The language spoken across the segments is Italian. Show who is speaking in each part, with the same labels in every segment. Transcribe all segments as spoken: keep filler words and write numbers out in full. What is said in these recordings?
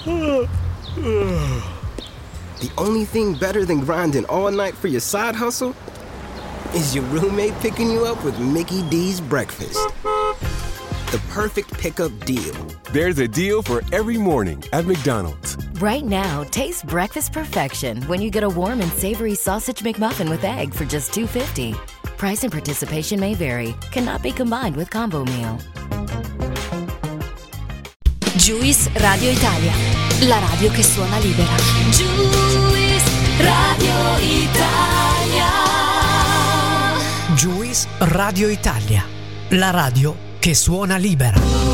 Speaker 1: The only thing better than grinding all night for your side hustle is your roommate picking you up with Mickey D's breakfast. The perfect pickup deal.
Speaker 2: There's a deal for every morning at McDonald's.
Speaker 3: Right now, taste breakfast perfection when you get a warm and savory sausage McMuffin with egg for just two fifty. Price and participation may vary. Cannot be combined with combo meal.
Speaker 4: Juice Radio Italia, la radio che suona libera. Juice Radio Italia.
Speaker 5: Juice Radio Italia, la radio che suona libera.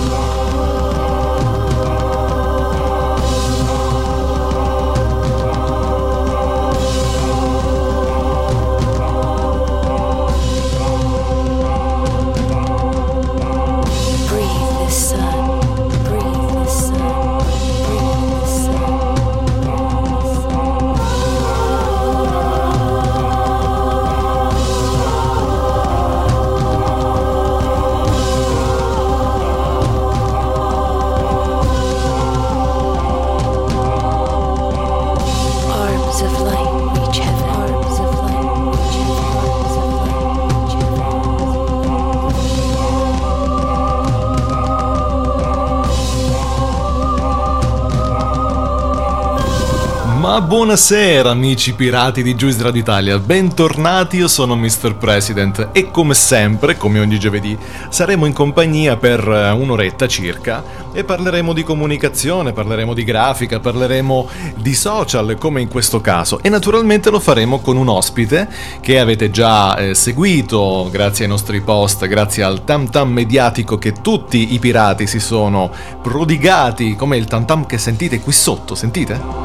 Speaker 6: Ma buonasera amici pirati di Juice Radio Italia, bentornati, io sono mister President e come sempre, come ogni giovedì, saremo in compagnia per un'oretta circa e parleremo di comunicazione, parleremo di grafica, parleremo di social come in questo caso e naturalmente lo faremo con un ospite che avete già eh, seguito grazie ai nostri post, grazie al tam tam mediatico che tutti i pirati si sono prodigati, come il tam tam che sentite qui sotto, sentite?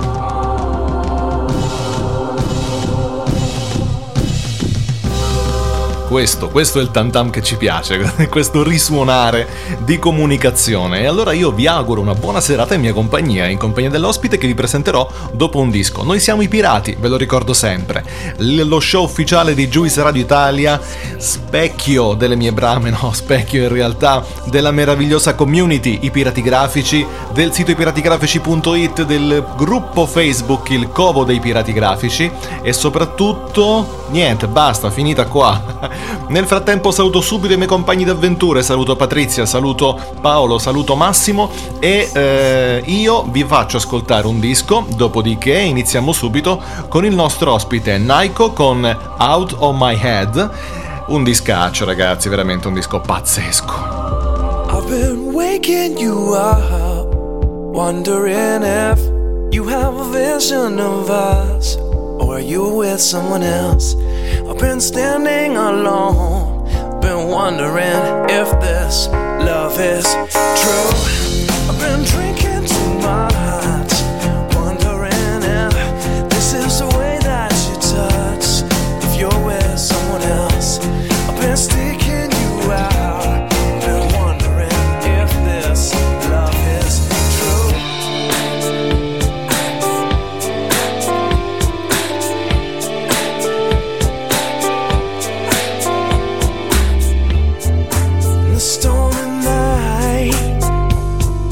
Speaker 6: Questo, questo è il tam tam che ci piace, questo risuonare di comunicazione. E allora io vi auguro una buona serata in mia compagnia, in compagnia dell'ospite che vi presenterò dopo un disco. Noi siamo i Pirati, ve lo ricordo sempre, lo show ufficiale di Juice Radio Italia, specchio delle mie brame, no, specchio in realtà della meravigliosa community, i Pirati Grafici, del sito i pirati grafici punto it, del gruppo Facebook Il Covo dei Pirati Grafici e soprattutto, niente, basta, finita qua. Nel frattempo saluto subito i miei compagni d'avventure, saluto Patrizia, saluto Paolo, saluto Massimo e eh, io vi faccio ascoltare un disco, dopodiché iniziamo subito con il nostro ospite Naiko con Out of My Head, un discaccio ragazzi, veramente un disco pazzesco.
Speaker 7: I've been waking you up, wondering if you have a vision of us, or are you with someone else? I've been standing alone, been wondering if this love is true. I've been drinking too much, wondering if this is the way that you touch, if you're with someone else. I've been sticking you out, been wondering if this love is true. In the stormy night,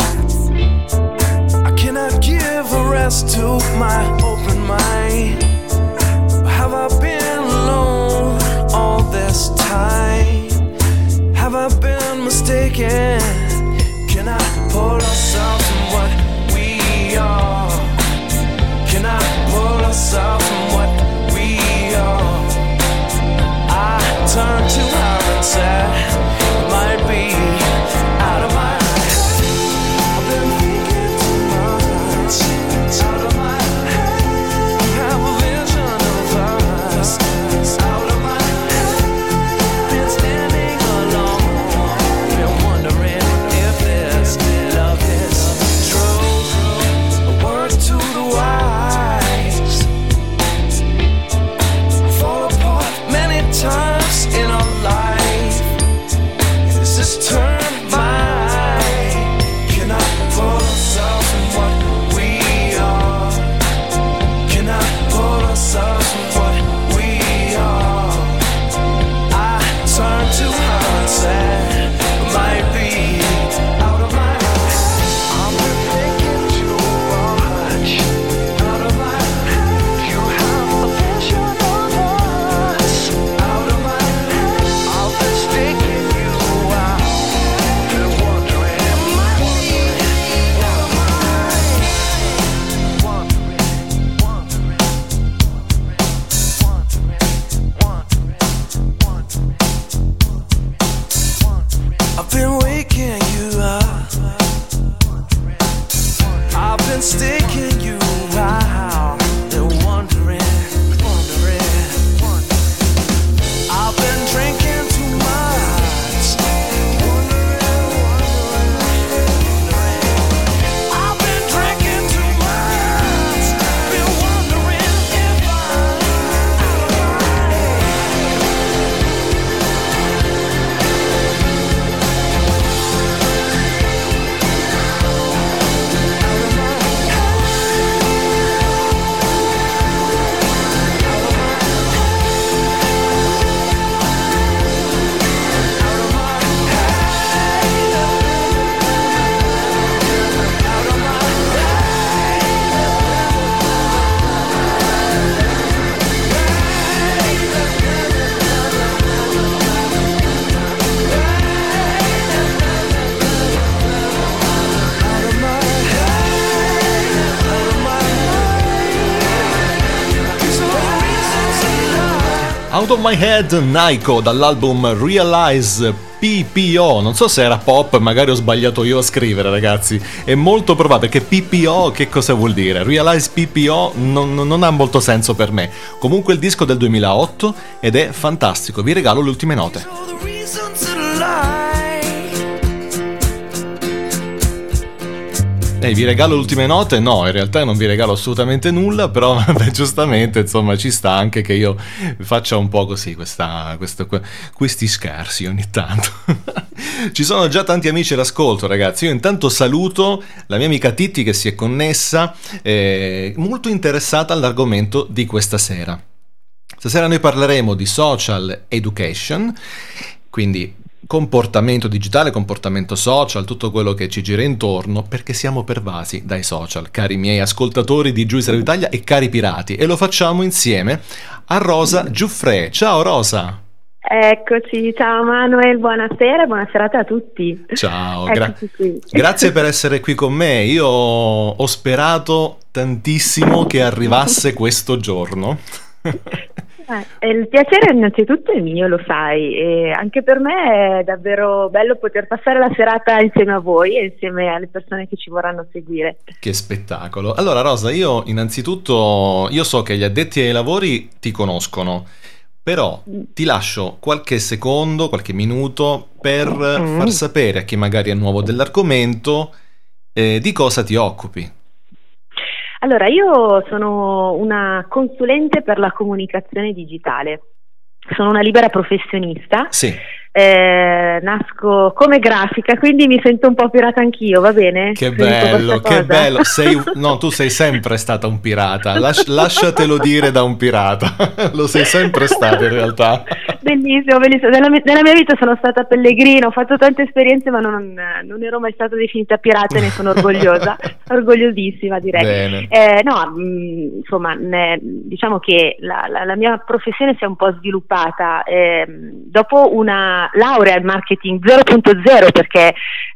Speaker 6: Out of My Head, Naiko, dall'album Realize P P O. Non so se era pop, magari ho sbagliato io a scrivere, ragazzi. È molto probabile che P P O che cosa vuol dire? Realize P P O non, non ha molto senso per me. Comunque il disco del duemilaotto ed è fantastico. Vi regalo le ultime note. E vi regalo le ultime note? No, in realtà non vi regalo assolutamente nulla, però beh, giustamente, insomma, ci sta anche che io faccia un po' così questa, questo, questi scherzi ogni tanto. Ci sono già tanti amici all'ascolto, ragazzi. Io intanto saluto la mia amica Titti che si è connessa, eh, molto interessata all'argomento di questa sera. Stasera noi parleremo di social education, quindi comportamento digitale, comportamento social, tutto quello che ci gira intorno, perché siamo pervasi dai social, cari miei ascoltatori di Juice Radio Italia e cari pirati, e lo facciamo insieme a Rosa Giuffre. Ciao Rosa!
Speaker 8: Eccoci, ciao Manuel, buonasera, buona serata a tutti.
Speaker 6: Ciao, gra- grazie per essere qui con me. Io ho sperato tantissimo che arrivasse questo giorno.
Speaker 8: Eh, il piacere innanzitutto è mio, lo sai, e anche per me è davvero bello poter passare la serata insieme a voi e insieme alle persone che ci vorranno seguire.
Speaker 6: Che spettacolo! Allora Rosa, io innanzitutto, io so che gli addetti ai lavori ti conoscono, però ti lascio qualche secondo, qualche minuto per mm. far sapere a chi magari è nuovo dell'argomento eh, di cosa ti occupi.
Speaker 8: Allora, io sono una consulente per la comunicazione digitale, sono una libera professionista,
Speaker 6: sì.
Speaker 8: eh, nasco come grafica, quindi mi sento un po' pirata anch'io, va bene?
Speaker 6: Che bello, che bello, sei, no, tu sei sempre stata un pirata, Las- lasciatelo dire da un pirata, lo sei sempre stato in realtà.
Speaker 8: Bellissimo, bellissimo, nella mia, nella mia vita sono stata pellegrina, ho fatto tante esperienze ma non, non ero mai stata definita pirata e ne sono orgogliosa, orgogliosissima direi.
Speaker 6: Bene.
Speaker 8: Eh, no, mh, insomma, ne, diciamo che la, la, la mia professione si è un po' sviluppata eh, dopo una laurea in marketing zero punto zero, perché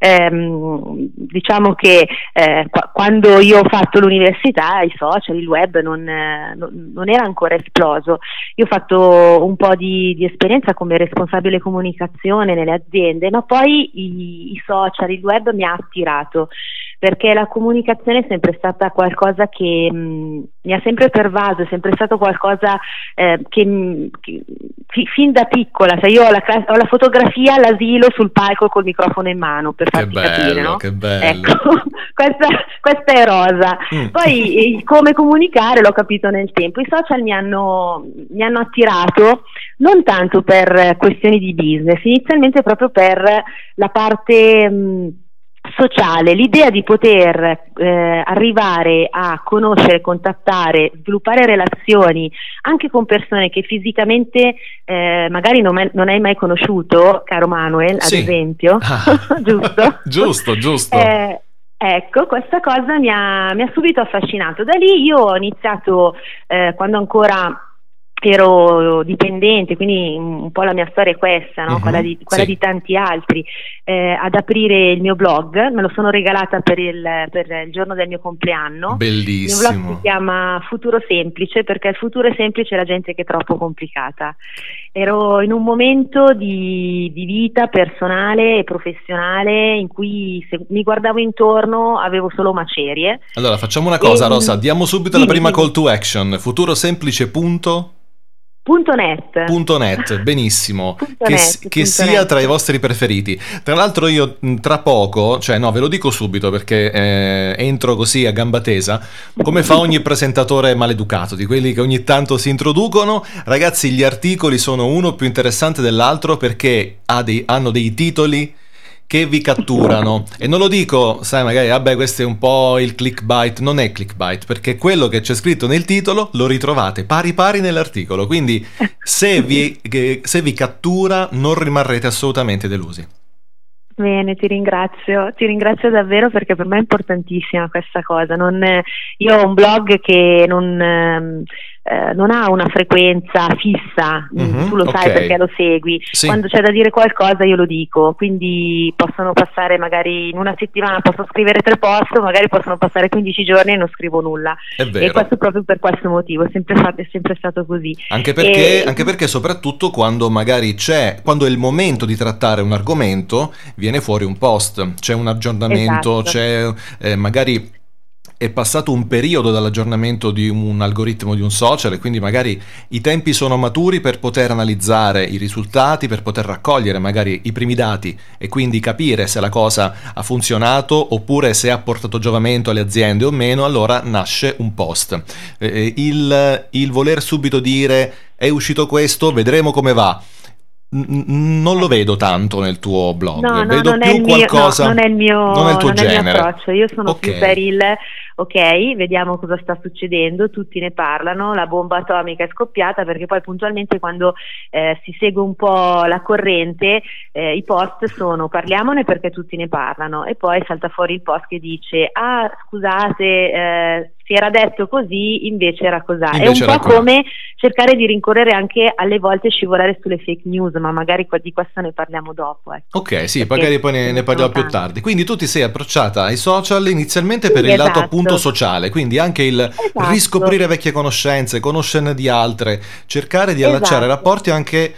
Speaker 8: ehm, diciamo che eh, qu- quando io ho fatto l'università i social, il web non, eh, non, non era ancora esploso. Io ho fatto un po' di, di esperienza come responsabile comunicazione nelle aziende, ma poi i, i social, il web mi ha attirato, perché la comunicazione è sempre stata qualcosa che mh, mi ha sempre pervaso, è sempre stato qualcosa eh, che, che fi, fin da piccola, cioè io ho la, ho la fotografia all'asilo sul palco col microfono in mano, per farti
Speaker 6: che bello,
Speaker 8: capire, no?
Speaker 6: Che bello.
Speaker 8: Ecco, questa, questa è Rosa. Mm. Poi eh, come comunicare l'ho capito nel tempo. I social mi hanno, mi hanno attirato non tanto per questioni di business, inizialmente proprio per la parte mh, sociale, l'idea di poter eh, arrivare a conoscere, contattare, sviluppare relazioni anche con persone che fisicamente eh, magari non, mai, non hai mai conosciuto, caro Manuel, ad
Speaker 6: sì.
Speaker 8: esempio, ah. giusto?
Speaker 6: giusto, giusto.
Speaker 8: Eh, ecco, questa cosa mi ha, mi ha subito affascinato. Da lì io ho iniziato, eh, quando ancora ero dipendente, quindi un po' la mia storia è questa, no? uh-huh, quella, di, quella sì. di tanti altri, eh, ad aprire il mio blog. Me lo sono regalata per il, per il giorno del mio compleanno.
Speaker 6: Bellissimo.
Speaker 8: Il mio blog si chiama Futuro Semplice, perché il futuro è semplice e la gente che è troppo complicata. Ero in un momento di, di vita personale e professionale in cui, se mi guardavo intorno, avevo solo macerie.
Speaker 6: Allora facciamo una cosa, e, Rosa, diamo subito dimmi, la prima
Speaker 8: dimmi.
Speaker 6: call to action. Futurosemplice punto
Speaker 8: Punto net.
Speaker 6: Punto net, benissimo.
Speaker 8: Punto
Speaker 6: che
Speaker 8: net,
Speaker 6: che sia
Speaker 8: net.
Speaker 6: Tra i vostri preferiti. Tra l'altro io tra poco, cioè no, ve lo dico subito perché eh, entro così a gamba tesa, come fa ogni presentatore maleducato, di quelli che ogni tanto si introducono. Ragazzi, gli articoli sono uno più interessante dell'altro perché ha dei, hanno dei titoli che vi catturano, e non lo dico, sai, magari vabbè questo è un po' il clickbait, non è clickbait, perché quello che c'è scritto nel titolo lo ritrovate pari pari nell'articolo, quindi se vi, se vi cattura non rimarrete assolutamente delusi.
Speaker 8: Bene, ti ringrazio, ti ringrazio davvero, perché per me è importantissima questa cosa. Non, io ho un blog che non, eh, non ha una frequenza fissa,
Speaker 6: Mhm,
Speaker 8: tu lo sai
Speaker 6: ok.
Speaker 8: perché lo segui.
Speaker 6: Sì.
Speaker 8: Quando c'è da dire qualcosa io lo dico, quindi possono passare magari in una settimana posso scrivere tre post, magari possono passare quindici giorni e non scrivo nulla.
Speaker 6: È vero.
Speaker 8: E questo proprio per questo motivo, è sempre, fatto, è sempre stato così.
Speaker 6: Anche perché,
Speaker 8: E-
Speaker 6: anche perché soprattutto quando magari c'è, quando è il momento di trattare un argomento, viene fuori un post, c'è un aggiornamento,
Speaker 8: Esatto.
Speaker 6: c'è eh, magari è passato un periodo dall'aggiornamento di un algoritmo di un social e quindi magari i tempi sono maturi per poter analizzare i risultati, per poter raccogliere magari i primi dati e quindi capire se la cosa ha funzionato oppure se ha portato giovamento alle aziende o meno, allora nasce un post. Eh, il, il voler subito dire è uscito questo, vedremo come va. N- n- non lo vedo tanto nel tuo blog,
Speaker 8: No, no,
Speaker 6: vedo
Speaker 8: non
Speaker 6: più
Speaker 8: è il mio,
Speaker 6: qualcosa.
Speaker 8: no, non è il mio,
Speaker 6: non è il tuo
Speaker 8: non è il mio
Speaker 6: genere.
Speaker 8: approccio. Io sono
Speaker 6: Ok.
Speaker 8: più per il ok, vediamo cosa sta succedendo, tutti ne parlano, la bomba atomica è scoppiata, perché poi puntualmente quando eh, si segue un po' la corrente, eh, i post sono parliamone perché tutti ne parlano, e poi salta fuori il post che dice ah scusate, eh, si era detto così, invece era così. È
Speaker 6: Invece
Speaker 8: un
Speaker 6: era
Speaker 8: po'
Speaker 6: così.
Speaker 8: come cercare di rincorrere anche alle volte scivolare sulle fake news, ma magari qua- di questo ne parliamo dopo. Ecco.
Speaker 6: Ok, sì,
Speaker 8: Perché
Speaker 6: magari poi ne,
Speaker 8: ce
Speaker 6: ne
Speaker 8: ne
Speaker 6: parliamo
Speaker 8: sono
Speaker 6: più
Speaker 8: tanti.
Speaker 6: tardi. Quindi tu ti sei approcciata ai social inizialmente
Speaker 8: Sì,
Speaker 6: per il lato
Speaker 8: esatto.
Speaker 6: appunto sociale, quindi anche il
Speaker 8: Esatto.
Speaker 6: riscoprire vecchie conoscenze, conoscerne di altre, cercare di allacciare
Speaker 8: Esatto.
Speaker 6: rapporti anche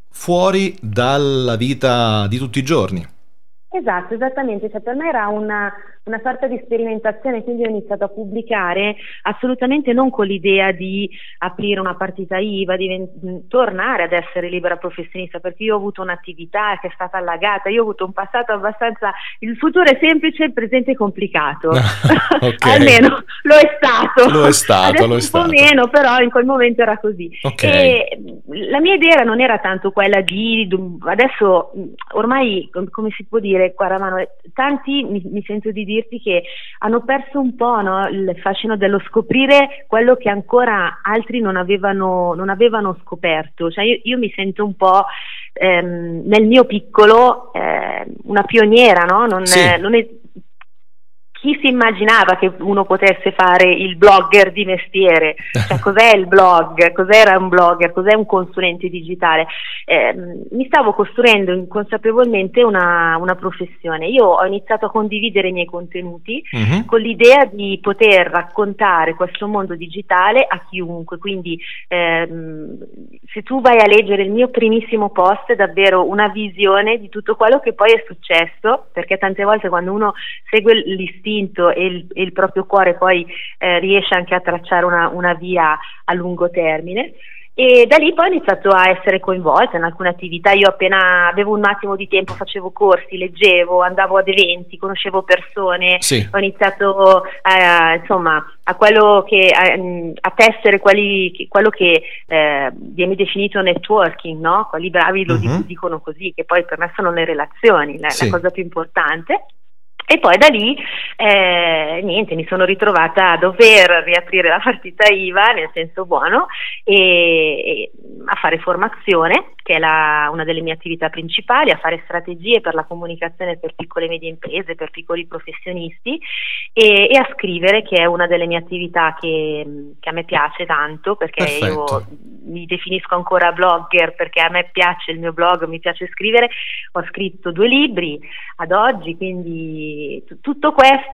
Speaker 6: fuori dalla vita di tutti i giorni.
Speaker 8: Esatto, esattamente, cioè per me era una, una sorta di sperimentazione, quindi ho iniziato a pubblicare assolutamente non con l'idea di aprire una partita I V A, di ven- tornare ad essere libera professionista, perché io ho avuto un'attività che è stata allagata, io ho avuto un passato abbastanza, il futuro è semplice, il presente è complicato,
Speaker 6: Ok.
Speaker 8: almeno lo è stato,
Speaker 6: Lo è stato,
Speaker 8: adesso
Speaker 6: lo è
Speaker 8: un
Speaker 6: stato.
Speaker 8: po' meno, però in quel momento era così.
Speaker 6: Ok.
Speaker 8: E la mia idea non era tanto quella di adesso ormai com- come si può dire, guarda Manuel, tanti mi, mi sento di dirti che hanno perso un po', no, il fascino dello scoprire quello che ancora altri non avevano, non avevano scoperto, cioè io, io mi sento un po' ehm, nel mio piccolo eh, una pioniera, no? Non,
Speaker 6: Sì.
Speaker 8: eh, non è, chi si immaginava che uno potesse fare il blogger di mestiere? Cioè, cos'è il blog? Cos'era un blogger? Cos'è un consulente digitale? Eh, mi stavo costruendo inconsapevolmente una, una professione. Io ho iniziato a condividere i miei contenuti
Speaker 6: Mhm.
Speaker 8: con l'idea di poter raccontare questo mondo digitale a chiunque, quindi ehm, se tu vai a leggere il mio primissimo post è davvero una visione di tutto quello che poi è successo, perché tante volte quando uno segue l'istinto e il, e il proprio cuore poi eh, riesce anche a tracciare una, una via a lungo termine. E da lì poi ho iniziato a essere coinvolta in alcune attività. Io appena avevo un attimo di tempo facevo corsi, leggevo, andavo ad eventi, conoscevo persone,
Speaker 6: Sì.
Speaker 8: ho iniziato a, insomma, a quello che a, a tessere quelli, quello che eh, viene definito networking, no? Quelli bravi lo
Speaker 6: Mhm.
Speaker 8: dicono così, che poi per me sono le relazioni, la,
Speaker 6: Sì.
Speaker 8: la cosa più importante. E poi da lì eh, niente, mi sono ritrovata a dover riaprire la partita I V A nel senso buono e, e a fare formazione, che è la, una delle mie attività principali, a fare strategie per la comunicazione per piccole e medie imprese, per piccoli professionisti e, e a scrivere, che è una delle mie attività che, che a me piace tanto, perché
Speaker 6: Perfetto.
Speaker 8: io mi definisco ancora blogger perché a me piace il mio blog, mi piace scrivere. Ho scritto due libri ad oggi, quindi t- tutto questo.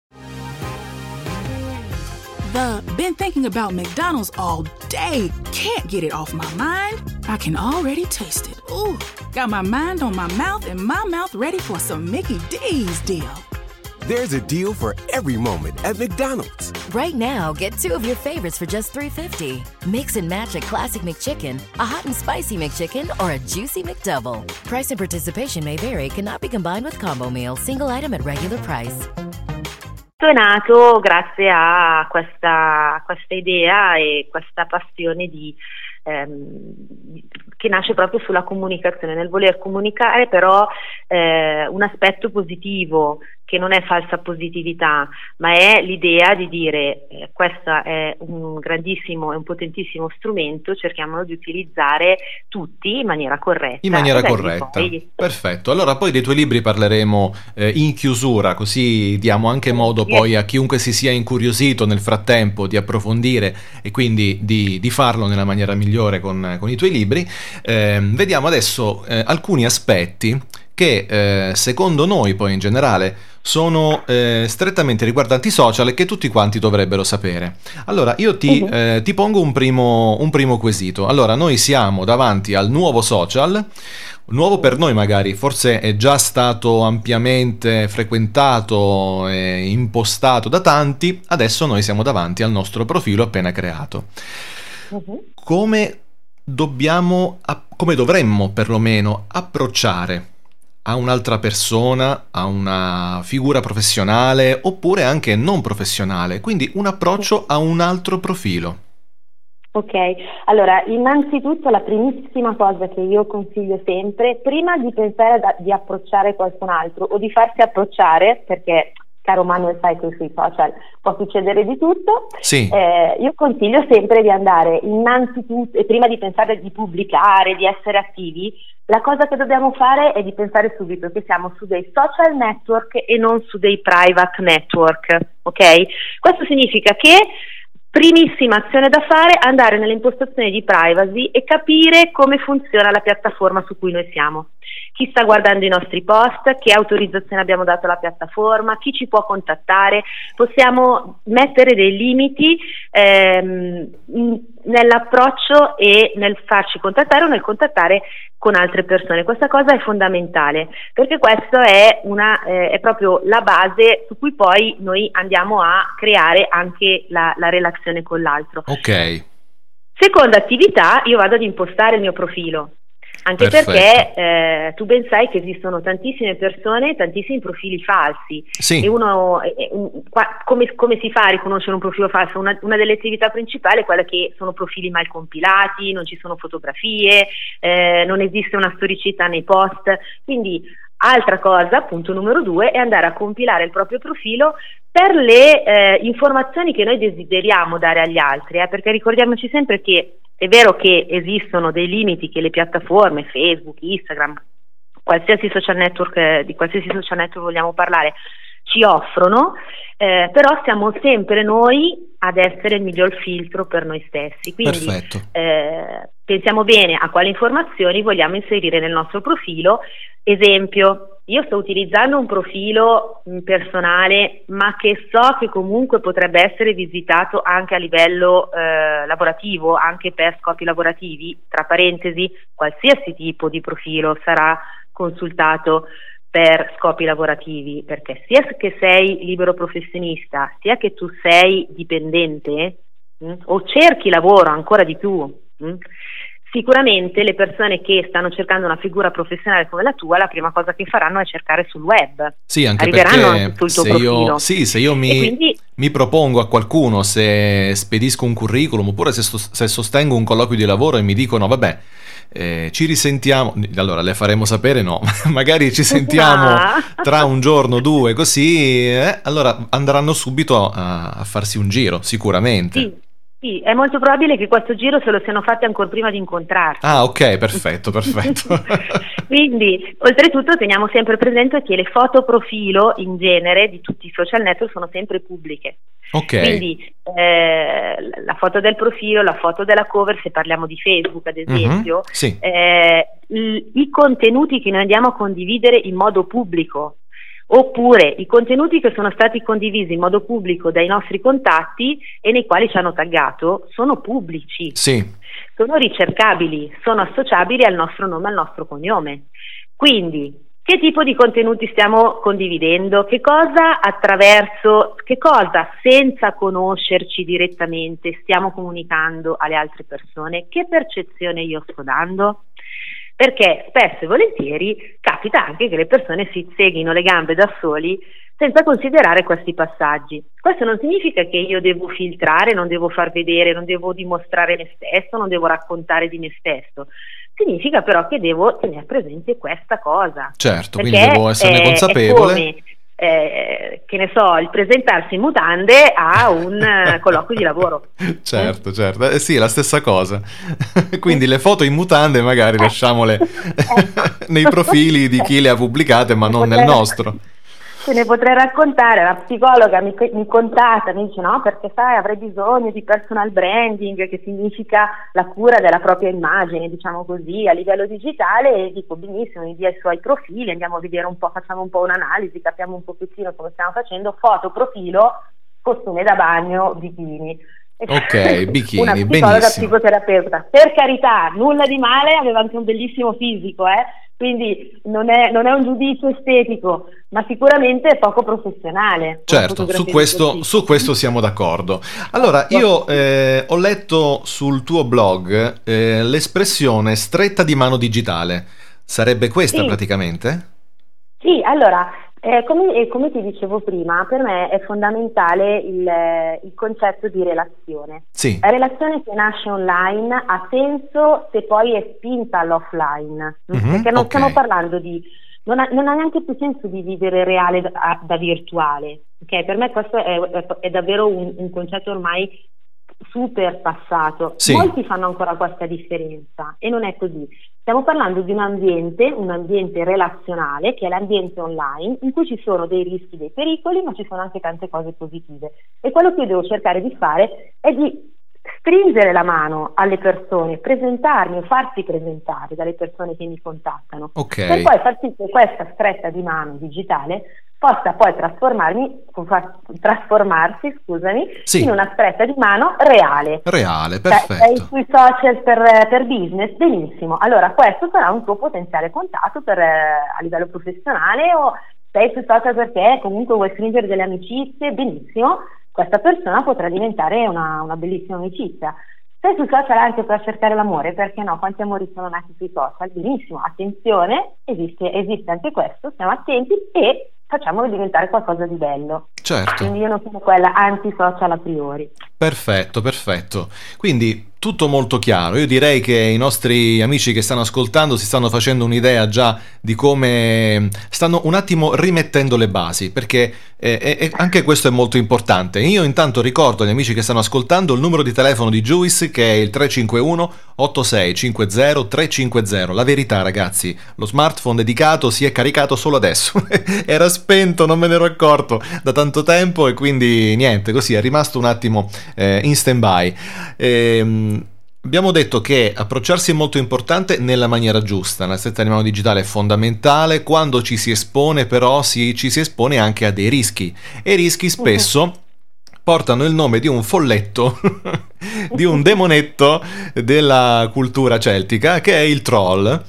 Speaker 9: The been thinking about McDonald's all day. Can't get it off my mind. I can already taste it. Ooh, got my mind on my mouth and my mouth ready for some Mickey D's deal.
Speaker 2: There's a deal for every moment at McDonald's.
Speaker 3: Right now, get two of your favorites for just three fifty. Mix and match a classic McChicken, a hot and spicy McChicken, or a juicy McDouble. Price and participation may vary. Cannot be combined with combo meal. Single item at regular price.
Speaker 8: È nato grazie a questa, questa idea e questa passione di, ehm, che nasce proprio sulla comunicazione, nel voler comunicare però eh, un aspetto positivo che non è falsa positività, ma è l'idea di dire eh, questo è un grandissimo e un potentissimo strumento, cerchiamo di utilizzare tutti in maniera corretta.
Speaker 6: In maniera corretta, poi... perfetto. Allora poi dei tuoi libri parleremo eh, in chiusura, così diamo anche modo poi a chiunque si sia incuriosito nel frattempo di approfondire e quindi di, di farlo nella maniera migliore con, con i tuoi libri. Eh, vediamo adesso eh, alcuni aspetti che eh, secondo noi poi in generale sono eh, strettamente riguardanti i social e che tutti quanti dovrebbero sapere. Allora io ti, uh-huh. eh, ti pongo un primo, un primo quesito. Allora noi siamo davanti al nuovo social, nuovo per noi magari, forse è già stato ampiamente frequentato e impostato da tanti, adesso noi siamo davanti al nostro profilo appena creato. Uh-huh. Come dobbiamo, come dovremmo perlomeno approcciare a un'altra persona, a una figura professionale oppure anche non professionale, quindi un approccio a un altro profilo?
Speaker 8: Ok, allora innanzitutto la primissima cosa che io consiglio sempre, prima di pensare da, di approcciare qualcun altro o di farsi approcciare, perché caro Manuel sai che sui social può succedere di tutto,
Speaker 6: sì.
Speaker 8: eh, io consiglio sempre di andare innanzitutto, e prima di pensare di pubblicare, di essere attivi, la cosa che dobbiamo fare è di pensare subito che siamo su dei social network e non su dei private network, ok? Questo significa che primissima azione da fare è andare nelle impostazioni di privacy e capire come funziona la piattaforma su cui noi siamo. Chi sta guardando i nostri post, che autorizzazione abbiamo dato alla piattaforma, chi ci può contattare. Possiamo mettere dei limiti ehm, nell'approccio e nel farci contattare o nel contattare con altre persone. Questa cosa è fondamentale, perché questo è, una, eh, è proprio la base su cui poi noi andiamo a creare anche la, la relazione con l'altro.
Speaker 6: Ok.
Speaker 8: Seconda attività, io vado ad impostare il mio profilo. Anche
Speaker 6: Perfetto.
Speaker 8: Perché eh, tu ben sai che esistono tantissime persone, tantissimi profili falsi.
Speaker 6: Sì.
Speaker 8: E uno eh, qua, come, come si fa a riconoscere un profilo falso? Una, una delle attività principali è quella che sono profili mal compilati, non ci sono fotografie, eh, non esiste una storicità nei post. Quindi altra cosa, punto numero due, è andare a compilare il proprio profilo per le eh, informazioni che noi desideriamo dare agli altri, eh, perché ricordiamoci sempre che è vero che esistono dei limiti che le piattaforme, Facebook, Instagram, qualsiasi social network, eh, di qualsiasi social network vogliamo parlare, ci offrono, eh, però siamo sempre noi ad essere il miglior filtro per noi stessi. Quindi eh, pensiamo bene a quali informazioni vogliamo inserire nel nostro profilo. Esempio, io sto utilizzando un profilo personale, ma che so che comunque potrebbe essere visitato anche a livello eh, lavorativo, anche per scopi lavorativi. Tra parentesi, qualsiasi tipo di profilo sarà consultato per scopi lavorativi, perché sia che sei libero professionista, sia che tu sei dipendente mh, o cerchi lavoro ancora di più, mh, sicuramente le persone che stanno cercando una figura professionale come la tua, la prima cosa che faranno è cercare sul web.
Speaker 6: Sì, anche
Speaker 8: arriveranno
Speaker 6: perché
Speaker 8: anche sul tuo
Speaker 6: se
Speaker 8: profilo.
Speaker 6: io, sì, se io mi,
Speaker 8: quindi,
Speaker 6: mi propongo a qualcuno, se spedisco un curriculum oppure se, se sostengo un colloquio di lavoro e mi dicono vabbè, Eh, ci risentiamo, allora le faremo sapere no, magari ci sentiamo tra un giorno, due, così, eh, allora andranno subito a, a farsi un giro, sicuramente.
Speaker 8: Sì, sì, è molto probabile che questo giro se lo siano fatti ancora prima di incontrarsi.
Speaker 6: Ah, ok, perfetto, perfetto.
Speaker 8: Quindi, oltretutto teniamo sempre presente che le foto profilo in genere di tutti i social network sono sempre pubbliche.
Speaker 6: Ok.
Speaker 8: Quindi eh, la foto del profilo, la foto della cover, se parliamo di Facebook ad esempio,
Speaker 6: mm-hmm, sì.
Speaker 8: eh, i, i contenuti che noi andiamo a condividere in modo pubblico, oppure i contenuti che sono stati condivisi in modo pubblico dai nostri contatti e nei quali ci hanno taggato, sono pubblici,
Speaker 6: sì.
Speaker 8: sono ricercabili, sono associabili al nostro nome, al nostro cognome. Quindi che tipo di contenuti stiamo condividendo? Che cosa attraverso, che cosa senza conoscerci direttamente stiamo comunicando alle altre persone? Che percezione io sto dando? Perché spesso e volentieri capita anche che le persone si seghino le gambe da soli senza considerare questi passaggi. Questo non significa che io devo filtrare, non devo far vedere, non devo dimostrare me stesso, non devo raccontare di me stesso. Significa però che devo tenere presente questa cosa.
Speaker 6: Certo, quindi devo esserne
Speaker 8: è,
Speaker 6: consapevole.
Speaker 8: È come, eh, che ne so, il presentarsi in mutande a un eh, colloquio di lavoro.
Speaker 6: Certo, certo, eh, sì, la stessa cosa. Quindi le foto in mutande magari lasciamole nei profili di chi le ha pubblicate, ma non nel nostro.
Speaker 8: Se ne potrei raccontare. La psicologa mi, mi contatta, mi dice no, perché sai, avrei bisogno di personal branding, che significa la cura della propria immagine, diciamo così, a livello digitale, e dico benissimo, mi dia i suoi profili, andiamo a vedere un po', facciamo un po' un'analisi, capiamo un pochettino come stiamo facendo, foto, profilo, costume da bagno, bikini.
Speaker 6: Ok, bikini,
Speaker 8: una psicologa
Speaker 6: benissimo.
Speaker 8: psicoterapeuta, per carità, nulla di male, aveva anche un bellissimo fisico, eh? Quindi non è, non è un giudizio estetico, ma sicuramente è poco professionale.
Speaker 6: Certo, su questo, su questo siamo d'accordo. Allora, io eh, ho letto sul tuo blog eh, l'espressione stretta di mano digitale. Sarebbe questa
Speaker 8: sì.
Speaker 6: praticamente?
Speaker 8: Sì, allora, eh, come, come ti dicevo prima, per me è fondamentale il, il concetto di relazione.
Speaker 6: Sì.
Speaker 8: La relazione che nasce online ha senso se poi è spinta all'offline,
Speaker 6: Mm-hmm,
Speaker 8: perché non
Speaker 6: ok.
Speaker 8: stiamo parlando di... Non ha, non ha neanche più senso di vivere reale da, da virtuale, ok? Per me questo è, è, è davvero un, un concetto ormai super passato.
Speaker 6: Sì.
Speaker 8: Molti fanno ancora questa differenza e non è così. Stiamo parlando di un ambiente, un ambiente relazionale, che è l'ambiente online, in cui ci sono dei rischi, dei pericoli, ma ci sono anche tante cose positive. E quello che io devo cercare di fare è di stringere la mano alle persone, presentarmi o farsi presentare dalle persone che mi contattano,
Speaker 6: Ok.
Speaker 8: per poi far sì che questa stretta di mano digitale possa poi trasformarmi, trasformarsi, scusami,
Speaker 6: Sì.
Speaker 8: in una stretta di mano reale.
Speaker 6: Reale,
Speaker 8: Cioè, sei
Speaker 6: perfetto.
Speaker 8: sui social per, per business, benissimo. Allora questo sarà un tuo potenziale contatto per, eh, a livello professionale, o sei sui social perché comunque vuoi stringere delle amicizie, benissimo. Questa persona potrà diventare una, una bellissima amicizia. Sei sui social anche per cercare l'amore, perché no? Quanti amori sono nati sui social? Benissimo, attenzione, esiste, esiste anche questo, stiamo attenti e facciamolo diventare qualcosa di bello.
Speaker 6: Certo.
Speaker 8: Quindi io non sono quella anti-social a priori.
Speaker 6: Perfetto, perfetto. Quindi tutto molto chiaro. Io direi che i nostri amici che stanno ascoltando si stanno facendo un'idea già di come stanno un attimo rimettendo le basi, perché eh, eh, anche questo è molto importante. Io intanto ricordo agli amici che stanno ascoltando il numero di telefono di Juice, che è il tre cinque uno otto sei cinque zero tre cinque zero. La verità, ragazzi, lo smartphone dedicato si è caricato solo adesso. Era spento, non me ne ero accorto da tanto tempo, e quindi niente, così è rimasto un attimo eh, in stand-by. Ehm, Abbiamo detto che approcciarsi è molto importante nella maniera giusta. La stretta di mano digitale è fondamentale. Quando ci si espone, però, si, ci si espone anche a dei rischi. E i rischi spesso portano il nome di un folletto, di un demonetto della cultura celtica, che è il troll.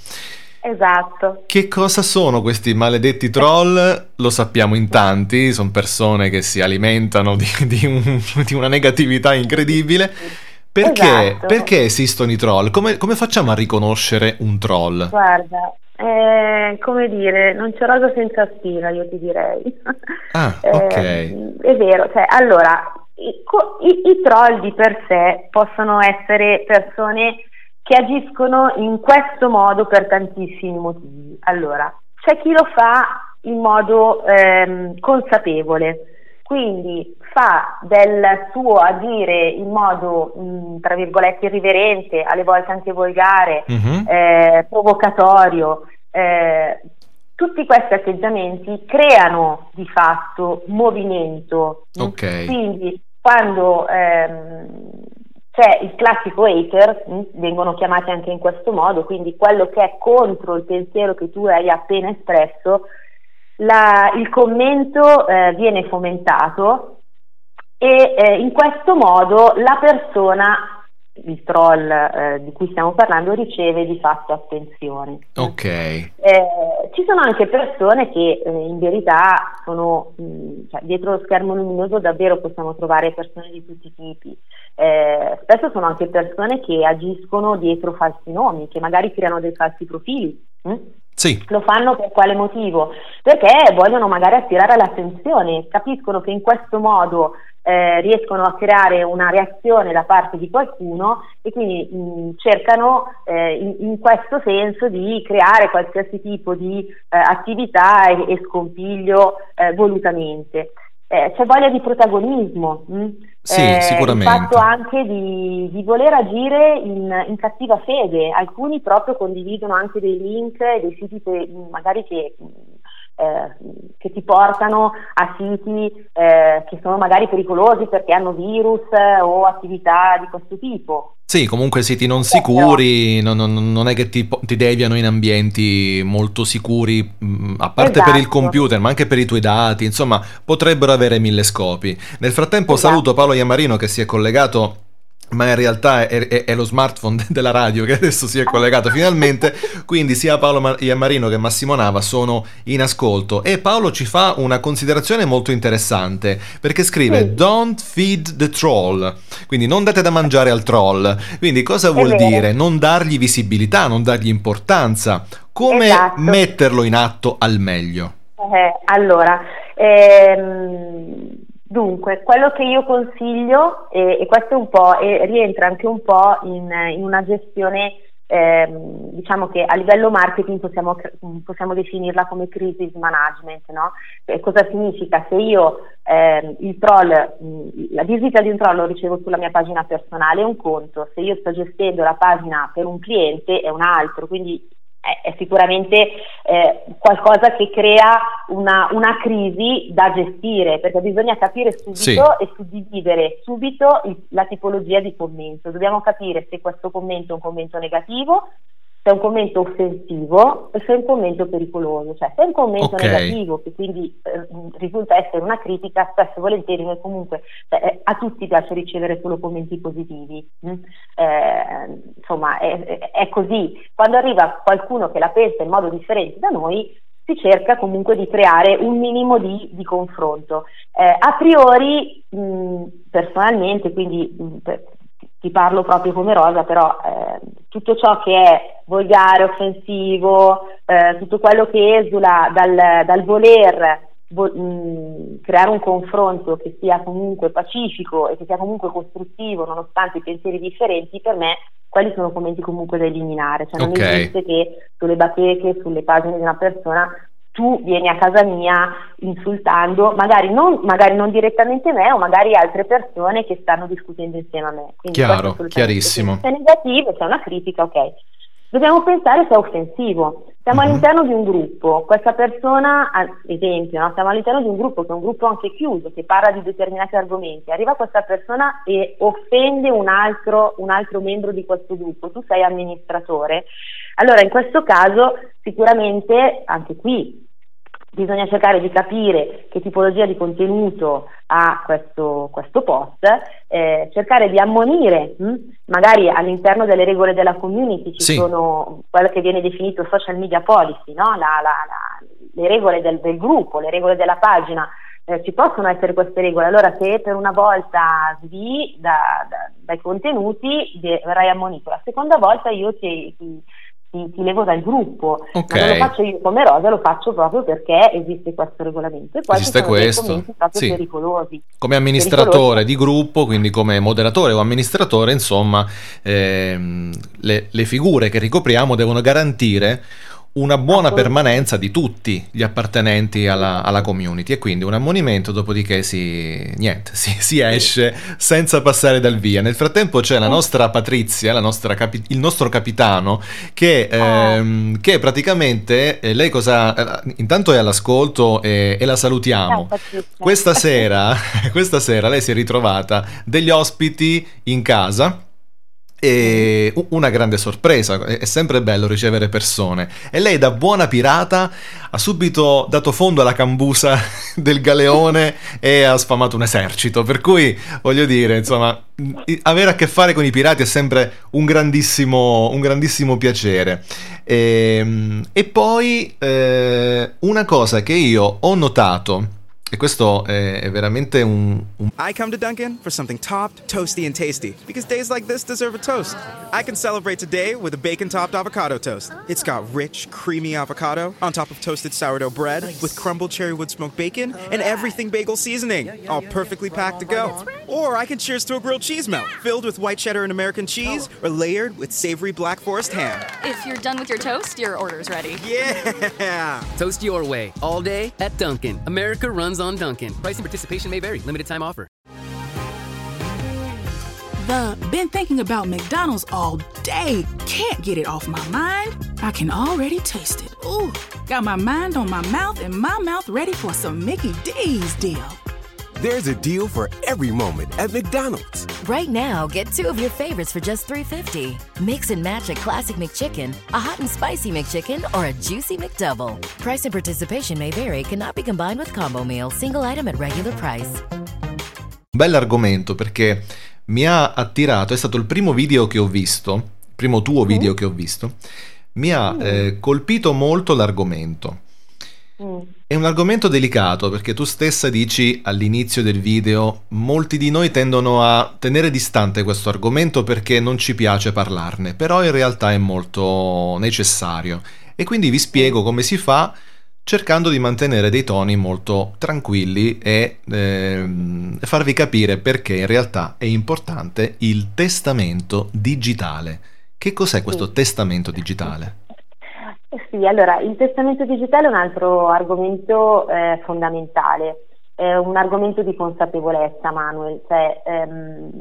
Speaker 8: Esatto.
Speaker 6: Che cosa sono questi maledetti troll? Lo sappiamo in tanti, sono persone che si alimentano di, di, un, di una negatività incredibile. Perché,
Speaker 8: Esatto.
Speaker 6: perché esistono i troll? Come, come facciamo a riconoscere un troll?
Speaker 8: Guarda, eh, come dire, non c'è rosa senza spina, io ti direi.
Speaker 6: Ah, ok.
Speaker 8: Eh, è vero, cioè, allora, i, co- i, i troll di per sé possono essere persone che agiscono in questo modo per tantissimi motivi. Allora, c'è chi lo fa in modo ehm, consapevole, quindi fa del suo agire in modo, mh, tra virgolette, irriverente, alle volte anche volgare,
Speaker 6: Mhm.
Speaker 8: eh, provocatorio. Eh, tutti questi atteggiamenti creano di fatto movimento.
Speaker 6: Ok.
Speaker 8: Quindi quando ehm, c'è il classico hater, mh, vengono chiamati anche in questo modo, quindi quello che è contro il pensiero che tu hai appena espresso, la, il commento eh, viene fomentato e eh, in questo modo la persona, il troll eh, di cui stiamo parlando, riceve di fatto attenzione.
Speaker 6: Ok.
Speaker 8: Eh, ci sono anche persone che eh, in verità sono, mh, cioè, dietro lo schermo luminoso davvero possiamo trovare persone di tutti i tipi. Eh, spesso sono anche persone che agiscono dietro falsi nomi, che magari creano dei falsi profili. Hm?
Speaker 6: Sì.
Speaker 8: Lo fanno per quale motivo? Perché vogliono magari attirare l'attenzione, capiscono che in questo modo eh, riescono a creare una reazione da parte di qualcuno e quindi mh, cercano eh, in, in questo senso di creare qualsiasi tipo di eh, attività e, e scompiglio eh, volutamente. Eh, c'è voglia di protagonismo, mh?
Speaker 6: Sì,
Speaker 8: eh,
Speaker 6: sicuramente.
Speaker 8: Il fatto anche di, di voler agire in, in cattiva fede. Alcuni proprio condividono anche dei link e dei siti che, magari che, eh, che ti portano a siti eh, che sono magari pericolosi perché hanno virus eh, o attività di questo tipo.
Speaker 6: Sì, comunque siti non sicuri, non, non, non è che ti, ti deviano in ambienti molto sicuri, mh, a parte
Speaker 8: Esatto.
Speaker 6: per il computer, ma anche per i tuoi dati, insomma, potrebbero avere mille scopi. Nel frattempo
Speaker 8: Esatto.
Speaker 6: saluto Paolo Iammarino che si è collegato, ma in realtà è, è, è lo smartphone della radio che adesso si è collegato finalmente, quindi sia Paolo Iammarino che Massimo Nava sono in ascolto. E Paolo ci fa una considerazione molto interessante, perché scrive
Speaker 8: Sì.
Speaker 6: "Don't feed the troll", quindi non date da mangiare al troll. Quindi cosa vuol
Speaker 8: vero.
Speaker 6: dire? Non dargli visibilità, non dargli importanza. Come
Speaker 8: Esatto.
Speaker 6: metterlo in atto al meglio?
Speaker 8: Eh, allora, ehm, dunque, quello che io consiglio, eh, e questo è un po', e rientra anche un po' in, in una gestione, ehm, diciamo che a livello marketing possiamo, possiamo definirla come crisis management, no? E cosa significa? Se io ehm, il troll, mh, la visita di un troll lo ricevo sulla mia pagina personale è un conto, se io sto gestendo la pagina per un cliente è un altro, quindi è sicuramente eh, qualcosa che crea una, una crisi da gestire, perché bisogna capire subito
Speaker 6: Sì.
Speaker 8: e suddividere subito il, la tipologia di commento. Dobbiamo capire se questo commento è un commento negativo, se è un commento offensivo e se è un commento pericoloso. Cioè, se è un commento
Speaker 6: Ok.
Speaker 8: negativo, che quindi eh, risulta essere una critica, spesso e volentieri noi comunque cioè, a tutti piace ricevere solo commenti positivi, mm? eh, insomma è, è, è così. Quando arriva qualcuno che la pensa in modo differente da noi, si cerca comunque di creare un minimo di, di confronto. Eh, a priori, mh, personalmente, quindi mh, per, ti parlo proprio come Rosa, però eh, tutto ciò che è volgare, offensivo, eh, tutto quello che esula dal, dal voler vo- mh, creare un confronto che sia comunque pacifico e che sia comunque costruttivo nonostante i pensieri differenti, per me quelli sono commenti comunque da eliminare. Cioè non
Speaker 6: Ok.
Speaker 8: esiste che sulle bacheche, sulle pagine di una persona tu vieni a casa mia insultando magari non, magari non direttamente me o magari altre persone che stanno discutendo insieme a me. Quindi
Speaker 6: Chiaro,
Speaker 8: questo è assolutamente
Speaker 6: chiarissimo.
Speaker 8: così. Se è negativo, se è una critica, ok. Dobbiamo pensare se è offensivo. Siamo
Speaker 6: Mhm.
Speaker 8: all'interno di un gruppo, questa persona, ad esempio, no? Siamo all'interno di un gruppo che è un gruppo anche chiuso, che parla di determinati argomenti, arriva questa persona e offende un altro, un altro membro di questo gruppo, tu sei amministratore, allora in questo caso sicuramente anche qui bisogna cercare di capire che tipologia di contenuto ha questo, questo post, eh, cercare di ammonire, mh? magari all'interno delle regole della community ci
Speaker 6: Sì.
Speaker 8: sono quello che viene definito social media policy, no? la, la, la, le regole del, del gruppo, le regole della pagina, eh, ci possono essere queste regole. Allora se per una volta svi da, da, dai contenuti verrai ammonito, la seconda volta io ti, ti Ti, ti levo dal gruppo,
Speaker 6: Ok.
Speaker 8: ma non lo faccio io come Rosa, lo faccio proprio perché esiste questo regolamento e poi
Speaker 6: Esiste
Speaker 8: ci sono
Speaker 6: questo,
Speaker 8: dei commenti proprio
Speaker 6: sì.
Speaker 8: pericolosi.
Speaker 6: Come amministratore
Speaker 8: Pericolosi.
Speaker 6: di gruppo, quindi come moderatore o amministratore, insomma, ehm, le, le figure che ricopriamo devono garantire una buona
Speaker 8: Assolutamente.
Speaker 6: permanenza di tutti gli appartenenti alla, alla community, e quindi un ammonimento, dopodiché si, niente, si, si esce senza passare dal via. Nel frattempo c'è la nostra Patrizia, la nostra capi- il nostro capitano, che, ehm, che praticamente, eh, lei cosa, eh, intanto è all'ascolto e, e la salutiamo.
Speaker 8: Ciao, Patrizia.
Speaker 6: Questa sera, questa sera lei si è ritrovata degli ospiti in casa. E una grande sorpresa, è sempre bello ricevere persone, e lei da buona pirata ha subito dato fondo alla cambusa del galeone e ha sfamato un esercito, per cui voglio dire, insomma, avere a che fare con i pirati è sempre un grandissimo, un grandissimo piacere. E, e poi eh, una cosa che io ho notato E questo è, è veramente un, un...
Speaker 10: I come to Dunkin' for something topped, toasty, and tasty. Because days like this deserve a toast. I can celebrate today with a bacon-topped avocado toast. It's got rich, creamy avocado on top of toasted sourdough bread with crumbled cherry wood smoked bacon and everything bagel seasoning, all perfectly packed to go. Or I can cheers to a grilled cheese melt filled with white cheddar and American cheese or layered with savory Black Forest ham.
Speaker 11: If you're done with your toast, your order's ready.
Speaker 10: Yeah!
Speaker 12: Toast your way, all day at Dunkin'. America runs on Dunkin'. Price and participation may vary. Limited time offer.
Speaker 9: The been thinking about McDonald's all day. Can't get it off my mind. I can already taste it. Ooh, got my mind on my mouth and my mouth ready for some Mickey D's deal.
Speaker 2: There's a deal for every moment at McDonald's.
Speaker 3: Right now, get two of your favorites for just three fifty. Mix and match a classic McChicken, a hot and spicy McChicken, or a juicy McDouble. Price and participation may vary, cannot be combined with combo meal, single item at regular price.
Speaker 6: Bell'argomento, perché mi ha attirato, è stato il primo video che ho visto, il primo tuo video che ho visto, mi ha eh, colpito molto l'argomento. È un argomento delicato perché tu stessa dici all'inizio del video molti di noi tendono a tenere distante questo argomento perché non ci piace parlarne, però in realtà è molto necessario e quindi vi spiego come si fa cercando di mantenere dei toni molto tranquilli e ehm, farvi capire perché in realtà è importante il testamento digitale. Che cos'è questo sì. testamento digitale?
Speaker 8: Sì, allora il testamento digitale è un altro argomento eh, fondamentale, è un argomento di consapevolezza, Manuel, cioè, ehm,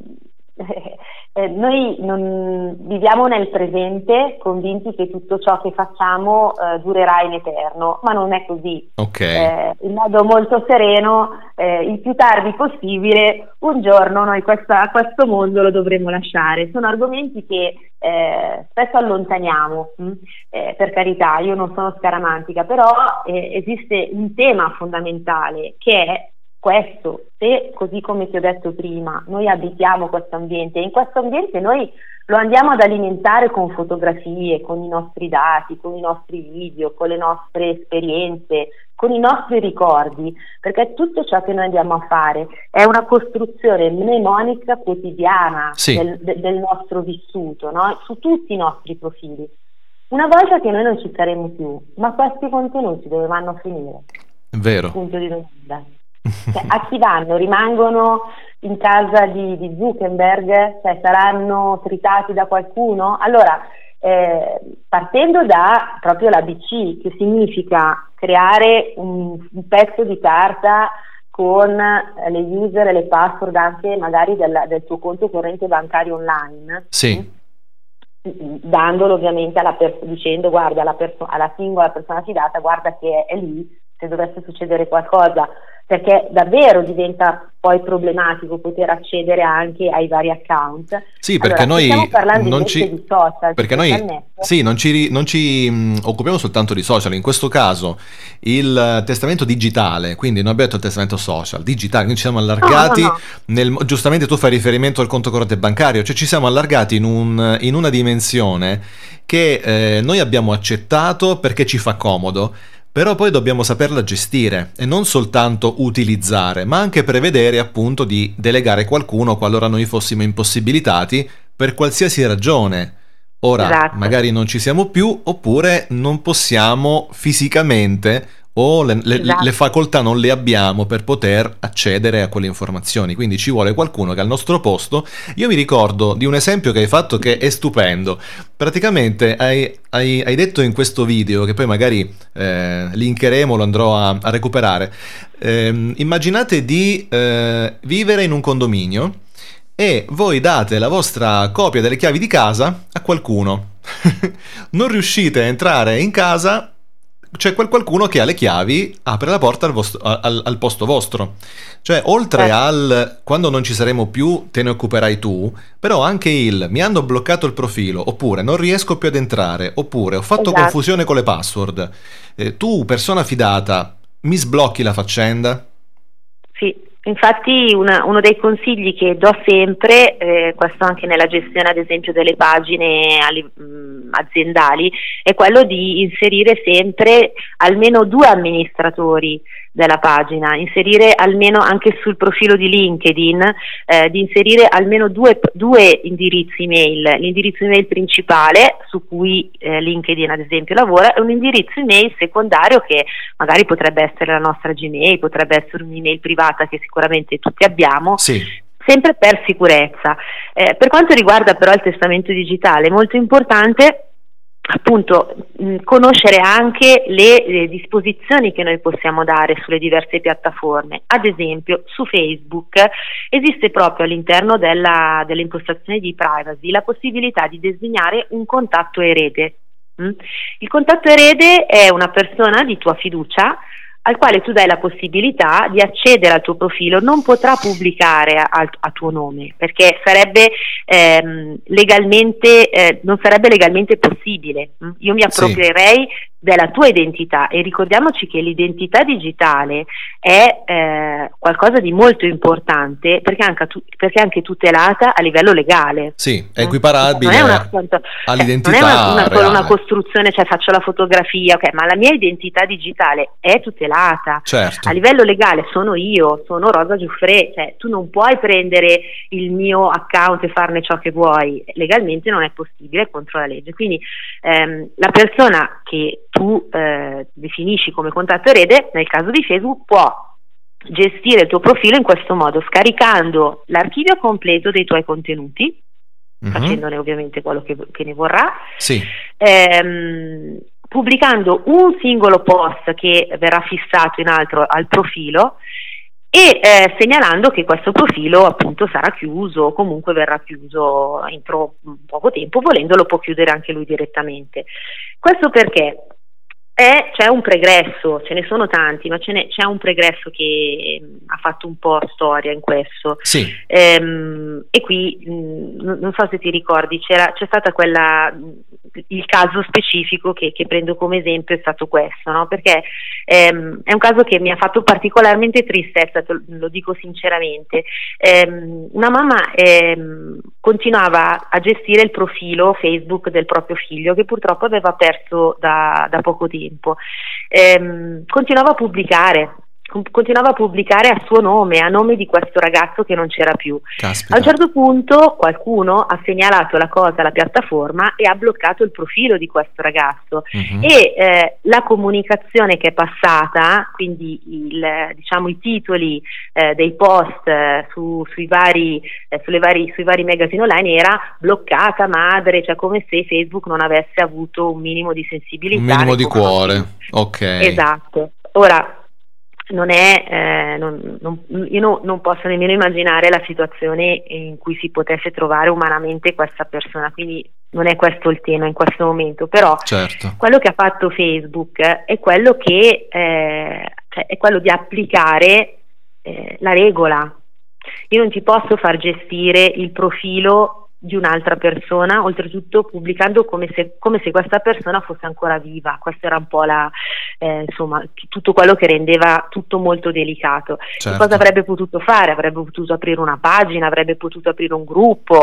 Speaker 8: eh, noi non viviamo nel presente convinti che tutto ciò che facciamo eh, durerà in eterno, ma non è così.
Speaker 6: Okay.
Speaker 8: Eh, in modo molto sereno, eh, il più tardi possibile, un giorno noi questa, questo mondo lo dovremo lasciare. Sono argomenti che Eh, spesso allontaniamo, mh? Eh, per carità, io non sono scaramantica, però eh, esiste un tema fondamentale che è questo: se, così come ti ho detto prima, noi abitiamo questo ambiente e in questo ambiente noi lo andiamo ad alimentare con fotografie, con i nostri dati, con i nostri video, con le nostre esperienze, con i nostri ricordi, perché tutto ciò che noi andiamo a fare è una costruzione mnemonica quotidiana
Speaker 6: sì.
Speaker 8: del, de, del nostro vissuto, no? Su tutti i nostri profili. Una volta che noi non ci saremo più, ma questi contenuti dove vanno a finire?
Speaker 6: Vero.
Speaker 8: Punto di domanda. Cioè, a chi vanno? Rimangono in casa di, di Zuckerberg? Cioè, saranno tritati da qualcuno? Allora, eh, partendo da proprio l'A B C, che significa creare un, un pezzo di carta con le user e le password anche magari del, del tuo conto corrente bancario online,
Speaker 6: sì.
Speaker 8: dandolo ovviamente alla pers- dicendo guarda alla, perso- alla singola persona fidata, guarda che è, è lì se dovesse succedere qualcosa, perché davvero diventa poi problematico poter accedere anche ai vari account.
Speaker 6: Sì, perché
Speaker 8: allora,
Speaker 6: noi
Speaker 8: stiamo parlando
Speaker 6: non
Speaker 8: invece
Speaker 6: ci
Speaker 8: di social,
Speaker 6: perché
Speaker 8: di
Speaker 6: noi
Speaker 8: social
Speaker 6: sì, non ci, non ci mh, occupiamo soltanto di social. In questo caso il testamento digitale, quindi non abbiamo detto il testamento social, digitale, quindi ci siamo allargati,
Speaker 8: no, no, no.
Speaker 6: Nel, giustamente tu fai riferimento al conto corrente bancario, cioè ci siamo allargati in, un, in una dimensione che eh, noi abbiamo accettato perché ci fa comodo. Però poi dobbiamo saperla gestire e non soltanto utilizzare, ma anche prevedere appunto di delegare qualcuno qualora noi fossimo impossibilitati per qualsiasi ragione. Ora,
Speaker 8: esatto.
Speaker 6: magari non ci siamo più, oppure non possiamo fisicamente o le, le,
Speaker 8: esatto.
Speaker 6: le facoltà non le abbiamo per poter accedere a quelle informazioni, quindi ci vuole qualcuno che al nostro posto. Io mi ricordo di un esempio che hai fatto che è stupendo. Praticamente hai, hai, hai detto in questo video, che poi magari eh, linkeremo, lo andrò a, a recuperare, eh, immaginate di eh, vivere in un condominio e voi date la vostra copia delle chiavi di casa a qualcuno. Non riuscite a entrare in casa, c'è quel qualcuno che ha le chiavi, apre la porta al, vostro, al, al posto vostro. Cioè, oltre eh. al quando non ci saremo più te ne occuperai tu, però anche il mi hanno bloccato il profilo, oppure non riesco più ad entrare, oppure ho fatto
Speaker 8: esatto.
Speaker 6: confusione con le password, eh, tu persona fidata mi sblocchi la faccenda?
Speaker 8: Sì. Infatti una, uno dei consigli che do sempre, eh, questo anche nella gestione ad esempio delle pagine a, li, mh, aziendali è quello di inserire sempre almeno due amministratori della pagina, inserire almeno anche sul profilo di LinkedIn, eh, di inserire almeno due, due indirizzi email, l'indirizzo email principale su cui eh, LinkedIn ad esempio lavora e un indirizzo email secondario che magari potrebbe essere la nostra Gmail, potrebbe essere un'email privata che sicuramente tutti abbiamo.
Speaker 6: Sì.
Speaker 8: Sempre per sicurezza. Eh, per quanto riguarda però il testamento digitale, è molto importante appunto mh, conoscere anche le, le disposizioni che noi possiamo dare sulle diverse piattaforme. Ad esempio su Facebook esiste proprio all'interno della, delle impostazioni di privacy la possibilità di designare un contatto erede. Mm? Il contatto erede è una persona di tua fiducia al quale tu dai la possibilità di accedere al tuo profilo. Non potrà pubblicare a, a tuo nome perché sarebbe ehm, legalmente eh, non sarebbe legalmente possibile. Io mi approprierei sì. della tua identità e ricordiamoci che l'identità digitale è eh, qualcosa di molto importante perché anche, tu, perché è anche tutelata a livello legale.
Speaker 6: Sì, è equiparabile
Speaker 8: non è una, quanto,
Speaker 6: all'identità
Speaker 8: eh, non è una, una, una
Speaker 6: reale.
Speaker 8: costruzione, cioè faccio la fotografia, ok, ma la mia identità digitale è tutelata.
Speaker 6: Certo.
Speaker 8: A livello legale sono io, sono Rosa Giuffre, cioè tu non puoi prendere il mio account e farne ciò che vuoi, legalmente non è possibile contro la legge. Quindi ehm, la persona che tu eh, definisci come contatto erede, nel caso di Facebook, può gestire il tuo profilo in questo modo, scaricando l'archivio completo dei tuoi contenuti, mm-hmm. facendone ovviamente quello che, che ne vorrà,
Speaker 6: sì.
Speaker 8: ehm, pubblicando un singolo post che verrà fissato in alto al profilo e eh, segnalando che questo profilo appunto sarà chiuso o comunque verrà chiuso entro poco tempo, volendo lo può chiudere anche lui direttamente. Questo perché è, c'è un pregresso, ce ne sono tanti, ma ce n'è, c'è un pregresso che mh, ha fatto un po' storia in questo.
Speaker 6: Sì.
Speaker 8: Ehm, e qui mh, non so se ti ricordi, c'era, c'è stata quella, il caso specifico che, che prendo come esempio è stato questo, no? Perché ehm, è un caso che mi ha fatto particolarmente tristezza, te lo dico sinceramente. Ehm, una mamma ehm, continuava a gestire il profilo Facebook del proprio figlio che purtroppo aveva perso da, da poco tempo. Ehm, continuava a pubblicare continuava a pubblicare a suo nome, a nome di questo ragazzo che non c'era più.
Speaker 6: Caspita.
Speaker 8: A un certo punto qualcuno ha segnalato la cosa alla piattaforma e ha bloccato il profilo di questo ragazzo, uh-huh. e eh, la comunicazione che è passata, quindi il, diciamo i titoli eh, dei post eh, su, sui vari eh, sulle vari, sui vari magazine online era bloccata madre, cioè come se Facebook non avesse avuto un minimo di sensibilità,
Speaker 6: un minimo di cuore. Ok.
Speaker 8: Esatto. Ora non è eh, non, non, io no, non posso nemmeno immaginare la situazione in cui si potesse trovare umanamente questa persona, quindi non è questo il tema in questo momento, però
Speaker 6: certo.
Speaker 8: quello che ha fatto Facebook è quello che eh, cioè è quello di applicare eh, la regola. Io non ti posso far gestire il profilo di un'altra persona, oltretutto pubblicando come se, come se questa persona fosse ancora viva. Questo era un po' la eh, insomma tutto quello che rendeva tutto molto delicato.
Speaker 6: Certo.
Speaker 8: Cosa avrebbe potuto fare? Avrebbe potuto aprire una pagina, avrebbe potuto aprire un gruppo,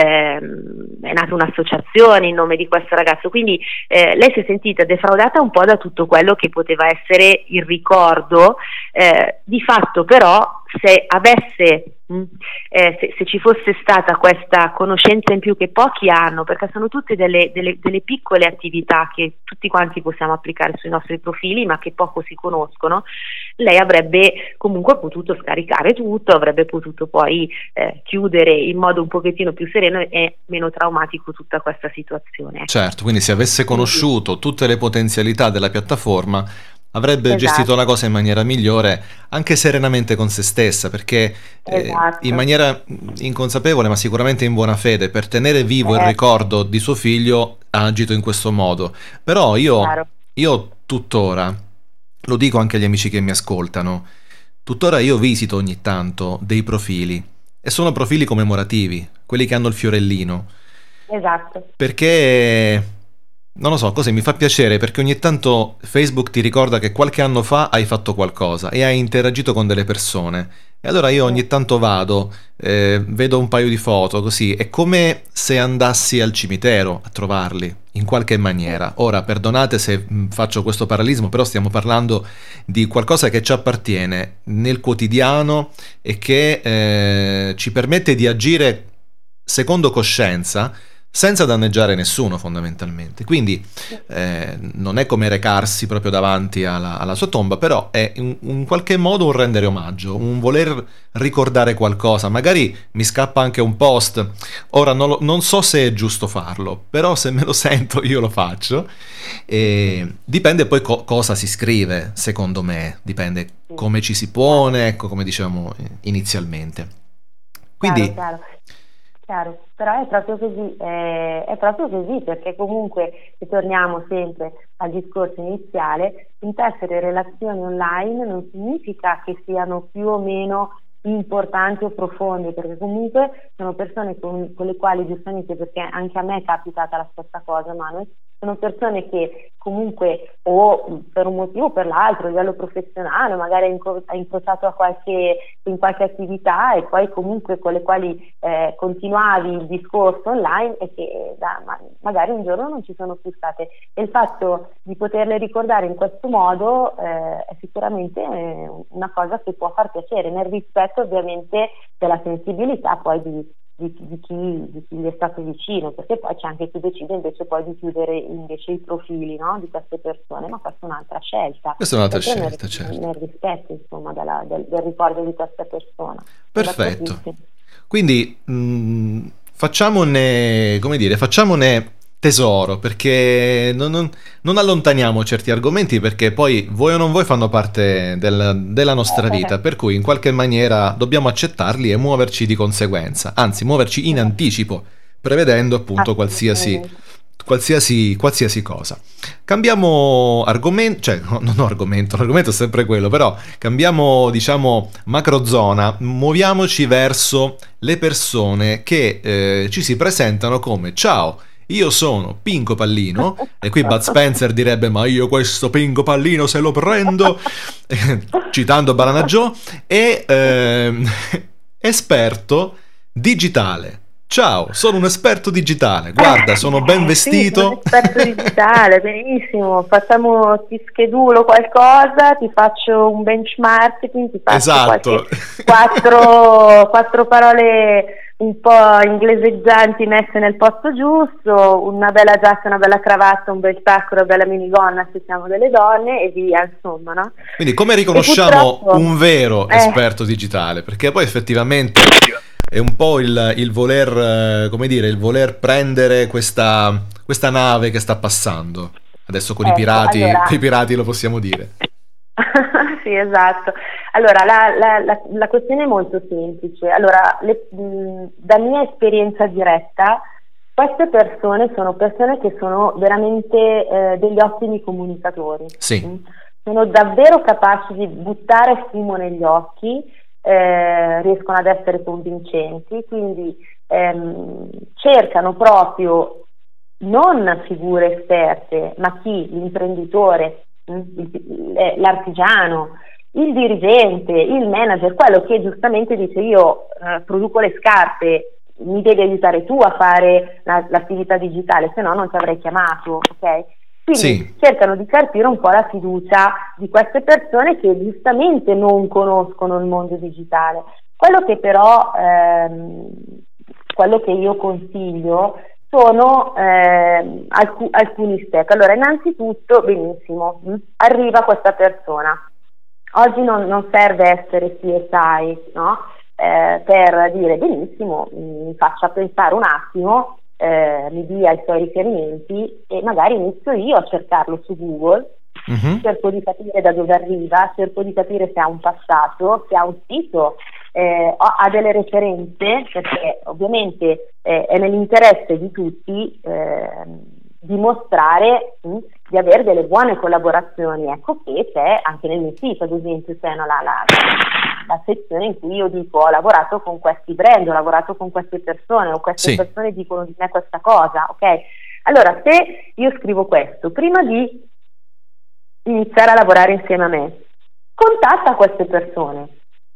Speaker 8: ehm, è nata un'associazione in nome di questo ragazzo, quindi eh, lei si è sentita defraudata un po' da tutto quello che poteva essere il ricordo. Eh, di fatto però se avesse mh, eh, se, se ci fosse stata questa conoscenza in più che pochi hanno, perché sono tutte delle, delle, delle piccole attività che tutti quanti possiamo applicare sui nostri profili ma che poco si conoscono, lei avrebbe comunque potuto scaricare tutto, avrebbe potuto poi eh, chiudere in modo un pochettino più sereno e meno traumatico tutta questa situazione.
Speaker 6: Certo, quindi se avesse conosciuto tutte le potenzialità della piattaforma avrebbe
Speaker 8: esatto.
Speaker 6: gestito la cosa in maniera migliore, anche serenamente con se stessa, perché
Speaker 8: esatto.
Speaker 6: eh, in maniera inconsapevole ma sicuramente in buona fede, per tenere vivo
Speaker 8: eh.
Speaker 6: il ricordo di suo figlio ha agito in questo modo. Però io, io tuttora, lo dico anche agli amici che mi ascoltano, tuttora io visito ogni tanto dei profili e sono profili commemorativi, quelli che hanno il fiorellino.
Speaker 8: Esatto.
Speaker 6: Perché non lo so, così mi fa piacere, perché ogni tanto Facebook ti ricorda che qualche anno fa hai fatto qualcosa e hai interagito con delle persone. E allora io ogni tanto vado, eh, vedo un paio di foto, così, è come se andassi al cimitero a trovarli. in qualche maniera. Ora, perdonate se mh, faccio questo parallelismo, però stiamo parlando di qualcosa che ci appartiene nel quotidiano e che eh, ci permette di agire secondo coscienza, senza danneggiare nessuno fondamentalmente. Quindi eh, non è come recarsi proprio davanti alla, alla sua tomba, però è in, in qualche modo un rendere omaggio, un voler ricordare qualcosa. Magari mi scappa anche un post, ora non, lo, non so se è giusto farlo, però se me lo sento io lo faccio. E dipende poi co- cosa si scrive, secondo me, dipende come ci si pone, ecco, come dicevamo inizialmente. Quindi
Speaker 8: chiaro, chiaro. Chiaro, però è proprio così, è, è proprio così, perché comunque, se torniamo sempre al discorso iniziale, intessere relazioni online non significa che siano più o meno importanti o profonde, perché comunque sono persone con, con le quali, giustamente, perché anche a me è capitata la stessa cosa, Manuel, sono persone che comunque o per un motivo o per l'altro, a livello professionale, magari ha incrociato a qualche, in qualche attività e poi comunque con le quali eh, continuavi il discorso online e che da, ma, magari un giorno non ci sono più state. E il fatto di poterle ricordare in questo modo eh, è sicuramente eh, una cosa che può far piacere, nel rispetto ovviamente della sensibilità poi di Di, di, chi, di chi gli è stato vicino, perché poi c'è anche chi decide invece poi di chiudere invece i profili, no, di queste persone, ma questa è un'altra scelta.
Speaker 6: Questa è un'altra
Speaker 8: Sempre
Speaker 6: scelta,
Speaker 8: nel,
Speaker 6: certo.
Speaker 8: nel rispetto, insomma, della, del, del ricordo di questa persona.
Speaker 6: Perfetto. Quindi mh, facciamone, come dire, facciamone tesoro, perché non, non, non allontaniamo certi argomenti, perché poi vuoi o non vuoi fanno parte del, della nostra vita, per cui in qualche maniera dobbiamo accettarli e muoverci di conseguenza, anzi muoverci in anticipo, prevedendo appunto qualsiasi, qualsiasi, qualsiasi cosa. Cambiamo argomento, cioè no, non argomento, l'argomento è sempre quello, però cambiamo, diciamo, macrozona, muoviamoci verso le persone che eh, ci si presentano come: ciao, io sono Pinco Pallino, e qui Bud Spencer direbbe: ma io questo Pinco Pallino se lo prendo, citando Banana Joe, e eh, esperto digitale. Ciao, sono un esperto digitale, guarda, sono ben vestito.
Speaker 8: Sì, sono un esperto digitale, benissimo, facciamo, ti schedulo qualcosa, ti faccio un benchmarking, ti faccio
Speaker 6: esatto.
Speaker 8: quattro, quattro parole un po' ingleseggianti messe nel posto giusto, una bella giacca, una bella cravatta, un bel tacco, una bella minigonna se siamo delle donne e via, insomma, no?
Speaker 6: Quindi come riconosciamo un vero eh. esperto digitale? Perché poi effettivamente è un po' il, il voler, come dire, il voler prendere questa, questa nave che sta passando. Adesso con ecco, i pirati, allora... con i pirati lo possiamo dire.
Speaker 8: Sì, esatto. Allora, la, la, la, la questione è molto semplice. Allora, le, mh, da mia esperienza diretta, queste persone sono persone che sono veramente eh, degli ottimi comunicatori.
Speaker 6: Sì.
Speaker 8: Mh? Sono davvero capaci di buttare fumo negli occhi, eh, riescono ad essere convincenti, quindi ehm, cercano proprio non figure esperte, ma chi? L'imprenditore, l'artigiano, il dirigente, il manager, quello che giustamente dice: io eh, produco le scarpe, mi devi aiutare tu a fare la, l'attività digitale, se no non ti avrei chiamato, ok? Quindi sì, cercano di carpire un po' la fiducia di queste persone che giustamente non conoscono il mondo digitale. Quello che però ehm, quello che io consiglio sono eh, alc- alcuni step. Allora, innanzitutto, benissimo, mh, arriva questa persona. Oggi non, non serve essere C S I, no? Eh, per dire benissimo, mi faccia pensare un attimo, eh, mi dia i suoi riferimenti e magari inizio io a cercarlo su Google, mm-hmm. cerco di capire da dove arriva, cerco di capire se ha un passato, se ha un sito, eh, ha delle referenze, perché ovviamente eh, è nell'interesse di tutti eh, dimostrare mh, di avere delle buone collaborazioni. Ecco che c'è anche nel mio sito, ad esempio, c'è no, la, la, la sezione in cui io dico: ho lavorato con questi brand, ho lavorato con queste persone, o queste sì. persone dicono di me questa cosa, ok? Allora, se io scrivo questo, prima di iniziare a lavorare insieme a me, contatta queste persone,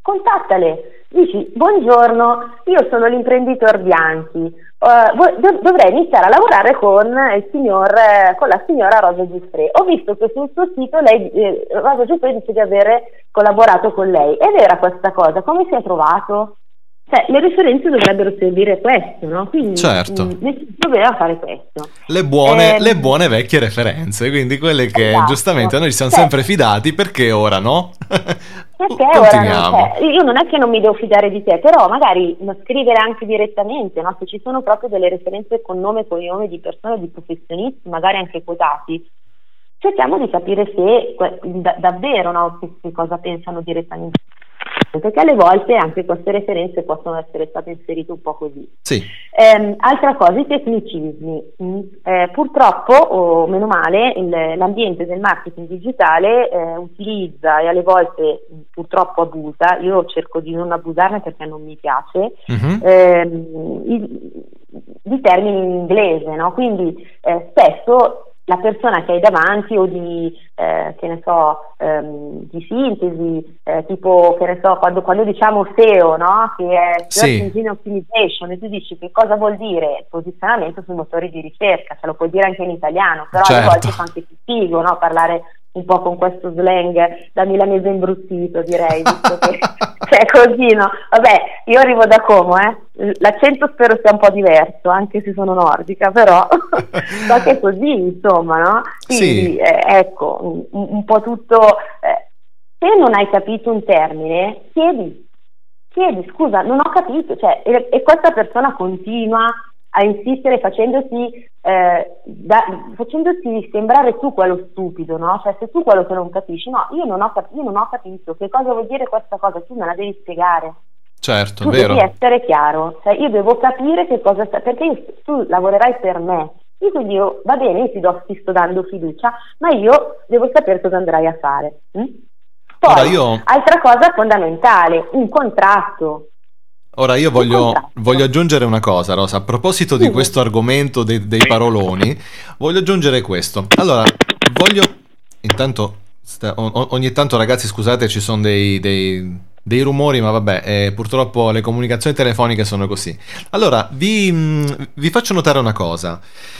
Speaker 8: contattale, dici buongiorno, io sono l'imprenditore Bianchi, uh, dov- dovrei iniziare a lavorare con il signor, eh, con la signora Rosa Giuffre. Ho visto che sul suo sito lei, eh, Rosa Giuffre dice di avere collaborato con lei. È vera questa cosa? Come si è trovato? Cioè, le referenze dovrebbero servire questo, no? Quindi
Speaker 6: certo.
Speaker 8: mh, doveva fare questo.
Speaker 6: Le buone,
Speaker 8: Eh,
Speaker 6: le buone vecchie referenze, quindi quelle che
Speaker 8: Esatto.
Speaker 6: giustamente noi ci siamo
Speaker 8: Cioè-
Speaker 6: sempre fidati, perché ora no?
Speaker 8: Perché ora
Speaker 6: Continuiamo.
Speaker 8: non, cioè, io non è che non mi devo fidare di te, però magari no, scrivere anche direttamente, no? Se ci sono proprio delle referenze con nome e cognome di persone, di professionisti, magari anche quotati, cerchiamo di capire se que- da- davvero, no, che, che cosa pensano direttamente. Perché alle volte anche queste referenze possono essere state inserite un po' così.
Speaker 6: Sì.
Speaker 8: Ehm, altra cosa, i tecnicismi. Mm, eh, purtroppo, o meno male, il- l'ambiente del marketing digitale eh, utilizza e alle volte mh, purtroppo abusa, io cerco di non abusarne perché non mi piace,
Speaker 6: Mhm.
Speaker 8: ehm, i- di termini in inglese, no? Quindi eh, spesso la persona che hai davanti o di, eh, che ne so, ehm, di sintesi, eh, tipo, che ne so, quando, quando diciamo S E O, no? Che è
Speaker 6: Sì.
Speaker 8: Search Engine Optimization, e tu dici che cosa vuol dire posizionamento sui motori di ricerca, ce lo puoi dire anche in italiano, però alle
Speaker 6: Certo.
Speaker 8: volte fa anche più figo, no? Parlare un po' con questo slang da milanese imbruttito, direi, visto che è così, no? Vabbè, io arrivo da Como, eh? L'accento spero sia un po' diverso, anche se sono nordica, però so che è così, insomma, no? Quindi,
Speaker 6: Sì.
Speaker 8: eh, ecco, un, un po' tutto... eh, se non hai capito un termine, chiedi, chiedi, scusa, non ho capito, cioè, e, e questa persona continua a insistere facendosi, eh, da, facendosi sembrare tu quello stupido, no? Cioè, se tu quello che non capisci, no, io non ho, cap- io non ho capito che cosa vuol dire questa cosa, tu me la devi spiegare.
Speaker 6: Certo,
Speaker 8: Tu
Speaker 6: vero.
Speaker 8: devi essere chiaro, cioè io devo capire che cosa sta, perché io- tu lavorerai per me, io quindi io, va bene, io ti, do, ti sto dando fiducia, ma io devo sapere cosa andrai a fare. hm? Poi,
Speaker 6: Ora io-
Speaker 8: altra cosa fondamentale, un contratto.
Speaker 6: Ora io voglio,
Speaker 8: contratto.
Speaker 6: voglio aggiungere una cosa, Rosa, a proposito di
Speaker 8: Sì.
Speaker 6: questo argomento dei, dei paroloni, voglio aggiungere questo. Allora, voglio... Intanto, sta- o- ogni tanto ragazzi scusate, ci sono dei, dei, dei rumori, ma vabbè, eh, purtroppo le comunicazioni telefoniche sono così. Allora, vi, mh, vi faccio notare una cosa.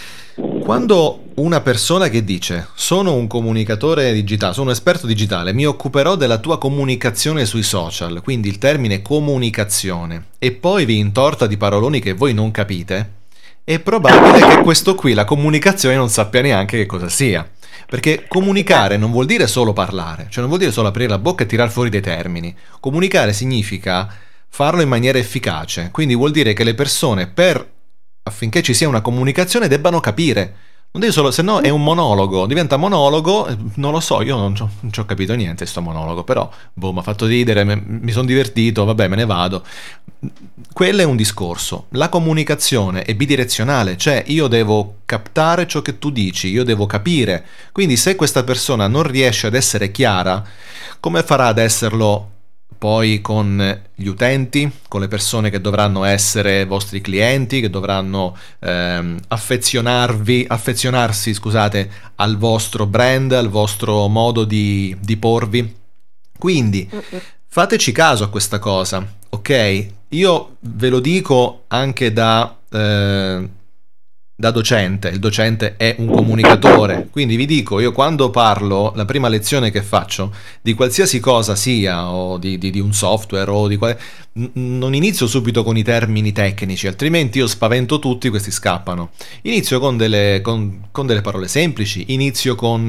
Speaker 6: Quando una persona che dice sono un comunicatore digitale, sono un esperto digitale, mi occuperò della tua comunicazione sui social, quindi il termine comunicazione, e poi vi intorta di paroloni che voi non capite, è probabile che questo qui, la comunicazione, non sappia neanche che cosa sia. Perché comunicare non vuol dire solo parlare, cioè non vuol dire solo aprire la bocca e tirar fuori dei termini. Comunicare significa farlo in maniera efficace, quindi vuol dire che le persone per affinché ci sia una comunicazione debbano capire. Non devi solo, se no è un monologo, diventa monologo, eh, non lo so, io non ci ho, non ci ho capito niente sto monologo, però boh, mi ha fatto ridere, me- mi sono divertito, vabbè, me ne vado. Quello è un discorso. La comunicazione è bidirezionale, cioè io devo captare ciò che tu dici, io devo capire. Quindi se questa persona non riesce ad essere chiara, come farà ad esserlo poi con gli utenti, con le persone che dovranno essere vostri clienti, che dovranno ehm, affezionarvi, affezionarsi, scusate, al vostro brand, al vostro modo di, di porvi. Quindi fateci caso a questa cosa, ok? Io ve lo dico anche da, eh, da docente, il docente è un comunicatore, quindi vi dico, io quando parlo, la prima lezione che faccio di qualsiasi cosa sia, o di, di, di un software, o di qual... n- non inizio subito con i termini tecnici, altrimenti io spavento tutti, questi scappano. Inizio con delle, con, con delle parole semplici, inizio con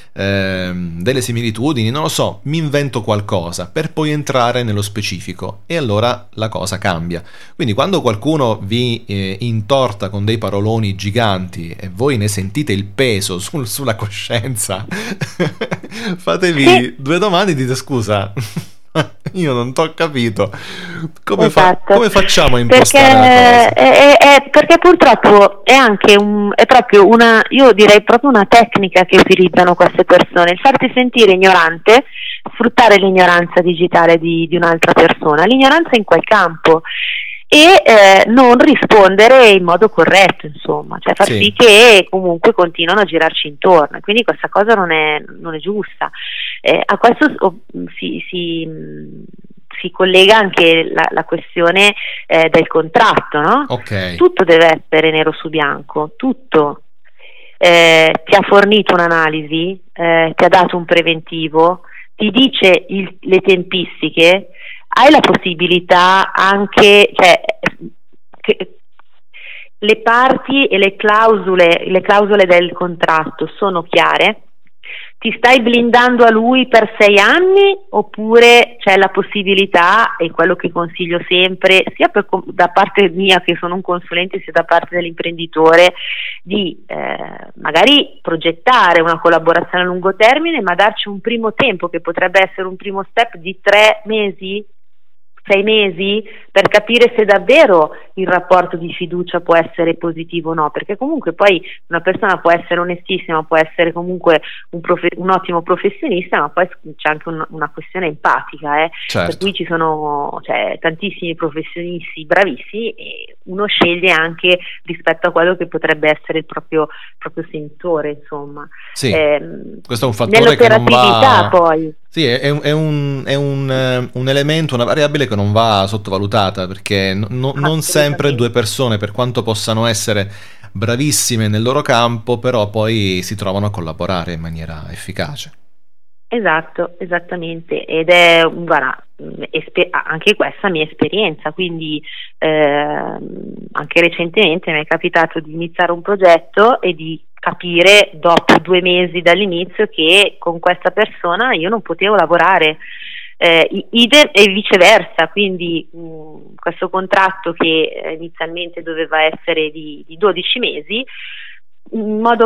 Speaker 6: ehm, delle similitudini, non lo so, mi invento qualcosa per poi entrare nello specifico e allora la cosa cambia. Quindi quando qualcuno vi eh, intorta con dei paroloni giganti e voi ne sentite il peso sul- sulla coscienza, fatevi due domande e dite scusa. Io non t'ho capito come, fa-
Speaker 8: Esatto.
Speaker 6: come facciamo a
Speaker 8: Perché,
Speaker 6: impostare la cosa?
Speaker 8: è, è- è- perché purtroppo è anche un, è proprio una, io direi proprio una tecnica che utilizzano queste persone, il farti sentire ignorante, sfruttare l'ignoranza digitale di, di un'altra persona, l'ignoranza in quel campo, e eh, non rispondere in modo corretto, insomma, cioè far
Speaker 13: Sì.
Speaker 8: sì che comunque continuano a girarci intorno, e quindi questa cosa non è, non è giusta. Eh, a questo oh, si, si, mh, si collega anche la, la questione eh, del contratto, no?
Speaker 6: Ok.
Speaker 8: Tutto deve essere nero su bianco, tutto. Eh, ti ha fornito un'analisi, eh, ti ha dato un preventivo, ti dice il, le tempistiche, hai la possibilità anche, cioè, che le parti e le clausole, le clausole del contratto sono chiare. Ti stai blindando a lui per sei anni oppure c'è la possibilità, e quello che consiglio sempre, sia per, da parte mia che sono un consulente, sia da parte dell'imprenditore, di eh, magari progettare una collaborazione a lungo termine, ma darci un primo tempo che potrebbe essere un primo step di tre mesi, sei mesi, per capire se davvero il rapporto di fiducia può essere positivo o no, perché comunque poi una persona può essere onestissima, può essere comunque un, profe- un ottimo professionista, ma poi c'è anche un- una questione empatica, eh?
Speaker 6: Certo.
Speaker 8: Per cui ci sono, cioè, tantissimi professionisti bravissimi e uno sceglie anche rispetto a quello che potrebbe essere il proprio, proprio sentore, insomma.
Speaker 6: Sì,
Speaker 8: Ehm,
Speaker 6: questo è un fattore che non
Speaker 8: nell'operatività
Speaker 6: va...
Speaker 8: poi.
Speaker 6: Sì, è, un, è, un, è un, eh, un elemento, una variabile che non va sottovalutata, perché no- no- non sempre due persone, per quanto possano essere bravissime nel loro campo, però poi si trovano a collaborare in maniera efficace.
Speaker 8: Esatto, esattamente, ed è, guarda, esper- anche questa mia esperienza, quindi ehm, anche recentemente mi è capitato di iniziare un progetto e di capire dopo due mesi dall'inizio che con questa persona io non potevo lavorare, eh, idem e viceversa, quindi mh, questo contratto che inizialmente doveva essere di, di dodici mesi, in modo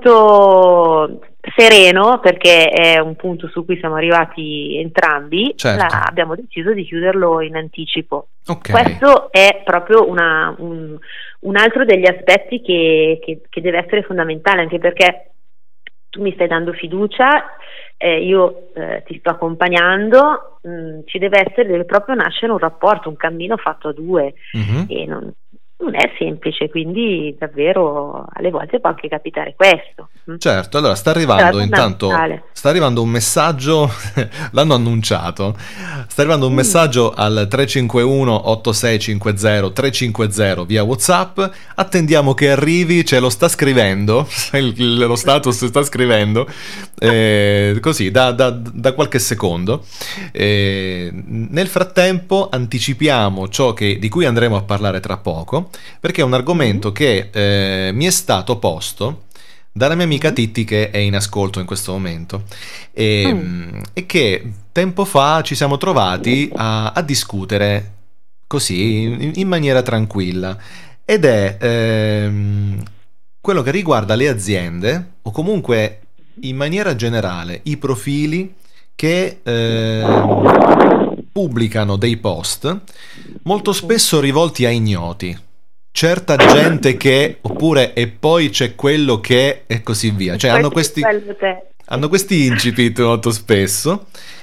Speaker 8: molto sereno, perché è un punto su cui siamo arrivati entrambi,
Speaker 6: certo.
Speaker 8: la, abbiamo deciso di chiuderlo in anticipo.
Speaker 6: Okay.
Speaker 8: Questo è proprio una, un, un altro degli aspetti che, che, che deve essere fondamentale, anche perché tu mi stai dando fiducia, eh, io eh, ti sto accompagnando, mh, ci deve essere, deve proprio nascere un rapporto, un cammino fatto a due, mm-hmm. e non, non è semplice, quindi davvero alle volte può anche capitare questo.
Speaker 6: Certo, allora sta arrivando intanto sta arrivando un messaggio, l'hanno annunciato, sta arrivando un mm. messaggio al tre cinque uno otto sei cinque zero tre cinque zero via WhatsApp. Attendiamo che arrivi, ce lo sta scrivendo, il, lo status sta scrivendo, eh, così da, da, da qualche secondo. Eh, nel frattempo anticipiamo ciò che, di cui andremo a parlare tra poco, perché è un argomento che eh, mi è stato posto dalla mia amica Titti, che è in ascolto in questo momento, e, mm. e che tempo fa ci siamo trovati a, a discutere così in, in maniera tranquilla, ed è ehm, quello che riguarda le aziende, o comunque in maniera generale i profili che eh, pubblicano dei post molto spesso rivolti a ignoti. Certa gente che, oppure e poi c'è quello che, e così via. Cioè hanno questi, hanno questi incipit molto spesso.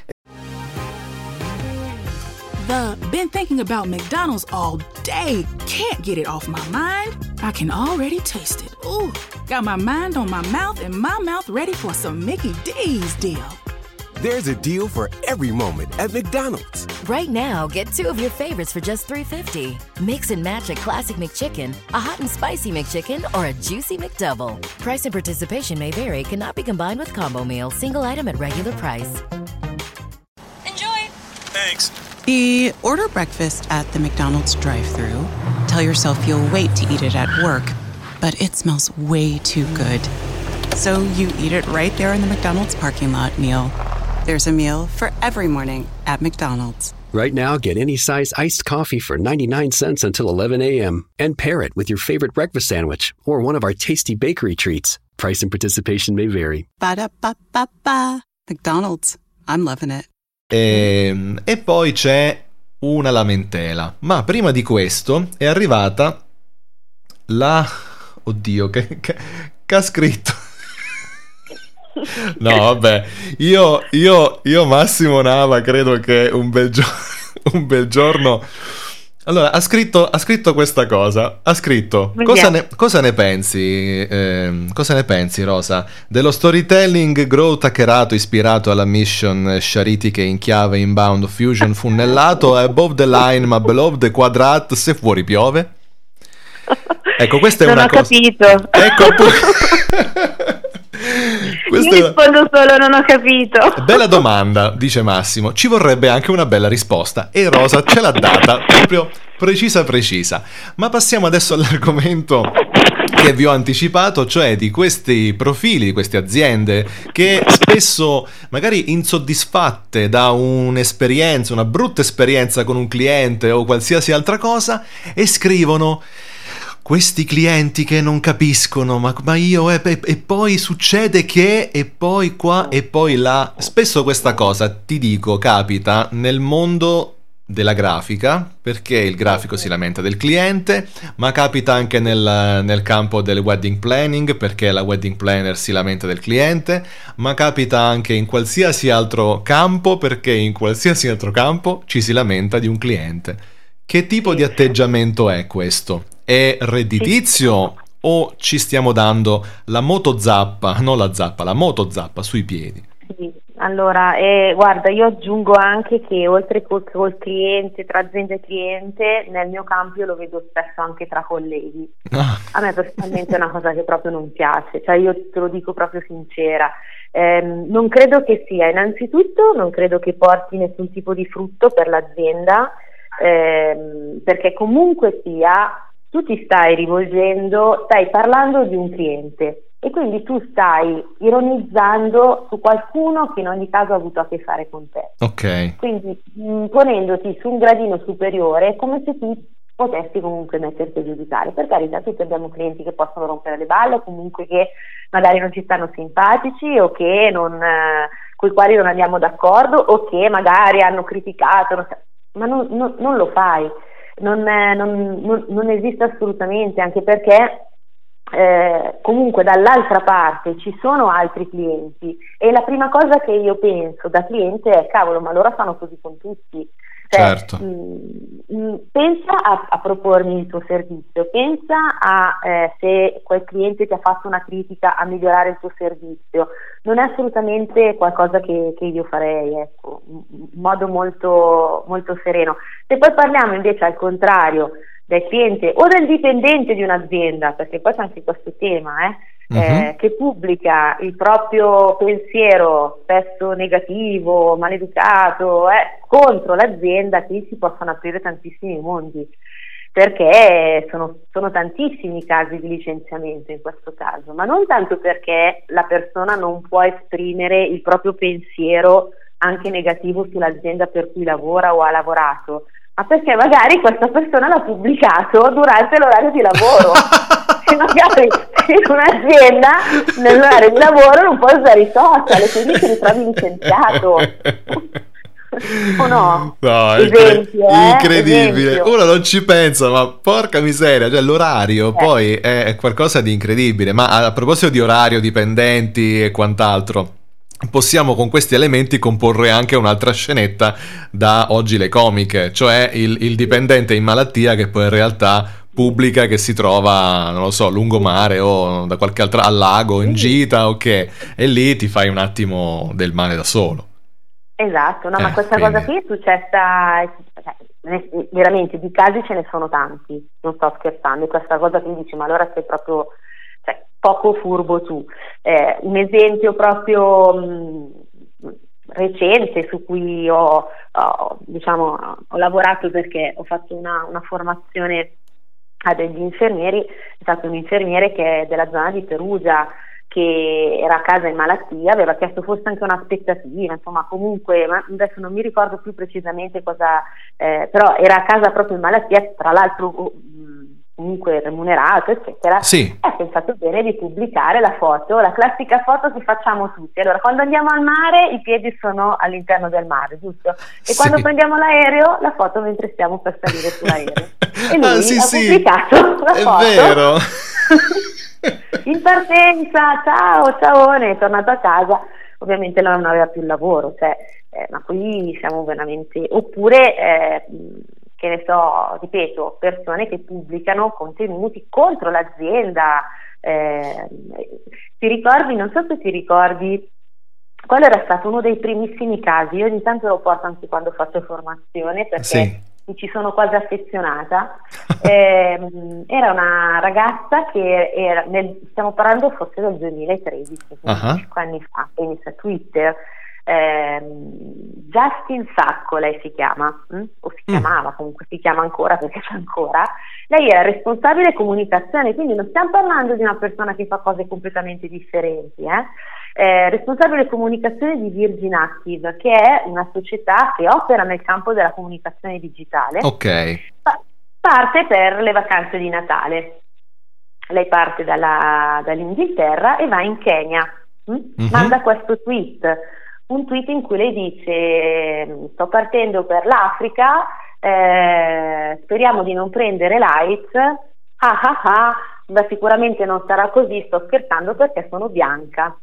Speaker 9: The been thinking about McDonald's all day. Can't get it off my mind. I can already taste it. Ooh, got my mind on my mouth and my mouth ready for some Mickey D's deal.
Speaker 2: There's a deal for every moment at McDonald's.
Speaker 3: Right now, get two of your favorites for just three fifty. Mix and match a classic McChicken, a hot and spicy McChicken, or a juicy McDouble. Price and participation may vary. Cannot be combined with combo meal. Single item at regular price.
Speaker 11: Enjoy.
Speaker 13: Thanks. The order breakfast at the McDonald's drive-thru. Tell yourself you'll wait to eat it at work, but it smells way too good. So you eat it right there in the McDonald's parking lot meal. There's a meal for every morning at McDonald's.
Speaker 14: Right now, get any size iced coffee for ninety-nine cents until eleven a.m. and pair it with your favorite breakfast sandwich or one of our tasty bakery treats. Price and participation may vary.
Speaker 13: Ba-da-ba-ba-ba. McDonald's. I'm loving it.
Speaker 6: E, e poi c'è una lamentela. Ma prima di questo è arrivata la... Oddio, che, che, che ha scritto... No, vabbè, io, io, io Massimo Nava credo che un bel, gio- un bel giorno Allora, ha scritto, ha scritto questa cosa, ha scritto, cosa ne, cosa ne pensi, eh, cosa ne pensi Rosa, dello storytelling growth hackerato ispirato alla mission sciaritiche in chiave inbound fusion funnellato above the line ma below the quadrat se fuori piove? Ecco, questa è
Speaker 8: non
Speaker 6: una
Speaker 8: ho
Speaker 6: cosa...
Speaker 8: capito.
Speaker 6: Ecco, appunto...
Speaker 8: Io rispondo solo non ho capito.
Speaker 6: Bella domanda, dice Massimo. Ci vorrebbe anche una bella risposta e Rosa ce l'ha data proprio precisa precisa. Ma passiamo adesso all'argomento che vi ho anticipato, cioè di questi profili, di queste aziende che spesso magari insoddisfatte da un'esperienza, una brutta esperienza con un cliente o qualsiasi altra cosa, e scrivono: questi clienti che non capiscono, ma, ma io e, e, e poi succede che, e poi qua e poi là. Spesso questa cosa, ti dico, capita nel mondo della grafica, perché il grafico si lamenta del cliente, ma capita anche nel, nel campo del wedding planning, perché la wedding planner si lamenta del cliente, ma capita anche in qualsiasi altro campo, perché in qualsiasi altro campo ci si lamenta di un cliente. Che tipo di atteggiamento è questo? È redditizio o ci stiamo dando la motozappa, non la zappa, la motozappa sui piedi?
Speaker 8: Sì, allora, eh, guarda, io aggiungo anche che oltre col, col cliente, tra azienda e cliente, nel mio campo io lo vedo spesso anche tra colleghi. Ah. A me personalmente è una cosa che proprio non piace, cioè io te lo dico proprio sincera. Eh, non credo che sia, innanzitutto, non credo che porti nessun tipo di frutto per l'azienda, eh, perché comunque sia... tu ti stai rivolgendo, stai parlando di un cliente e quindi tu stai ironizzando su qualcuno che in ogni caso ha avuto a che fare con te.
Speaker 6: Ok.
Speaker 8: Quindi mh, ponendoti su un gradino superiore è come se tu potessi comunque metterti a giudicare. Per carità, tutti abbiamo clienti che possono rompere le balle, o comunque che magari non ci stanno simpatici o che non, eh, con i quali non andiamo d'accordo o che magari hanno criticato, non so, ma non, non, non lo fai. Non, è, non, non, non esiste assolutamente, anche perché eh, comunque dall'altra parte ci sono altri clienti e la prima cosa che io penso da cliente è: cavolo, ma loro fanno così con tutti. Cioè,
Speaker 6: certo.
Speaker 8: mh, mh, pensa a, a propormi il tuo servizio, pensa a eh, se quel cliente ti ha fatto una critica, a migliorare il tuo servizio. Non è assolutamente qualcosa che, che io farei, ecco, in modo molto, molto sereno. Se poi parliamo invece al contrario del cliente o del dipendente di un'azienda, perché poi c'è anche questo tema, eh, uh-huh. eh, che pubblica il proprio pensiero spesso negativo, maleducato, eh, contro l'azienda, qui si possono aprire tantissimi mondi, perché sono, sono tantissimi i casi di licenziamento in questo caso, ma non tanto perché la persona non può esprimere il proprio pensiero anche negativo sull'azienda per cui lavora o ha lavorato, ma perché magari questa persona l'ha pubblicato durante l'orario di lavoro e magari in un'azienda nell'orario di lavoro non puoi usare i social e quindi ti ritrovi licenziato. O no?
Speaker 6: No,
Speaker 8: esempio, eh?
Speaker 6: Incredibile.
Speaker 8: Esempio.
Speaker 6: Uno non ci pensa, ma porca miseria, cioè l'orario eh. poi è qualcosa di incredibile. Ma a proposito di orario, dipendenti e quant'altro, possiamo con questi elementi comporre anche un'altra scenetta da Oggi le comiche, cioè il, il dipendente in malattia che poi in realtà pubblica che si trova, non lo so, lungomare o da qualche altra, al lago, in gita, ok, e lì ti fai un attimo del male da solo.
Speaker 8: Esatto, no,
Speaker 6: eh,
Speaker 8: ma questa
Speaker 6: quindi...
Speaker 8: cosa qui è successa, cioè, veramente di casi ce ne sono tanti, non sto scherzando, e questa cosa qui dici, ma allora sei proprio, cioè, poco furbo tu. Eh, un esempio proprio mh, recente su cui ho, ho, diciamo, ho lavorato, perché ho fatto una, una formazione a degli infermieri, è stato un infermiere che è della zona di Perugia, che era a casa in malattia, aveva chiesto forse anche un'aspettativa, insomma comunque, ma adesso non mi ricordo più precisamente cosa, eh, però era a casa proprio in malattia, tra l'altro mh, comunque remunerato, eccetera.
Speaker 6: Sì.
Speaker 8: E ha pensato bene di pubblicare la foto, la classica foto che facciamo tutti. Allora, quando andiamo al mare i piedi sono all'interno del mare, giusto? E sì. Quando prendiamo l'aereo, la foto mentre stiamo per salire sull'aereo. E lui
Speaker 6: ah, sì,
Speaker 8: ha
Speaker 6: sì.
Speaker 8: pubblicato la
Speaker 6: È
Speaker 8: foto.
Speaker 6: È vero.
Speaker 8: In partenza, ciao, ciaone, è tornato a casa, ovviamente non aveva più il lavoro, cioè, eh, ma qui siamo veramente, oppure eh, che ne so, ripeto, persone che pubblicano contenuti contro l'azienda. Eh, ti ricordi, non so se ti ricordi, quello era stato uno dei primissimi casi, io ogni tanto lo porto anche quando faccio formazione perché
Speaker 6: Sì.
Speaker 8: mi ci sono quasi affezionata. Eh, era una ragazza che era nel, stiamo parlando forse del duemilatredici,
Speaker 6: Uh-huh.
Speaker 8: cinque anni fa, inizia Twitter. Eh, Justin Sacco lei si chiama, hm? o si chiamava, comunque si chiama ancora perché c'è ancora. Lei era responsabile comunicazione, quindi non stiamo parlando di una persona che fa cose completamente differenti, eh? Eh, responsabile comunicazione di Virgin Active, che è una società che opera nel campo della comunicazione digitale.
Speaker 6: Ok.
Speaker 8: Pa- parte per le vacanze di Natale. Lei parte dalla, dall'Inghilterra e va in Kenya. hm?
Speaker 6: Mhm.
Speaker 8: Manda questo tweet, un tweet in cui lei dice: sto partendo per l'Africa, eh, speriamo di non prendere l'AIDS. Ah ah ah, ma sicuramente non sarà così, sto scherzando perché sono bianca.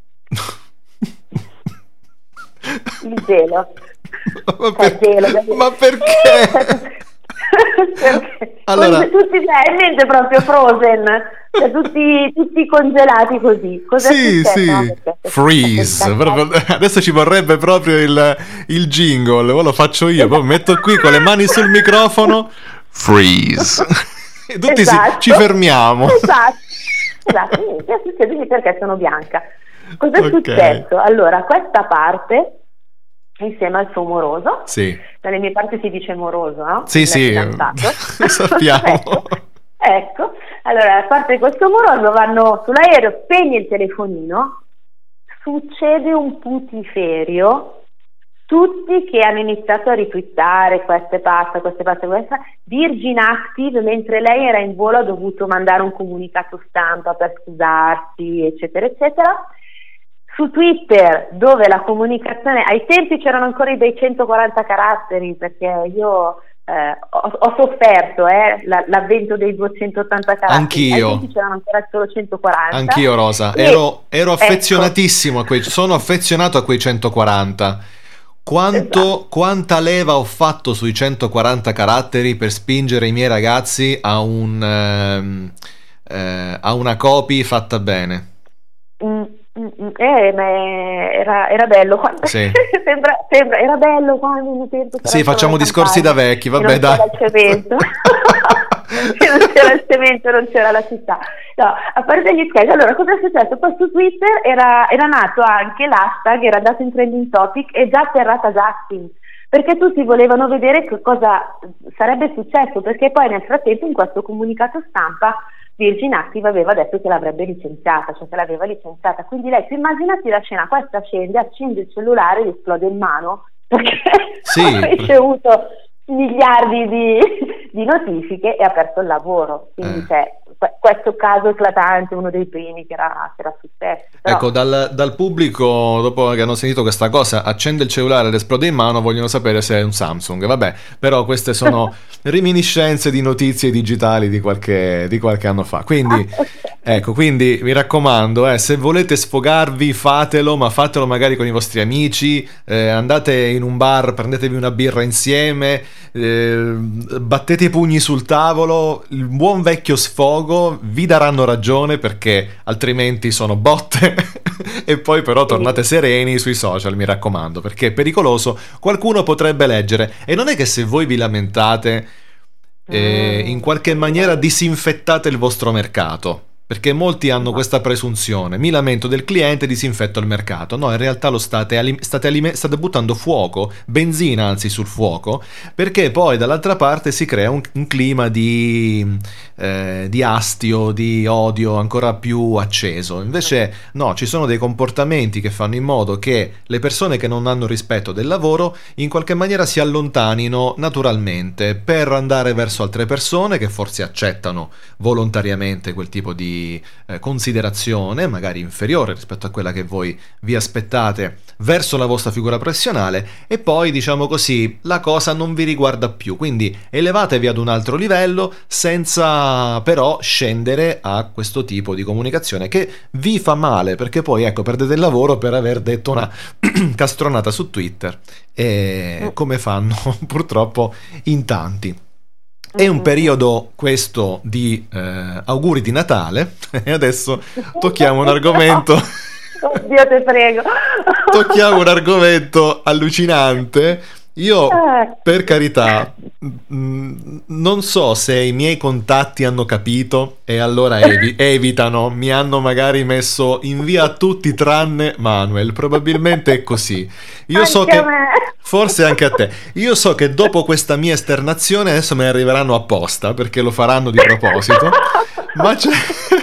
Speaker 8: Il gelo.
Speaker 6: Ma, per-
Speaker 8: gelo,
Speaker 6: ma perché?
Speaker 8: Perché
Speaker 6: Allora-
Speaker 8: tutti cioè, in mente proprio Frozen, cioè, tutti, tutti congelati così. Cos'è
Speaker 6: Sì,
Speaker 8: successo?
Speaker 6: sì,
Speaker 8: No, perché-
Speaker 6: freeze. Proprio- adesso ci vorrebbe proprio il, il jingle, ora lo faccio io, poi metto qui con le mani sul microfono, freeze. E tutti si-
Speaker 8: Esatto.
Speaker 6: ci fermiamo.
Speaker 8: Esatto, esatto. Quindi, che succede? Quindi perché sono bianca. Cos'è
Speaker 6: Ok.
Speaker 8: successo? Allora, questa parte insieme al suo moroso,
Speaker 6: Sì,
Speaker 8: dalle mie parti si dice moroso, no?
Speaker 6: sì,
Speaker 8: Il
Speaker 6: sì,
Speaker 8: fidanzato.
Speaker 6: lo sappiamo.
Speaker 8: ecco, ecco, allora a parte questo moroso vanno sull'aereo, spegne il telefonino, succede un putiferio, tutti che hanno iniziato a ritwittare queste pasta, queste pasta, questa, Virgin Active, mentre lei era in volo ha dovuto mandare un comunicato stampa per scusarsi, eccetera, eccetera. Su Twitter, dove la comunicazione, ai tempi c'erano ancora i bei centoquaranta caratteri, perché io eh, ho, ho sofferto eh, la- l'avvento dei duecentottanta caratteri.
Speaker 6: Anch'io.
Speaker 8: Ai tempi c'erano ancora solo centoquaranta.
Speaker 6: Anch'io, Rosa,
Speaker 8: E-
Speaker 6: ero, ero
Speaker 8: ecco.
Speaker 6: affezionatissimo a quei, sono affezionato a quei centoquaranta. Quanto,
Speaker 8: Esatto.
Speaker 6: quanta leva ho fatto sui centoquaranta caratteri per spingere i miei ragazzi a un ehm, eh, a una copy fatta bene.
Speaker 8: Mm, mm, mm, eh, ma era, era bello quando
Speaker 6: Sì.
Speaker 8: sembra, sembra, era bello quando ogni tempo c'era
Speaker 6: Sì,
Speaker 8: solo
Speaker 6: facciamo
Speaker 8: la
Speaker 6: discorsi da
Speaker 8: campagna
Speaker 6: vecchi,
Speaker 8: e
Speaker 6: vabbè,
Speaker 8: non
Speaker 6: dai.
Speaker 8: c'era il cemento. Se non c'era il cemento non c'era la città. No, a parte gli scherzi, allora cosa è successo? Poi su Twitter era, era nato anche l'hashtag, era andato in trending topic e già atterrata Justin, perché tutti volevano vedere che cosa sarebbe successo, perché poi nel frattempo in questo comunicato stampa Virgin Active aveva detto che l'avrebbe licenziata, cioè che l'aveva licenziata, quindi lei, tu immaginati la scena, questa scende, accende il cellulare e gli esplode in mano, perché
Speaker 6: Sì.
Speaker 8: ha ricevuto miliardi di, di notifiche e ha perso il lavoro, quindi
Speaker 6: Eh.
Speaker 8: c'è que- questo caso eclatante, uno dei primi che era, che era successo. Però-
Speaker 6: Ecco, dal, dal pubblico, dopo che hanno sentito questa cosa, accende il cellulare ed esplode in mano, vogliono sapere se è un Samsung. Vabbè, però queste sono reminiscenze di notizie digitali di qualche, di qualche anno fa. Quindi, ecco, quindi mi raccomando, eh, se volete sfogarvi, fatelo, ma fatelo magari con i vostri amici, eh, andate in un bar, prendetevi una birra insieme, eh, battete i pugni sul tavolo, il buon vecchio sfogo, vi daranno ragione perché altrimenti sono botte e poi però tornate sereni sui social, mi raccomando, perché è pericoloso, qualcuno potrebbe leggere e non è che se voi vi lamentate eh, in qualche maniera disinfettate il vostro mercato. Perché molti hanno questa presunzione, mi lamento del cliente, disinfetto il mercato. No, in realtà lo state, alim- state, alime- state buttando fuoco, benzina anzi sul fuoco, perché poi dall'altra parte si crea un, un clima di, eh, di astio, di odio ancora più acceso. Invece no, ci sono dei comportamenti che fanno in modo che le persone che non hanno rispetto del lavoro in qualche maniera si allontanino naturalmente per andare verso altre persone che forse accettano volontariamente quel tipo di eh, considerazione, magari inferiore rispetto a quella che voi vi aspettate verso la vostra figura professionale, e poi diciamo così la cosa non vi riguarda più, quindi elevatevi ad un altro livello senza però scendere a questo tipo di comunicazione che vi fa male, perché poi ecco perdete il lavoro per aver detto una castronata su Twitter, e come fanno purtroppo in tanti. È un periodo questo di eh, auguri di Natale e adesso tocchiamo un argomento.
Speaker 8: Oddio, te prego.
Speaker 6: Tocchiamo un argomento allucinante. Io, per carità, mh, non so se i miei contatti hanno capito e allora evi- evitano, mi hanno magari messo in via a tutti tranne Manuel, probabilmente è così. Io
Speaker 8: anche
Speaker 6: so che,
Speaker 8: a me.
Speaker 6: forse anche a te, io so che dopo questa mia esternazione adesso me ne arriveranno apposta perché lo faranno di proposito, ma c'è...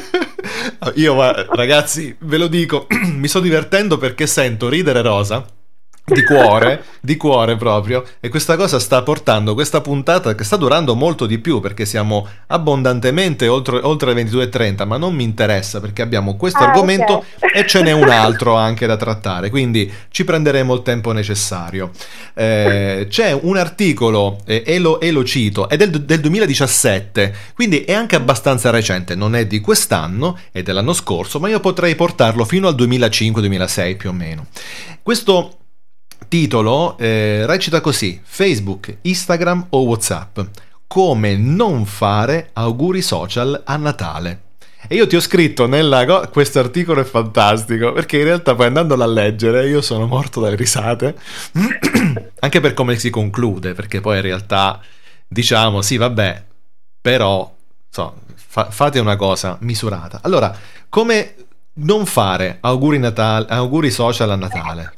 Speaker 6: Io, ragazzi, ve lo dico, mi sto divertendo perché sento ridere Rosa di cuore, di cuore proprio, e questa cosa sta portando questa puntata che sta durando molto di più perché siamo abbondantemente oltre, oltre le ventidue e trenta, ma non mi interessa perché abbiamo questo
Speaker 8: ah,
Speaker 6: argomento
Speaker 8: okay.
Speaker 6: E ce n'è un altro anche da trattare, quindi ci prenderemo il tempo necessario. Eh, c'è un articolo, eh, e, lo, e lo cito, è del, del duemiladiciassette, quindi è anche abbastanza recente, non è di quest'anno, è dell'anno scorso, ma io potrei portarlo fino al duemilacinque duemilasei più o meno. Questo titolo eh, recita così: Facebook, Instagram o WhatsApp, come non fare auguri social a Natale. E io ti ho scritto nella go- questo articolo è fantastico perché in realtà poi andandolo a leggere io sono morto dalle risate anche per come si conclude, perché poi in realtà diciamo sì vabbè, però so, fa- fate una cosa misurata. Allora, come non fare auguri, Natale, auguri social a Natale?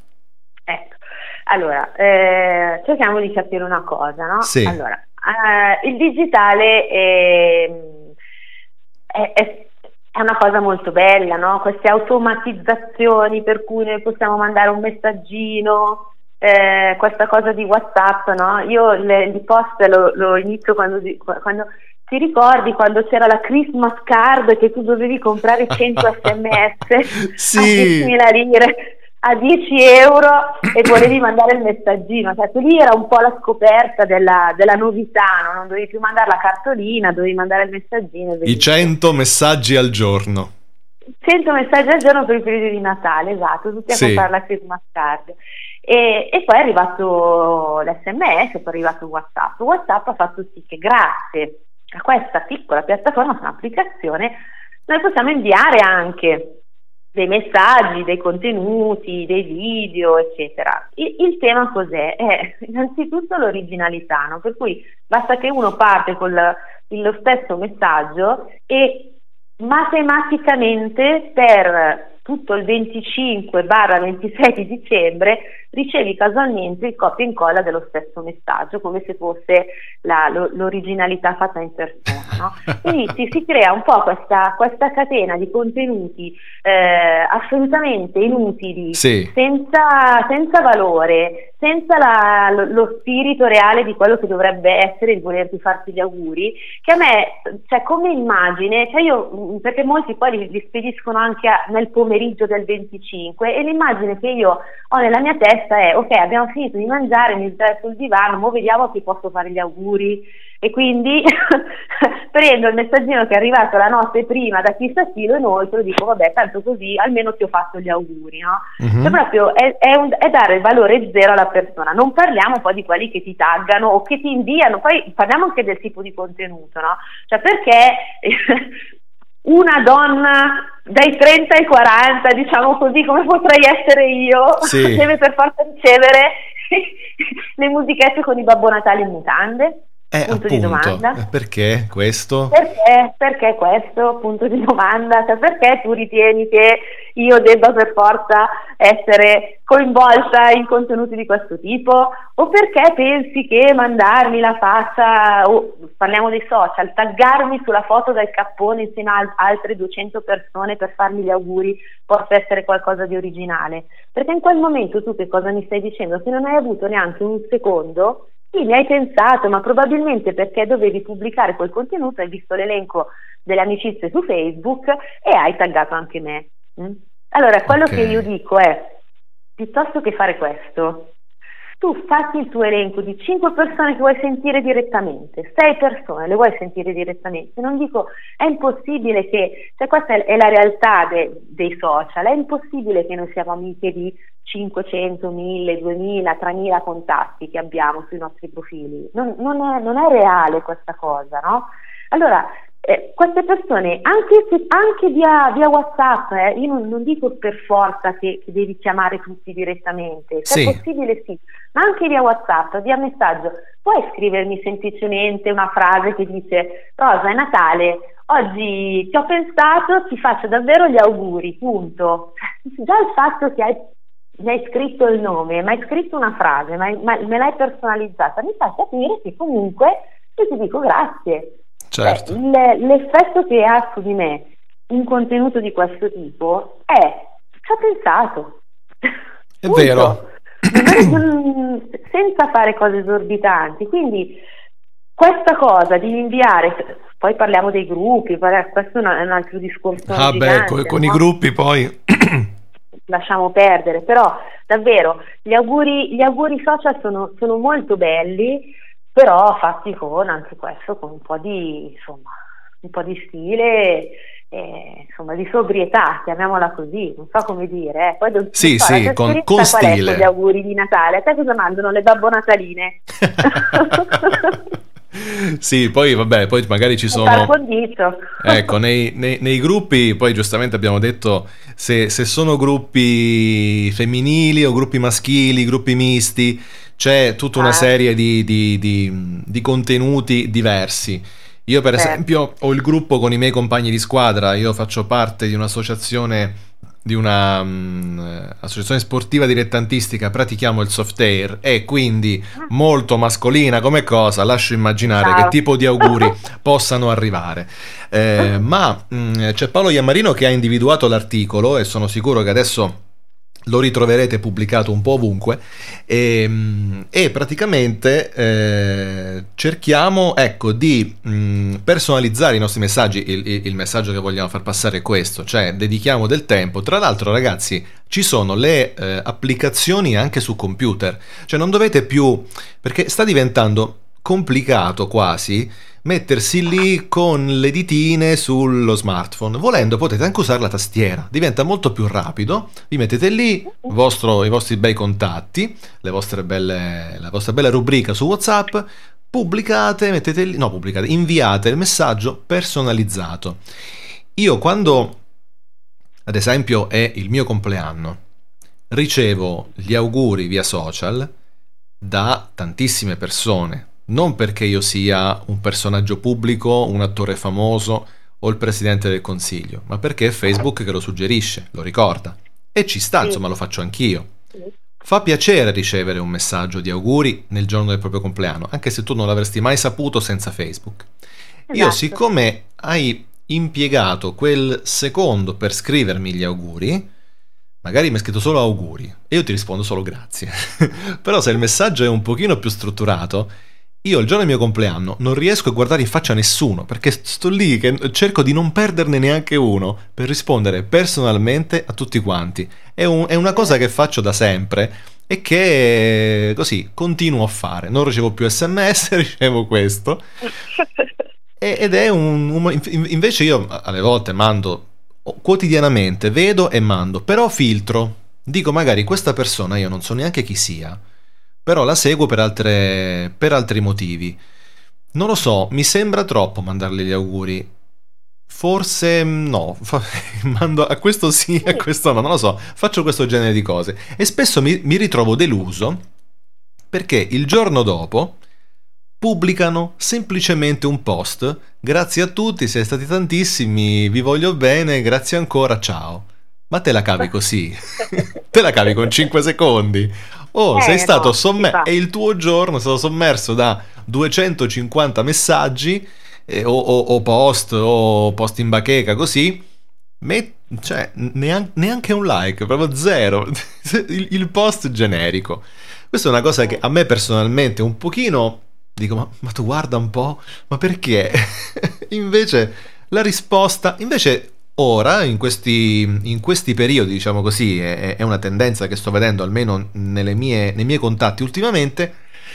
Speaker 8: Allora, eh, cerchiamo di capire una cosa, no?
Speaker 6: Sì.
Speaker 8: Allora, eh, il digitale è, è, è, è una cosa molto bella, no? Queste automatizzazioni per cui noi possiamo mandare un messaggino, eh, questa cosa di WhatsApp, no? Io le, il post lo, lo inizio quando, quando ti ricordi quando c'era la Christmas card che tu dovevi comprare cento sms
Speaker 6: sì.
Speaker 8: a diecimila lire a dieci euro e volevi mandare il messaggino, cioè lì era un po' la scoperta della, della novità, no? Non dovevi più mandare la cartolina, dovevi mandare il messaggino.
Speaker 6: I cento messaggi al giorno.
Speaker 8: cento messaggi al giorno per il periodo di Natale, esatto, tutti a
Speaker 6: sì.
Speaker 8: comprare la Christmas card. E, e poi è arrivato l'esse emme esse, poi è arrivato WhatsApp. WhatsApp ha fatto sì che grazie a questa piccola piattaforma, un'applicazione, noi possiamo inviare anche dei messaggi, dei contenuti, dei video, eccetera. Il, il tema cos'è? È innanzitutto l'originalità, no? Per cui basta che uno parte con la, lo stesso messaggio e matematicamente per tutto il venticinque ventisei di dicembre ricevi casualmente il copia e incolla dello stesso messaggio, come se fosse la, lo, l'originalità fatta in persona, no? Quindi si, si crea un po' questa, questa catena di contenuti eh, assolutamente inutili,
Speaker 6: sì.
Speaker 8: senza, senza valore, senza la, lo, lo spirito reale di quello che dovrebbe essere il volerti farti gli auguri, che a me, cioè come immagine, cioè io, perché molti poi li, li spediscono anche a, nel pomeriggio del venticinque, e l'immagine che io ho nella mia testa è: ok, abbiamo finito di mangiare, mi sdraio sul divano, mo vediamo a chi posso fare gli auguri, e quindi prendo il messaggino che è arrivato la notte prima da chissà chi, lo inoltre, dico vabbè, tanto così almeno ti ho fatto gli auguri, no? Mm-hmm. Cioè proprio è, è, un, è dare il valore zero alla persona. Non parliamo poi di quelli che ti taggano o che ti inviano, poi parliamo anche del tipo di contenuto, no? Cioè perché una donna dai trenta ai quaranta, diciamo così, come potrei essere io, sì. deve per forza ricevere le musichette con i Babbo Natale in mutande?
Speaker 6: Eh,
Speaker 8: punto
Speaker 6: appunto.
Speaker 8: di domanda.
Speaker 6: Perché questo?
Speaker 8: Perché? Perché questo? Punto di domanda. Cioè, perché tu ritieni che io debba per forza essere coinvolta in contenuti di questo tipo? O perché pensi che mandarmi la faccia, o parliamo dei social, taggarmi sulla foto del cappone insieme a altre duecento persone per farmi gli auguri possa essere qualcosa di originale? Perché in quel momento tu che cosa mi stai dicendo? Che non hai avuto neanche un secondo. Sì, mi hai pensato, ma probabilmente perché dovevi pubblicare quel contenuto, hai visto l'elenco delle amicizie su Facebook e hai taggato anche me. Mm? Allora, quello okay. che io dico è, piuttosto che fare questo, tu fatti il tuo elenco di cinque persone che vuoi sentire direttamente, sei persone le vuoi sentire direttamente. Non dico, è impossibile che, cioè questa è la realtà de, dei social, è impossibile che noi siamo amiche di cinquecento, mille, duemila, tremila contatti che abbiamo sui nostri profili. Non, non, è, non è reale questa cosa, no? Allora, eh, queste persone, anche, se, anche via, via WhatsApp, eh, io non, non dico per forza che, che devi chiamare tutti direttamente, se
Speaker 6: sì.
Speaker 8: è possibile sì, ma anche via WhatsApp, via messaggio, puoi scrivermi semplicemente una frase che dice: Rosa, è Natale, oggi ti ho pensato, ti faccio davvero gli auguri, punto. Già il fatto che hai, mi hai scritto il nome, mi hai scritto una frase, ma, ma me l'hai personalizzata, mi fa capire che comunque io ti dico grazie.
Speaker 6: Certo.
Speaker 8: Eh, l'effetto che ha su di me un contenuto di questo tipo è: ci ho pensato.
Speaker 6: È vero.
Speaker 8: Senza fare cose esorbitanti. Quindi questa cosa di inviare, poi parliamo dei gruppi, questo è un altro discorso.
Speaker 6: Ah
Speaker 8: gigante,
Speaker 6: beh, con, con
Speaker 8: no?
Speaker 6: i gruppi poi
Speaker 8: lasciamo perdere, però davvero gli auguri, gli auguri social sono, sono molto belli, però fatti con anche questo, con un po' di insomma un po' di stile, eh, insomma di sobrietà, chiamiamola così, non so come dire, eh. Poi non
Speaker 6: sì
Speaker 8: so,
Speaker 6: sì con, con
Speaker 8: qual
Speaker 6: stile
Speaker 8: è gli auguri di Natale, a te cosa mandano le babbo nataline?
Speaker 6: Sì, poi vabbè, poi magari ci sono, ecco, nei, nei, nei gruppi, poi giustamente abbiamo detto se, se sono gruppi femminili o gruppi maschili, gruppi misti, c'è tutta una serie di, di, di, di contenuti diversi. Io per
Speaker 8: certo.
Speaker 6: esempio ho il gruppo con i miei compagni di squadra, io faccio parte di un'associazione, di una um, associazione sportiva dilettantistica, pratichiamo il soft air e quindi molto mascolina come cosa, lascio immaginare
Speaker 8: Ciao.
Speaker 6: che tipo di auguri possano arrivare. Eh, ma mh, c'è Paolo Iammarino che ha individuato l'articolo e sono sicuro che adesso lo ritroverete pubblicato un po' ovunque e, e praticamente eh, cerchiamo ecco di mh, personalizzare i nostri messaggi. Il, il, il messaggio che vogliamo far passare è questo, cioè dedichiamo del tempo. Tra l'altro ragazzi ci sono le eh, applicazioni anche su computer, cioè non dovete più, perché sta diventando complicato quasi mettersi lì con le ditine sullo smartphone. Volendo potete anche usare la tastiera, diventa molto più rapido, vi mettete lì vostro, i vostri bei contatti, le vostre belle, la vostra bella rubrica su WhatsApp, pubblicate, mettete lì, no pubblicate, inviate il messaggio personalizzato. Io quando ad esempio è il mio compleanno ricevo gli auguri via social da tantissime persone. Non perché io sia un personaggio pubblico, un attore famoso o il presidente del consiglio, ma perché è Facebook che lo suggerisce, lo ricorda. E ci sta, insomma, lo faccio anch'io. Fa piacere ricevere un messaggio di auguri nel giorno del proprio compleanno, anche se tu non l'avresti mai saputo senza Facebook. Esatto. Io, siccome hai impiegato quel secondo per scrivermi gli auguri, magari mi hai scritto solo auguri e io ti rispondo solo grazie. Però se il messaggio è un pochino più strutturato, io il giorno del mio compleanno non riesco a guardare in faccia a nessuno, perché sto lì che cerco di non perderne neanche uno per rispondere personalmente a tutti quanti. È, un, è una cosa che faccio da sempre e che così continuo a fare. Non ricevo più sms, ricevo questo. Ed è un, un... Invece io alle volte mando quotidianamente, vedo e mando, però filtro. Dico magari questa persona io non so neanche chi sia, però la seguo per altre per altri motivi. Non lo so, mi sembra troppo mandarle gli auguri. Forse no, mando a questo sì, a questo no, non lo so. Faccio questo genere di cose e spesso mi, mi ritrovo deluso perché il giorno dopo pubblicano semplicemente un post: grazie a tutti, siete stati tantissimi, vi voglio bene, grazie ancora, ciao. Ma te la cavi così? Te la cavi con cinque secondi? Oh, eh, sei stato no, sommerso, è il tuo giorno, è stato sommerso da duecentocinquanta messaggi eh, o, o, o post o post in bacheca così, met- cioè neanche, neanche un like, proprio zero. il, il post generico. Questa è una cosa che a me personalmente un pochino dico, ma, ma tu guarda un po', ma perché? Invece la risposta, invece ora, in questi, in questi periodi, diciamo così, è, è una tendenza che sto vedendo almeno nelle mie, nei miei contatti ultimamente,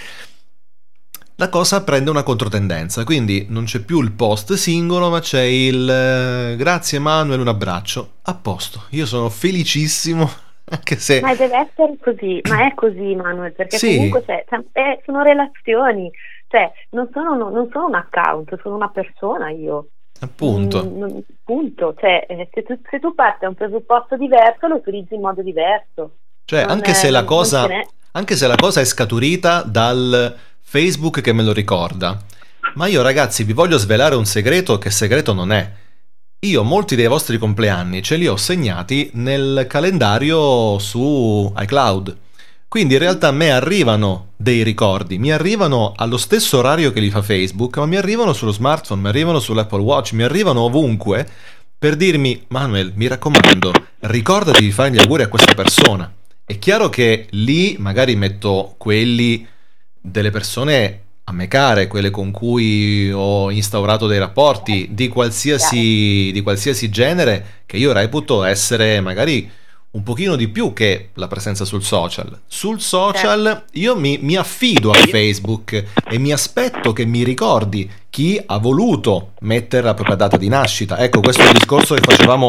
Speaker 6: la cosa prende una controtendenza, quindi non c'è più il post singolo, ma c'è il eh, grazie Manuel, un abbraccio, a posto, io sono felicissimo, anche se...
Speaker 8: Ma deve essere così, ma è così Manuel, perché
Speaker 6: Sì.
Speaker 8: comunque c'è, cioè, eh, sono relazioni, cioè non sono, non sono un account, sono una persona io.
Speaker 6: Appunto.
Speaker 8: Mm, non- punto, cioè eh, se tu, se tu parti da un presupposto diverso lo utilizzi in modo diverso.
Speaker 6: Cioè,
Speaker 8: Non
Speaker 6: anche
Speaker 8: è-
Speaker 6: se la
Speaker 8: non
Speaker 6: cosa,
Speaker 8: ce n'è.
Speaker 6: anche se la cosa è scaturita dal Facebook che me lo ricorda, ma io ragazzi vi voglio svelare un segreto che segreto non è. Io molti dei vostri compleanni ce li ho segnati nel calendario su iCloud. Quindi in realtà a me arrivano dei ricordi, mi arrivano allo stesso orario che li fa Facebook, ma mi arrivano sullo smartphone, mi arrivano sull'Apple Watch, mi arrivano ovunque per dirmi Manuel, mi raccomando, ricordati di fare gli auguri a questa persona. È chiaro che lì magari metto quelli delle persone a me care, quelle con cui ho instaurato dei rapporti di qualsiasi, di qualsiasi genere, che io reputo essere magari un pochino di più che la presenza sul social. Sul social io mi, mi affido a Facebook e mi aspetto che mi ricordi chi ha voluto mettere la propria data di nascita. Ecco, questo è il discorso che facevamo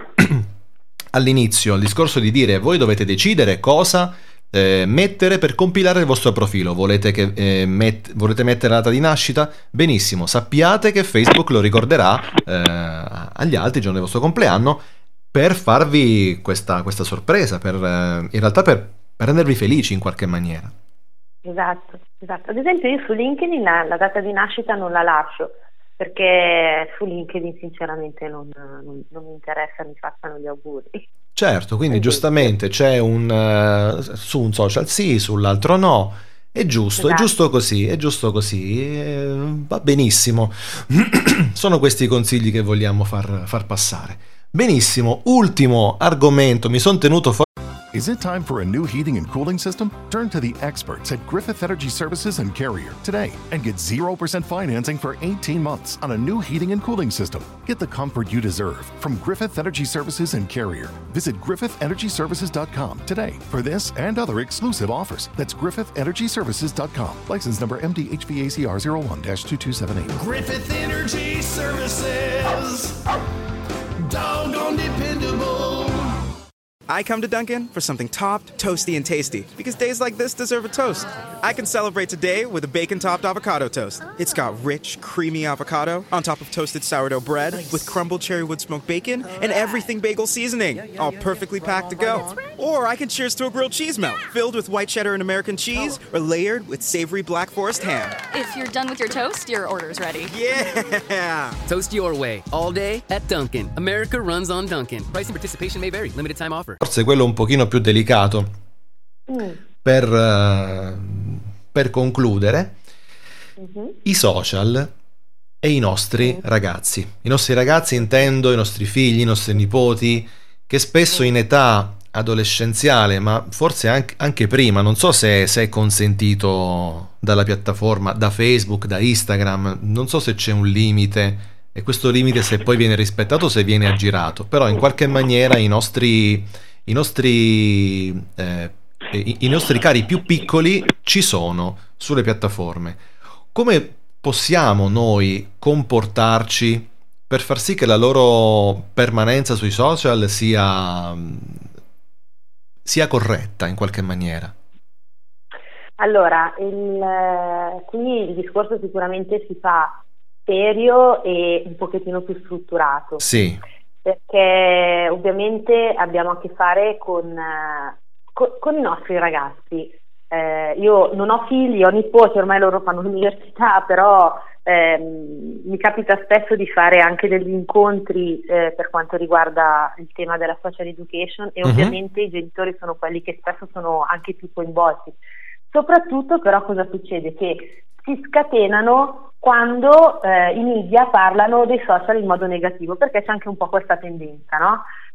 Speaker 6: all'inizio, il discorso di dire voi dovete decidere cosa eh, mettere per compilare il vostro profilo. Volete, che, eh, met- volete mettere la data di nascita? Benissimo, sappiate che Facebook lo ricorderà eh, agli altri il giorno del vostro compleanno per farvi questa, questa sorpresa, per, eh, in realtà per, per rendervi felici in qualche maniera.
Speaker 8: Esatto, esatto. Ad esempio io su LinkedIn la, la data di nascita non la lascio, perché su LinkedIn sinceramente non, non, non mi interessa mi facciano gli auguri.
Speaker 6: Certo, quindi giustamente c'è un uh, su un social sì, sull'altro no. È giusto,
Speaker 8: Esatto.
Speaker 6: è giusto così, è giusto così, eh, va benissimo. Sono questi i consigli che vogliamo far, far passare. Benissimo, ultimo argomento, mi sono tenuto fuori.
Speaker 15: Is it time for a new heating and cooling system? Turn to the experts at Griffith Energy Services and Carrier today and get zero percent financing for eighteen months on a new heating and cooling system. Get the comfort you deserve from Griffith Energy Services and Carrier. Visit griffith energy services dot com today for this and other exclusive offers. That's griffith energy services dot com. License number M D H V A C R zero one dash two two seven eight.
Speaker 16: Griffith Energy Services. Doggone dependable.
Speaker 10: I come to Dunkin' for something topped, toasty, and tasty because days like this deserve a toast. I can celebrate today with a bacon-topped avocado toast. It's got rich, creamy avocado on top of toasted sourdough bread with crumbled cherry wood smoked bacon and everything bagel seasoning, all perfectly packed to go. Or I can cheers to a grilled cheese melt filled with white cheddar and American cheese or layered with savory Black Forest ham.
Speaker 11: If you're done with your toast, your order's ready.
Speaker 10: Yeah!
Speaker 12: Toast your way all day at Dunkin'. America runs on Dunkin'. Price and participation may vary. Limited time offer.
Speaker 6: Forse quello un pochino più delicato
Speaker 8: Mm.
Speaker 6: per, eh, per concludere,
Speaker 8: Mhm.
Speaker 6: i social e i nostri ragazzi. I nostri ragazzi intendo i nostri figli, i nostri nipoti, che spesso in età adolescenziale, ma forse anche, anche prima, non so se, se è consentito dalla piattaforma, da Facebook, da Instagram, non so se c'è un limite e questo limite se poi viene rispettato o se viene aggirato, però in qualche maniera i nostri, i nostri, eh, i, i nostri cari più piccoli ci sono sulle piattaforme. Come possiamo noi comportarci per far sì che la loro permanenza sui social sia, sia corretta in qualche maniera?
Speaker 8: Allora, il, qui il discorso sicuramente si fa serio e un pochettino più strutturato.
Speaker 6: Sì.
Speaker 8: Perché ovviamente abbiamo a che fare con, eh, con, con i nostri ragazzi. Eh, io non ho figli, ho nipoti, ormai loro fanno l'università, però ehm, mi capita spesso di fare anche degli incontri eh, per quanto riguarda il tema della social education e
Speaker 17: Mhm.
Speaker 8: ovviamente i genitori sono quelli che spesso sono anche più coinvolti. Soprattutto però cosa succede? Che si scatenano quando eh, i media parlano dei social in modo negativo, perché c'è anche un po' questa tendenza, no?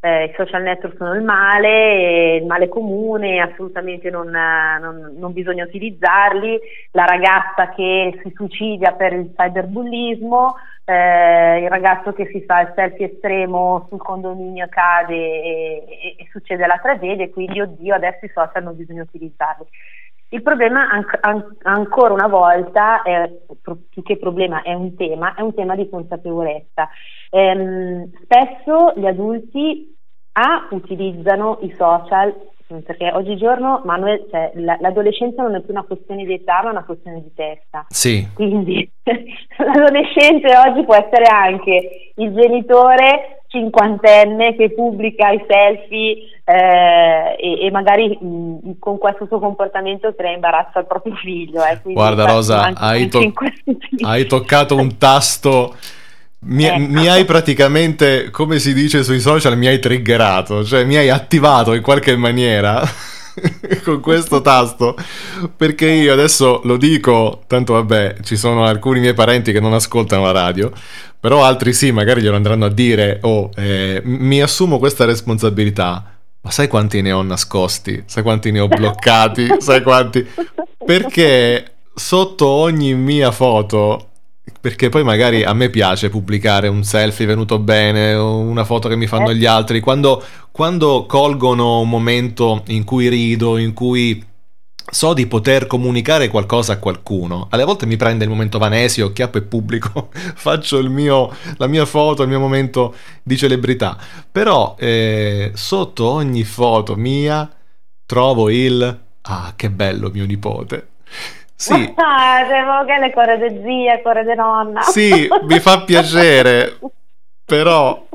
Speaker 8: eh, i social network sono il male, il male comune, assolutamente non, non, non bisogna utilizzarli, la ragazza che si suicida per il cyberbullismo, eh, il ragazzo che si fa il selfie estremo sul condominio, cade e, e, e succede la tragedia, e quindi oddio adesso i social non bisogna utilizzarli. Il problema an- an- ancora una volta, è, più che problema è un tema, è un tema di consapevolezza. Ehm, spesso gli adulti A utilizzano i social, perché oggigiorno, Manuel, cioè, la- l'adolescenza non è più una questione di età, ma una questione di testa.
Speaker 6: Sì.
Speaker 8: Quindi l'adolescente oggi può essere anche il genitore cinquantenne che pubblica i selfie eh, e, e magari mh, con questo suo comportamento crea imbarazzo al proprio figlio. Eh.
Speaker 6: Guarda Rosa, hai, to- hai toccato un tasto. Mi, ecco. mi hai praticamente, come si dice sui social, mi hai triggerato, cioè mi hai attivato in qualche maniera con questo tasto, perché io adesso lo dico, tanto vabbè, ci sono alcuni miei parenti che non ascoltano la radio, però altri sì, magari glielo andranno a dire, oh, eh, mi assumo questa responsabilità, ma sai quanti ne ho nascosti, sai quanti ne ho bloccati, sai quanti, perché sotto ogni mia foto, perché poi magari a me piace pubblicare un selfie venuto bene o una foto che mi fanno gli altri, quando, quando colgono un momento in cui rido, in cui so di poter comunicare qualcosa a qualcuno, alle volte mi prende il momento Vanesio, chiappo e pubblico, faccio il mio, la mia foto, il mio momento di celebrità, però eh, sotto ogni foto mia trovo il ah che bello mio nipote. Sì.
Speaker 8: Ah, che le corre di zia, corre di nonna.
Speaker 6: Sì, mi fa piacere, però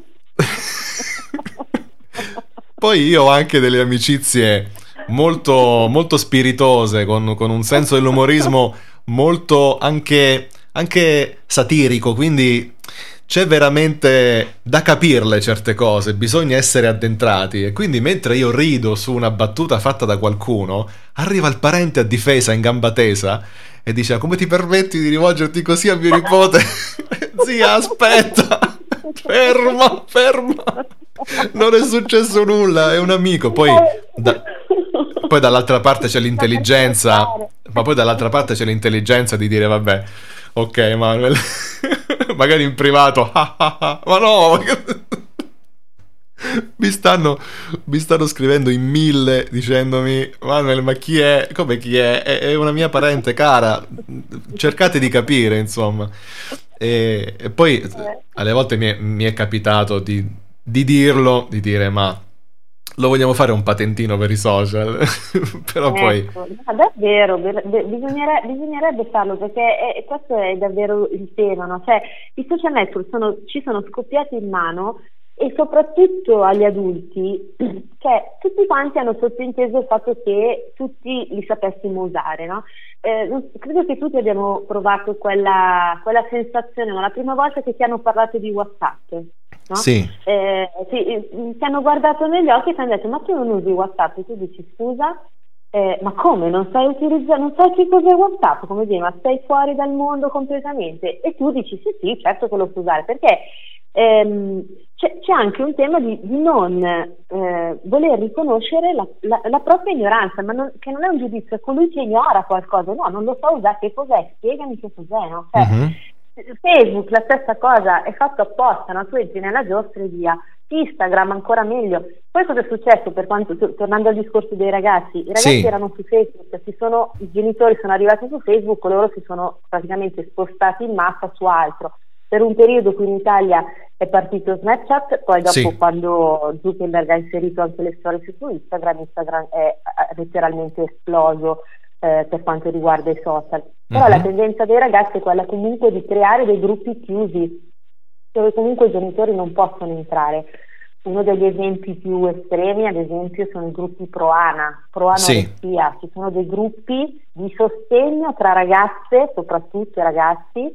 Speaker 6: poi io ho anche delle amicizie molto, molto spiritose, con, con un senso dell'umorismo molto anche, anche satirico, quindi c'è veramente da capirle certe cose, bisogna essere addentrati, e quindi mentre io rido su una battuta fatta da qualcuno, arriva il parente a difesa in gamba tesa e dice: come ti permetti di rivolgerti così a mio nipote? Zia, aspetta, ferma, ferma, non è successo nulla, è un amico. Poi, da, poi dall'altra parte c'è l'intelligenza, ma poi dall'altra parte c'è l'intelligenza di dire vabbè, ok Manuel, magari in privato, ma no, mi stanno, mi stanno scrivendo in mille dicendomi: Manuel, ma chi è? Come chi è? È, è una mia parente cara, cercate di capire, insomma. E, e poi alle volte mi è, mi è capitato di, di dirlo, di dire ma lo vogliamo fare un patentino per i social, però ecco, poi
Speaker 8: no, davvero bisognerebbe, bisognerebbe farlo, perché è, questo è davvero il tema, no? Cioè i social network sono, ci sono scoppiati in mano, e soprattutto agli adulti, che tutti quanti hanno sottinteso il fatto che tutti li sapessimo usare, no? Eh, credo che tutti abbiamo provato quella, quella sensazione, ma la prima volta che ti hanno parlato di WhatsApp, no?
Speaker 6: Sì.
Speaker 8: Eh, ti, ti hanno guardato negli occhi e ti hanno detto: ma tu non usi WhatsApp? E tu dici: scusa? Eh, ma come? Non sai utilizzare, non sai che cos'è WhatsApp? Come dire, ma sei fuori dal mondo completamente? E tu dici: sì, sì, certo che lo so usare, perché ehm, c'è, c'è anche un tema di, di non eh, voler riconoscere la, la, la propria ignoranza, ma non, che non è un giudizio, è colui che ignora qualcosa. No, non lo so usare, che cos'è? Spiegami che cos'è, no? Cioè, mm-hmm. Facebook la stessa cosa, è fatto apposta, no? Tu entri nella giostra e via. Instagram ancora meglio. Poi cosa è successo, per quanto, tornando al discorso dei ragazzi, i ragazzi sì. erano su Facebook, si sono, i genitori sono arrivati su Facebook, loro si sono praticamente spostati in massa su altro. Per un periodo qui in Italia è partito Snapchat, poi dopo sì. quando Zuckerberg ha inserito anche le storie su Instagram, Instagram è letteralmente esploso eh, per quanto riguarda i social. Però uh-huh. la tendenza dei ragazzi è quella comunque di creare dei gruppi chiusi, dove comunque i genitori non possono entrare. Uno degli esempi più estremi, ad esempio, sono i gruppi pro-ana, pro-anoressia. Sì. Ci sono dei gruppi di sostegno tra ragazze, soprattutto ragazzi,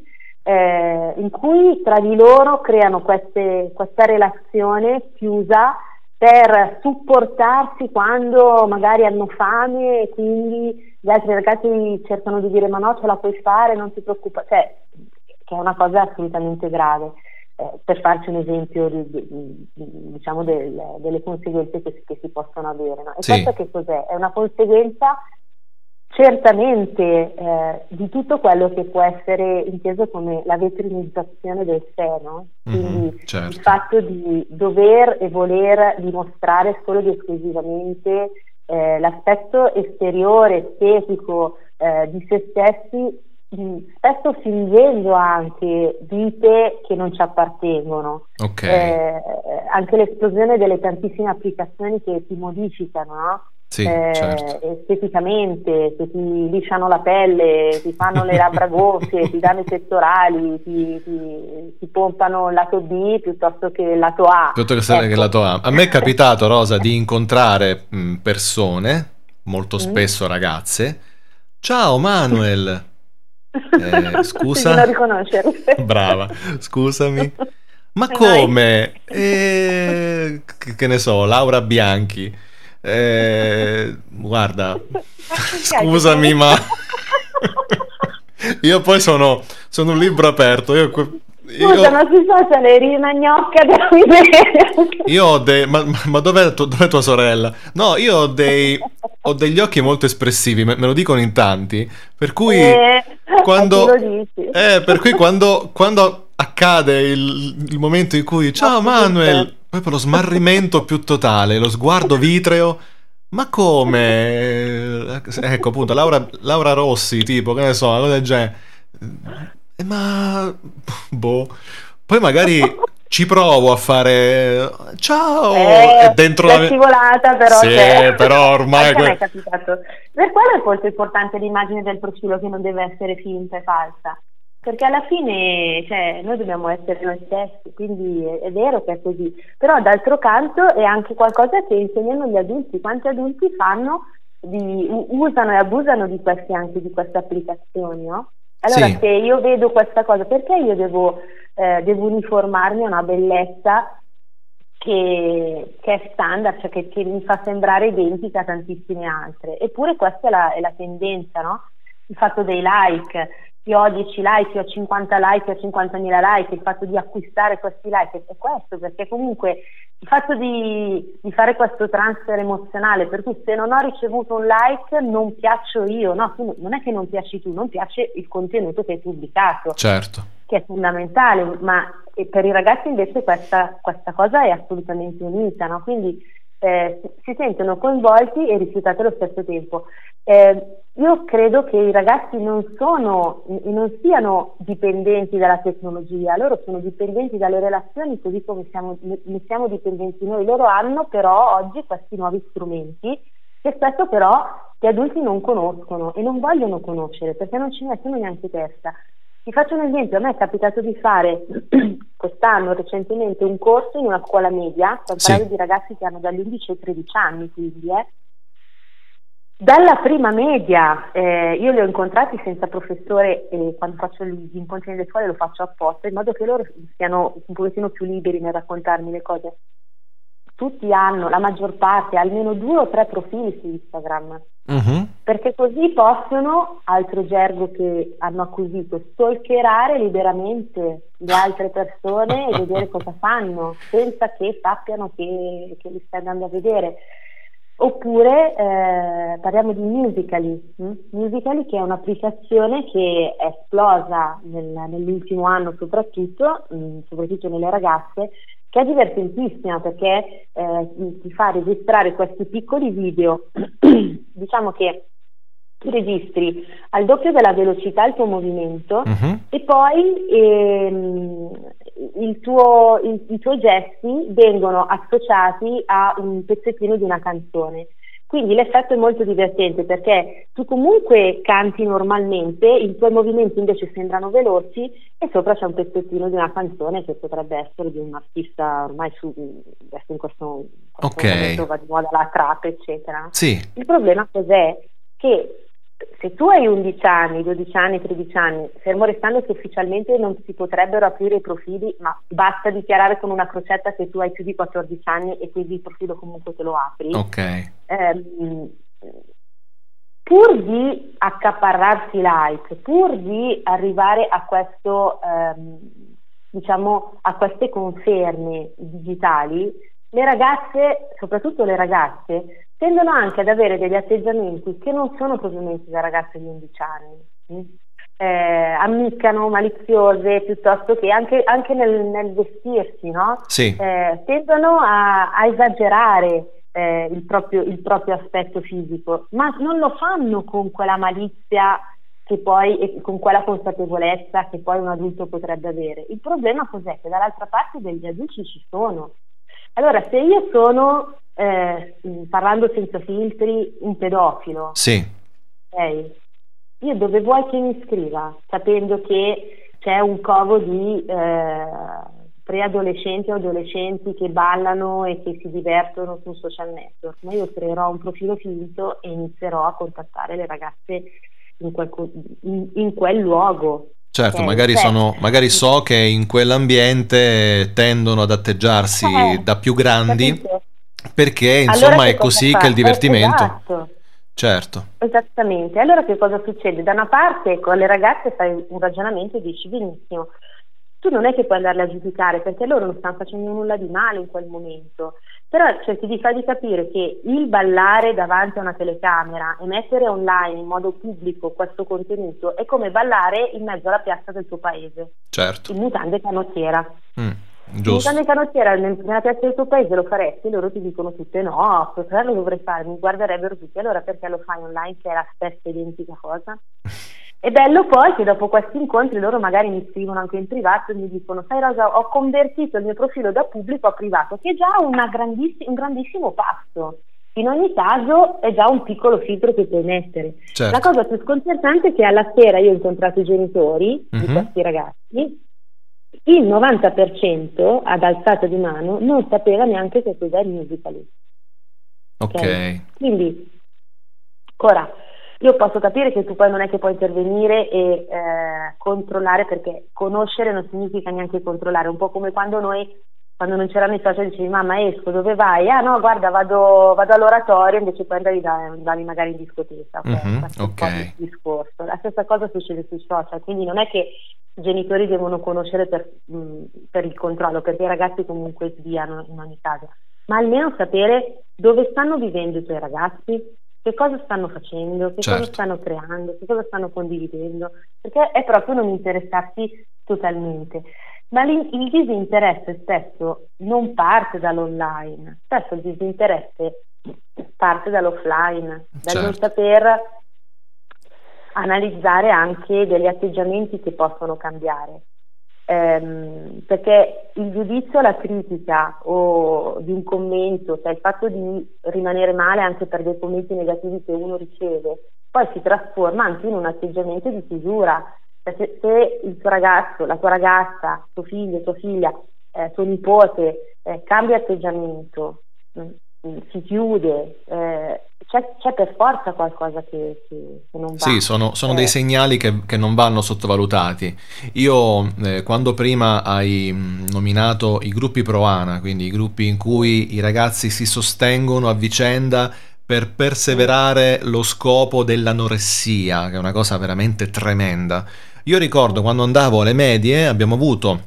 Speaker 8: eh, in cui tra di loro creano queste, questa relazione chiusa per supportarsi quando magari hanno fame, e quindi gli altri ragazzi cercano di dire: ma no, ce la puoi fare, non ti preoccupare, cioè, che è una cosa assolutamente grave. eh, per farci un esempio di, di, di, diciamo del, delle conseguenze che, che si possono avere, no? E
Speaker 6: Sì.
Speaker 8: questa che cos'è? È una conseguenza certamente eh, di tutto quello che può essere inteso come la vetrinizzazione del sé, no? Quindi
Speaker 6: Mhm, certo.
Speaker 8: il fatto di dover e voler dimostrare solo ed esclusivamente eh, l'aspetto esteriore, estetico eh, di se stessi, mh, spesso fingendo anche vite che non ci appartengono.
Speaker 6: Ok.
Speaker 8: Eh, anche l'esplosione delle tantissime applicazioni che ti modificano, no?
Speaker 6: Sì,
Speaker 8: Eh,
Speaker 6: certo.
Speaker 8: esteticamente, che ti lisciano la pelle, ti fanno le labbra gonfie, ti danno i pettorali, ti, ti, ti pompano il lato B piuttosto che il lato A.
Speaker 6: Piuttosto che stare
Speaker 8: Ecco.
Speaker 6: che lato A. A me è capitato, Rosa, di incontrare mh, persone, molto
Speaker 8: Mm.
Speaker 6: spesso ragazze. Ciao Manuel. Eh, scusa?
Speaker 8: Di non riconoscerle.
Speaker 6: Brava, scusami. Ma
Speaker 8: Vai.
Speaker 6: come? Eh, che che ne so, Laura Bianchi. Eh, guarda, scusami, ma io poi sono, sono un libro aperto. Io, io,
Speaker 8: Scusa, ma sui social eri una gnocca della miseria.
Speaker 6: io ho dei. Ma, ma dov'è, tu- dov'è tua sorella? No, io ho dei. Ho degli occhi molto espressivi, me, me lo dicono in tanti. Per cui
Speaker 8: Eh,
Speaker 6: quando.
Speaker 8: a chi lo dici?
Speaker 6: Eh, per cui quando, quando accade il, il momento in cui ciao Manuel, proprio lo smarrimento più totale, lo sguardo vitreo. Ma come? Ecco appunto Laura, Laura Rossi, tipo, che ne so, una cosa del genere. Eh, ma boh. Poi magari ci provo a fare ciao
Speaker 8: Eh,
Speaker 6: e dentro
Speaker 8: l'è
Speaker 6: la
Speaker 8: scivolata, però
Speaker 6: Sì,
Speaker 8: c'è.
Speaker 6: però ormai
Speaker 8: Anche a me
Speaker 6: que-
Speaker 8: è capitato. Per quello è molto importante l'immagine del profilo, che non deve essere finta e falsa, perché alla fine, cioè, noi dobbiamo essere noi stessi, quindi è, è vero che è così, però d'altro canto è anche qualcosa che insegnano gli adulti. Quanti adulti fanno di, u- usano e abusano di queste, anche di queste applicazioni, no? Allora,
Speaker 6: Sì.
Speaker 8: se io vedo questa cosa, perché io devo, eh, devo uniformarmi a una bellezza che, che è standard, cioè che, che mi fa sembrare identica a tantissime altre? Eppure questa è la, è la tendenza, no? Il fatto dei like. Io ho dieci like, io ho cinquanta like, io ho cinquantamila like, il fatto di acquistare questi like è questo, perché comunque il fatto di, di fare questo transfer emozionale, per cui se non ho ricevuto un like non piaccio io, no, tu non è che non piaci tu, non piace il contenuto che hai pubblicato,
Speaker 6: Certo.
Speaker 8: che è fondamentale, ma e per i ragazzi invece questa, questa cosa è assolutamente unita, no? Quindi eh, si, si sentono coinvolti e rifiutati allo stesso tempo. Eh, io credo che i ragazzi non sono e non siano dipendenti dalla tecnologia, loro sono dipendenti dalle relazioni, così come siamo, ne siamo dipendenti noi. Loro hanno però oggi questi nuovi strumenti che spesso però gli adulti non conoscono e non vogliono conoscere perché non ci mettono neanche testa. Ti faccio un esempio: a me è capitato di fare quest'anno recentemente un corso in una scuola media, per
Speaker 6: Sì.
Speaker 8: parlare di ragazzi che hanno dagli undici ai tredici anni, quindi eh. Dalla prima media, eh, io li ho incontrati senza professore e quando faccio gli incontri nelle scuole lo faccio apposta, in modo che loro siano un pochettino più liberi nel raccontarmi le cose. Tutti hanno, la maggior parte, almeno due o tre profili su Instagram,
Speaker 6: Mhm.
Speaker 8: perché così possono, altro gergo che hanno acquisito, stalkerare liberamente le altre persone e vedere cosa fanno, senza che sappiano che, che li stai andando a vedere. Oppure eh, parliamo di Musical.ly, hm? Musical.ly, che è un'applicazione che è esplosa nel- nell'ultimo anno soprattutto, mh, soprattutto nelle ragazze, che è divertentissima perché eh, ti fa registrare questi piccoli video. Diciamo che tu registri al doppio della velocità il tuo movimento
Speaker 6: Mhm.
Speaker 8: e poi ehm, il tuo, il- i tuoi gesti vengono associati a un pezzettino di una canzone. Quindi l'effetto è molto divertente perché tu comunque canti normalmente, i tuoi movimenti invece sembrano veloci e sopra c'è un pezzettino di una canzone che potrebbe essere di un artista ormai su, adesso in questo, in questo
Speaker 6: Ok.
Speaker 8: momento va di moda la trap, eccetera.
Speaker 6: Sì.
Speaker 8: Il problema cos'è? Che se tu hai undici anni, dodici anni, tredici anni, fermo restando che ufficialmente non si potrebbero aprire i profili, ma basta dichiarare con una crocetta che tu hai più di quattordici anni e quindi il profilo comunque te lo apri.
Speaker 6: Ok.
Speaker 8: Ehm, pur di accaparrarsi like, pur di arrivare a questo ehm, diciamo, a queste conferme digitali, le ragazze, soprattutto le ragazze, tendono anche ad avere degli atteggiamenti che non sono propriamente da ragazze di undici anni. Eh, ammiccano, maliziose, piuttosto che anche, anche nel, nel vestirsi, no?
Speaker 6: Sì.
Speaker 8: Eh, tendono a, a esagerare eh, il, proprio, il proprio aspetto fisico, ma non lo fanno con quella malizia che poi, e con quella consapevolezza che poi un adulto potrebbe avere. Il problema cos'è? Che dall'altra parte degli adulti ci sono. Allora, se io sono, eh, parlando senza filtri, un pedofilo,
Speaker 6: sì.
Speaker 8: Okay, io dove vuoi che mi iscriva? Sapendo che c'è un covo di eh, preadolescenti o adolescenti che ballano e che si divertono su social network, ma io creerò un profilo finto e inizierò a contattare le ragazze in quel, in, in quel luogo.
Speaker 6: Certo,
Speaker 8: Okay,
Speaker 6: magari,
Speaker 8: certo.
Speaker 6: sono, magari so che in quell'ambiente tendono ad atteggiarsi
Speaker 8: Eh,
Speaker 6: da più grandi,
Speaker 8: capito?
Speaker 6: perché
Speaker 8: Allora
Speaker 6: insomma
Speaker 8: che
Speaker 6: è
Speaker 8: cosa
Speaker 6: così
Speaker 8: fa?
Speaker 6: che il divertimento.
Speaker 8: Eh, esatto.
Speaker 6: Certo.
Speaker 8: Esattamente, allora che cosa succede? Da una parte con le ragazze fai un ragionamento e dici benissimo, tu non è che puoi andarle a giudicare perché loro non stanno facendo nulla di male in quel momento, però cerchi di fargli capire che il ballare davanti a una telecamera e mettere online in modo pubblico questo contenuto è come ballare in mezzo alla piazza del tuo paese,
Speaker 6: Certo.
Speaker 8: in mutande e canottiera.
Speaker 6: Mm,
Speaker 8: In
Speaker 6: giusto.
Speaker 8: mutande e canottiera nel- nella piazza del tuo paese lo faresti? Loro ti dicono tutte no, perché lo dovrei fare, mi guarderebbero tutti, allora perché lo fai online che è la stessa identica cosa? È bello poi che dopo questi incontri loro magari mi scrivono anche in privato e mi dicono sai Rosa, ho convertito il mio profilo da pubblico a privato, che è già una grandiss- un grandissimo passo. In ogni caso è già un piccolo filtro che puoi mettere.
Speaker 6: Certo.
Speaker 8: La cosa più sconcertante è che alla sera io ho incontrato i genitori di
Speaker 6: Mhm.
Speaker 8: questi ragazzi, il novanta per cento ad alzata di mano non sapeva neanche che cos'è il Musical.ly.
Speaker 6: Ok.
Speaker 8: Quindi, ora, io posso capire che tu poi non è che puoi intervenire e eh, controllare, perché conoscere non significa neanche controllare, un po' come quando noi, quando non c'erano i social, dicevi mamma esco, dove vai? Ah no, guarda, vado, vado all'oratorio, invece poi andavi, da, andavi magari in discoteca. Ok,
Speaker 6: Mhm,
Speaker 8: questo è un
Speaker 6: ok.
Speaker 8: po' il discorso. La stessa cosa succede sui social, quindi non è che i genitori devono conoscere per, mh, per il controllo, perché i ragazzi comunque sviano in ogni caso, ma almeno sapere dove stanno vivendo i tuoi ragazzi, che cosa stanno facendo, che
Speaker 6: Certo.
Speaker 8: cosa stanno creando, che cosa stanno condividendo, perché è proprio non interessarsi totalmente. Ma l'in- il disinteresse spesso non parte dall'online, spesso il disinteresse parte dall'offline, dal non
Speaker 6: Certo.
Speaker 8: saper analizzare anche degli atteggiamenti che possono cambiare. Ehm, perché il giudizio, la critica o di un commento, cioè il fatto di rimanere male anche per dei commenti negativi che uno riceve, poi si trasforma anche in un atteggiamento di chiusura. Cioè, se, se il tuo ragazzo, la tua ragazza, tuo figlio, tua figlia, eh, tuo nipote eh, cambia atteggiamento, mh, mh, si chiude, eh, c'è, c'è per forza qualcosa che, che, che non va.
Speaker 6: Sì, sono, sono
Speaker 8: Eh,
Speaker 6: dei segnali che, che non vanno sottovalutati. Io, eh, quando prima hai mh, nominato i gruppi pro-ana, quindi i gruppi in cui i ragazzi si sostengono a vicenda per perseverare lo scopo dell'anoressia, che è una cosa veramente tremenda. Io ricordo quando andavo alle medie, abbiamo avuto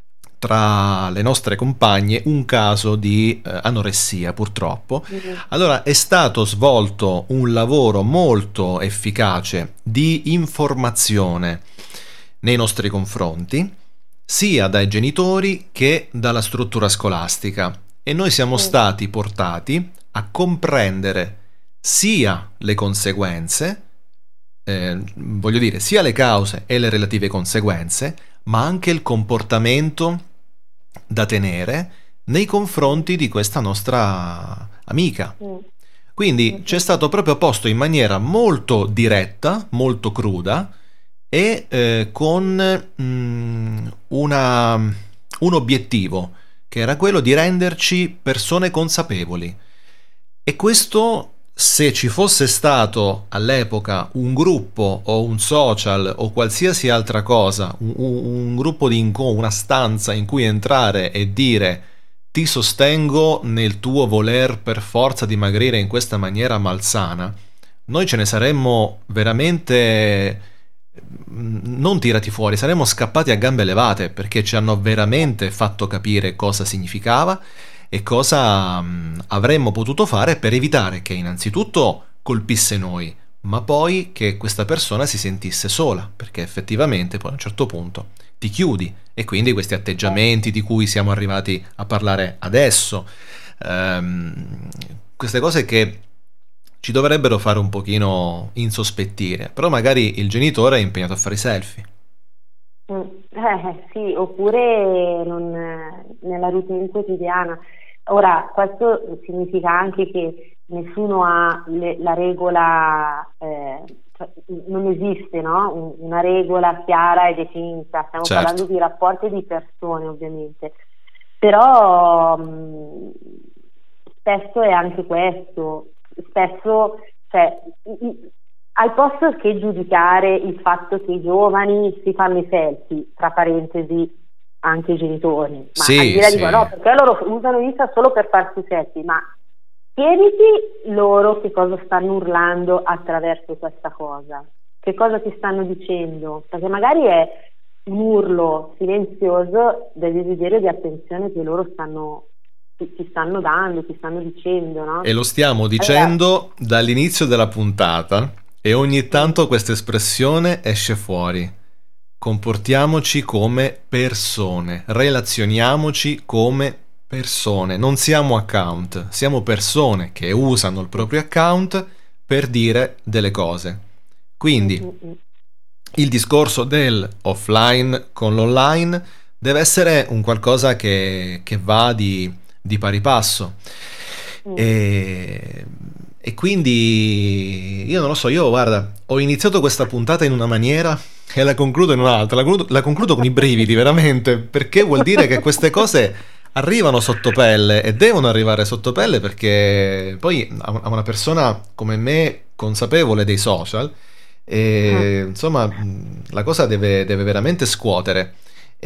Speaker 6: tra le nostre compagne un caso di eh, anoressia, purtroppo. Allora è stato svolto un lavoro molto efficace di informazione nei nostri confronti, sia dai genitori che dalla struttura scolastica, e noi siamo stati portati a comprendere sia le conseguenze, eh, voglio dire, sia le cause e le relative conseguenze, ma anche il comportamento da tenere nei confronti di questa nostra amica. Quindi c'è stato proprio posto in maniera molto diretta, molto cruda e eh, con mm, una, un obiettivo, che era quello di renderci persone consapevoli. E questo, se ci fosse stato all'epoca un gruppo o un social o qualsiasi altra cosa, un, un gruppo di incontro, una stanza in cui entrare e dire ti sostengo nel tuo voler per forza dimagrire in questa maniera malsana, noi ce ne saremmo veramente non tirati fuori, saremmo scappati a gambe levate, perché ci hanno veramente fatto capire cosa significava e cosa mh, avremmo potuto fare per evitare che innanzitutto colpisse noi, ma poi che questa persona si sentisse sola, perché effettivamente poi a un certo punto ti chiudi, e quindi questi atteggiamenti di cui siamo arrivati a parlare adesso, ehm, queste cose che ci dovrebbero fare un pochino insospettire, però magari il genitore è impegnato a fare i selfie.
Speaker 8: Mm, Eh, sì, oppure non, nella routine quotidiana. Ora, questo significa anche che nessuno ha le- la regola, eh, cioè, non esiste, no? Un- Una regola chiara e definita. Stiamo
Speaker 6: Certo.
Speaker 8: parlando di rapporti e di persone, ovviamente. Però mh, spesso è anche questo. Spesso, cioè, i- i- al posto che giudicare il fatto che i giovani si fanno i selfie, tra parentesi anche i genitori, ma
Speaker 6: Sì,
Speaker 8: al di là
Speaker 6: sì.
Speaker 8: di no, perché loro usano Insta solo per farsi i selfie, ma chiediti loro che cosa stanno urlando attraverso questa cosa, che cosa ti stanno dicendo, perché magari è un urlo silenzioso del desiderio di attenzione che loro stanno ti, ti stanno dando, ti stanno dicendo, no?
Speaker 6: E lo stiamo dicendo dall'inizio della puntata, e ogni tanto questa espressione esce fuori. Comportiamoci come persone, relazioniamoci come persone, non siamo account, siamo persone che usano il proprio account per dire delle cose. Quindi il discorso del offline con l'online deve essere un qualcosa che, che va di, di pari passo. E, e quindi io non lo so, io guarda, ho iniziato questa puntata in una maniera e la concludo in un'altra, la concludo, la concludo con i brividi veramente, perché vuol dire che queste cose arrivano sotto pelle e devono arrivare sotto pelle, perché poi a a una persona come me, consapevole dei social, e, insomma, mh, la cosa deve, deve veramente scuotere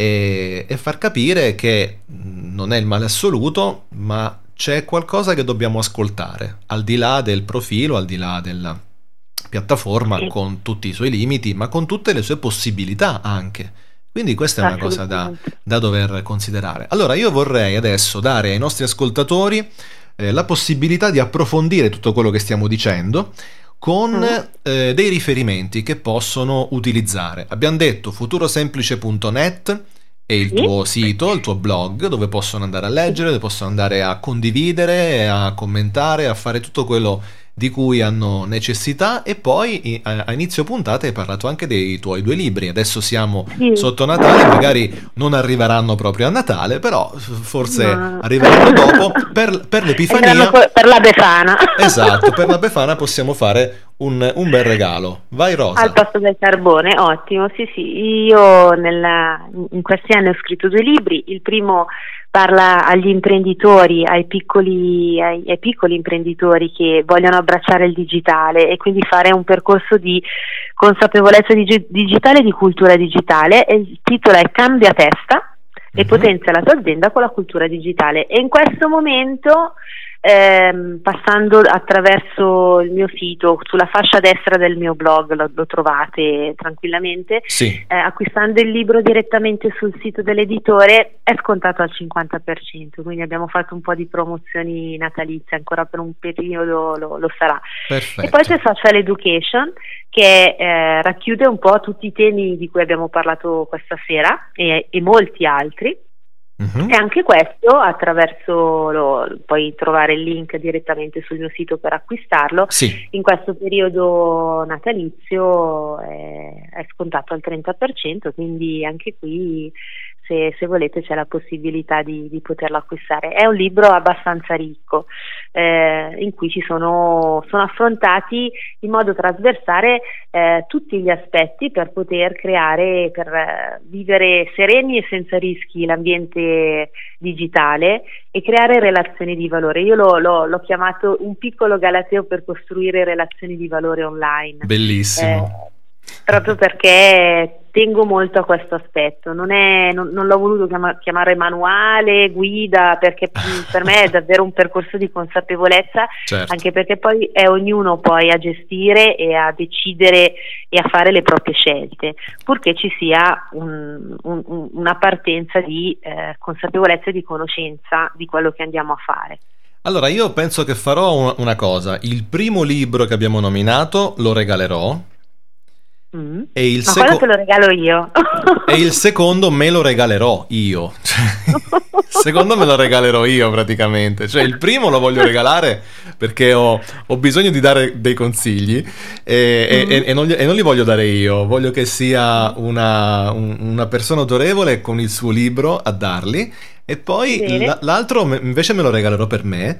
Speaker 6: e, e far capire che mh, non è il male assoluto, ma c'è qualcosa che dobbiamo ascoltare, al di là del profilo, al di là della piattaforma, con tutti i suoi limiti, ma con tutte le sue possibilità anche. Quindi questa è una cosa da, da dover considerare. Allora io vorrei adesso dare ai nostri ascoltatori eh, la possibilità di approfondire tutto quello che stiamo dicendo con eh, dei riferimenti che possono utilizzare. Abbiamo detto futurosemplice punto net è il tuo sito, il tuo blog, dove possono andare a leggere, dove possono andare a condividere, a commentare, a fare tutto quello di cui hanno necessità. E poi i- a a inizio puntata hai parlato anche dei tuoi due libri. Adesso siamo
Speaker 8: Sì.
Speaker 6: sotto Natale, magari non arriveranno proprio a Natale, però f- forse
Speaker 8: Ma-
Speaker 6: arriveranno dopo per, per l'Epifania.
Speaker 8: Entreranno poi per la Befana.
Speaker 6: Esatto, per la Befana possiamo fare un, un bel regalo. Vai Rosa.
Speaker 8: Al posto del carbone, ottimo, sì sì, io nella- in questi anni ho scritto due libri, il primo parla agli imprenditori, ai piccoli, ai, ai piccoli imprenditori che vogliono abbracciare il digitale e quindi fare un percorso di consapevolezza digi- digitale e di cultura digitale, e il titolo è Cambia testa e potenzia la tua azienda con la cultura digitale. E in questo momento, ehm, passando attraverso il mio sito, sulla fascia destra del mio blog lo, lo trovate tranquillamente,
Speaker 6: Sì.
Speaker 8: eh, acquistando il libro direttamente sul sito dell'editore è scontato al cinquanta per cento, quindi abbiamo fatto un po' di promozioni natalizie, ancora per un periodo lo, lo sarà.
Speaker 6: Perfetto.
Speaker 8: E poi c'è Social Education, che eh, racchiude un po' tutti i temi di cui abbiamo parlato questa sera e, e molti altri. E anche questo attraverso lo, puoi trovare il link direttamente sul mio sito per acquistarlo.
Speaker 6: Sì.
Speaker 8: In questo periodo natalizio è, è scontato al trenta per cento, quindi anche qui se, se volete c'è la possibilità di, di poterlo acquistare. È un libro abbastanza ricco, eh, in cui ci sono, sono affrontati in modo trasversale eh, tutti gli aspetti per poter creare, per eh, vivere sereni e senza rischi l'ambiente digitale e creare relazioni di valore. Io l'ho, l'ho, l'ho chiamato un piccolo galateo per costruire relazioni di valore online.
Speaker 6: Bellissimo.
Speaker 8: Eh, proprio perché tengo molto a questo aspetto. Non, è, non, non l'ho voluto chiama, chiamare manuale, guida, perché per me è davvero un percorso di consapevolezza,
Speaker 6: certo.
Speaker 8: Anche perché poi è ognuno poi a gestire e a decidere e a fare le proprie scelte, purché ci sia un, un, una partenza di eh, consapevolezza e di conoscenza di quello che andiamo a fare.
Speaker 6: Allora, io penso che farò una cosa. Il primo libro che abbiamo nominato lo regalerò.
Speaker 8: Mm.
Speaker 6: E il
Speaker 8: Ma
Speaker 6: seco-
Speaker 8: quello te lo regalo io.
Speaker 6: E il secondo me lo regalerò io. Il secondo me lo regalerò io praticamente. Cioè il primo lo voglio regalare perché ho, ho bisogno di dare dei consigli e, mm. e, e, non li, e non li voglio dare io. Voglio che sia una, un, una persona autorevole con il suo libro a darli. E poi l- l'altro invece me lo regalerò per me,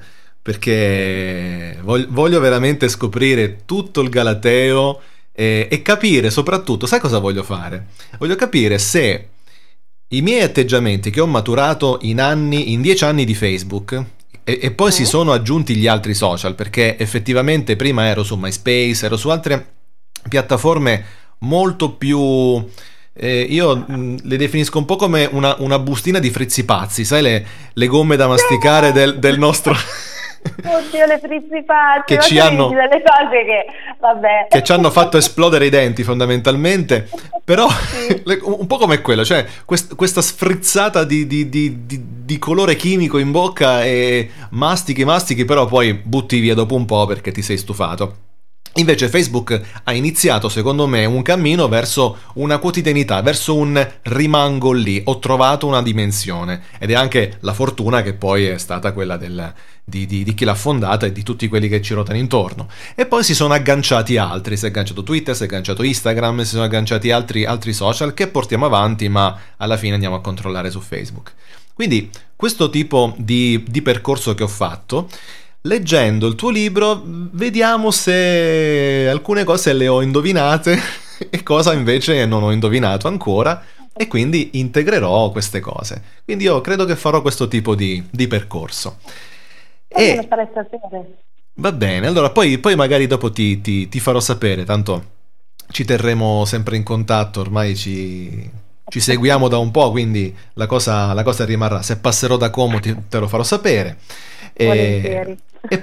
Speaker 6: perché voglio, voglio veramente scoprire tutto il Galateo e, e capire soprattutto, sai cosa voglio fare? Voglio capire se i miei atteggiamenti che ho maturato in anni, in dieci anni di Facebook, e, e poi mm. si sono aggiunti gli altri social, perché effettivamente prima ero su MySpace, ero su altre piattaforme molto più... Eh, io mh, le definisco un po' come una, una bustina di frizzipazzi, sai le, le gomme da masticare del, del nostro...
Speaker 8: Oddio, le frizzipazzi,
Speaker 6: che ci hanno
Speaker 8: delle cose che, vabbè.
Speaker 6: che ci hanno fatto esplodere i denti fondamentalmente, però sì. Un po' come quello, cioè quest, questa sfrizzata di, di, di, di, di colore chimico in bocca e mastichi, mastichi, però poi butti via dopo un po' perché ti sei stufato. Invece Facebook ha iniziato, secondo me, un cammino verso una quotidianità, verso un rimango lì, ho trovato una dimensione, ed è anche la fortuna che poi è stata quella del, di, di, di chi l'ha fondata e di tutti quelli che ci ruotano intorno. E poi si sono agganciati altri, si è agganciato Twitter, si è agganciato Instagram, si sono agganciati altri, altri social che portiamo avanti, ma alla fine andiamo a controllare su Facebook. Quindi questo tipo di, di percorso che ho fatto, leggendo il tuo libro, vediamo se alcune cose le ho indovinate e cosa invece non ho indovinato ancora, e quindi integrerò queste cose. Quindi io credo che farò questo tipo di, di percorso.
Speaker 8: E me lo farei sapere.
Speaker 6: Va bene, allora poi, poi magari dopo ti, ti, ti farò sapere, tanto ci terremo sempre in contatto, ormai ci, ci seguiamo da un po', quindi la cosa, la cosa rimarrà. Se passerò da Como ti, te lo farò sapere. E, e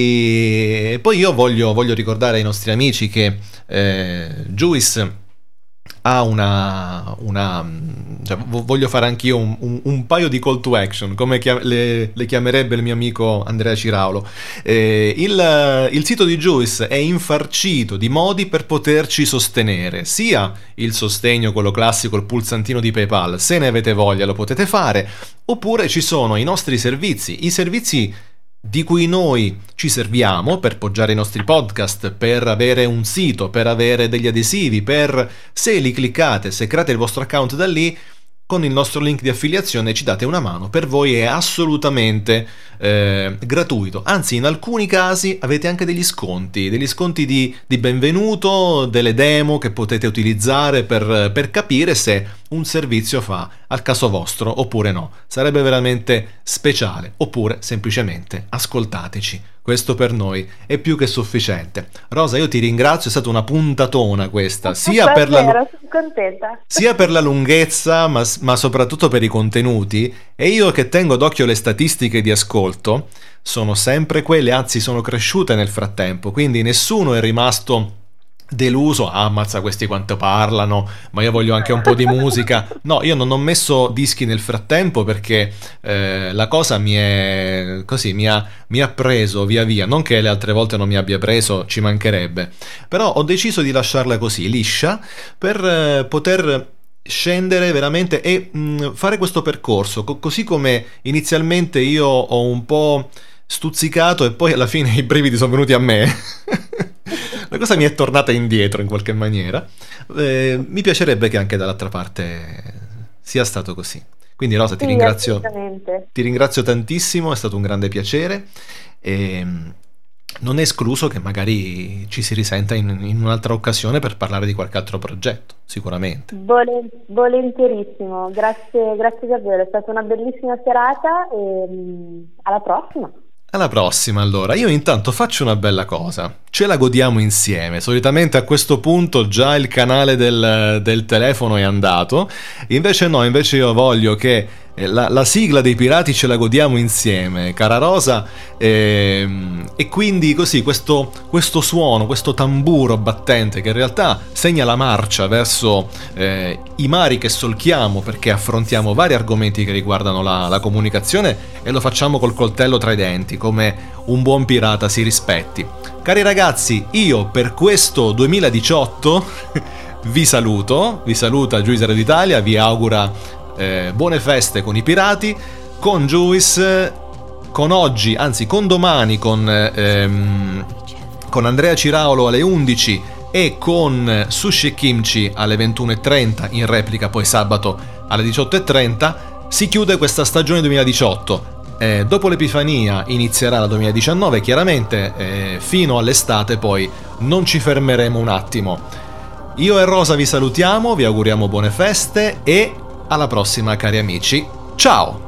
Speaker 6: poi, poi io voglio, voglio ricordare ai nostri amici che eh, Juice ha una, una cioè, voglio fare anch'io un, un, un paio di call to action, come chiam- le, le chiamerebbe il mio amico Andrea Ciraulo. Eh, il, il sito di Juice è infarcito di modi per poterci sostenere, sia il sostegno, quello classico, il pulsantino di PayPal, se ne avete voglia lo potete fare, oppure ci sono i nostri servizi, i servizi di cui noi ci serviamo per poggiare i nostri podcast, per avere un sito, per avere degli adesivi, per, se li cliccate, se create il vostro account da lì, con il nostro link di affiliazione ci date una mano. Per voi è assolutamente eh, gratuito, anzi in alcuni casi avete anche degli sconti, degli sconti di, di benvenuto, delle demo che potete utilizzare per, per capire se un servizio fa al caso vostro oppure no. Sarebbe veramente speciale. Oppure semplicemente ascoltateci. Questo per noi è più che sufficiente. Rosa, io ti ringrazio, è stata una puntatona questa, sia per la,
Speaker 8: sono contenta.
Speaker 6: sia per la lunghezza, ma, ma soprattutto per i contenuti. E io che tengo d'occhio le statistiche di ascolto, sono sempre quelle, anzi sono cresciute nel frattempo, quindi nessuno è rimasto deluso. Ah, ammazza questi quanto parlano, ma io voglio anche un po' di musica. No, io non ho messo dischi nel frattempo perché eh, la cosa mi è così, mi ha, mi ha preso via via, non che le altre volte non mi abbia preso, ci mancherebbe, però ho deciso di lasciarla così liscia per eh, poter scendere veramente e mh, fare questo percorso, co- così come inizialmente io ho un po' stuzzicato e poi alla fine i brividi sono venuti a me. La cosa mi è tornata indietro in qualche maniera. Eh, mi piacerebbe che anche dall'altra parte sia stato così. Quindi Rosa, ti
Speaker 8: sì,
Speaker 6: ringrazio, ti ringrazio tantissimo, è stato un grande piacere. E non è escluso che magari ci si risenta in, in un'altra occasione per parlare di qualche altro progetto, sicuramente.
Speaker 8: Volen- volentierissimo, grazie, grazie davvero, è stata una bellissima serata e mh, alla prossima.
Speaker 6: Alla prossima, allora. Io intanto faccio una bella cosa. Ce la godiamo insieme. Solitamente a questo punto già il canale del, del telefono è andato. Invece no, invece io voglio che la, la sigla dei Pirati ce la godiamo insieme, cara Rosa. E, e quindi così questo, questo suono, questo tamburo battente che in realtà segna la marcia verso eh, i mari che solchiamo, perché affrontiamo vari argomenti che riguardano la, la comunicazione e lo facciamo col coltello tra i denti, come un buon pirata si rispetti. Cari ragazzi, io per questo duemiladiciotto vi saluto, vi saluta Juice Radio Italia, vi augura eh, buone feste con i pirati, con Juice, con oggi, anzi con domani, con, ehm, con Andrea Ciraulo alle undici e con Sushi e Kimchi alle ventuno e trenta, in replica poi sabato alle diciotto e trenta, si chiude questa stagione duemiladiciotto. Eh, dopo l'Epifania inizierà la duemiladiciannove, chiaramente eh, fino all'estate poi non ci fermeremo un attimo. Io e Rosa vi salutiamo, vi auguriamo buone feste e alla prossima cari amici, ciao!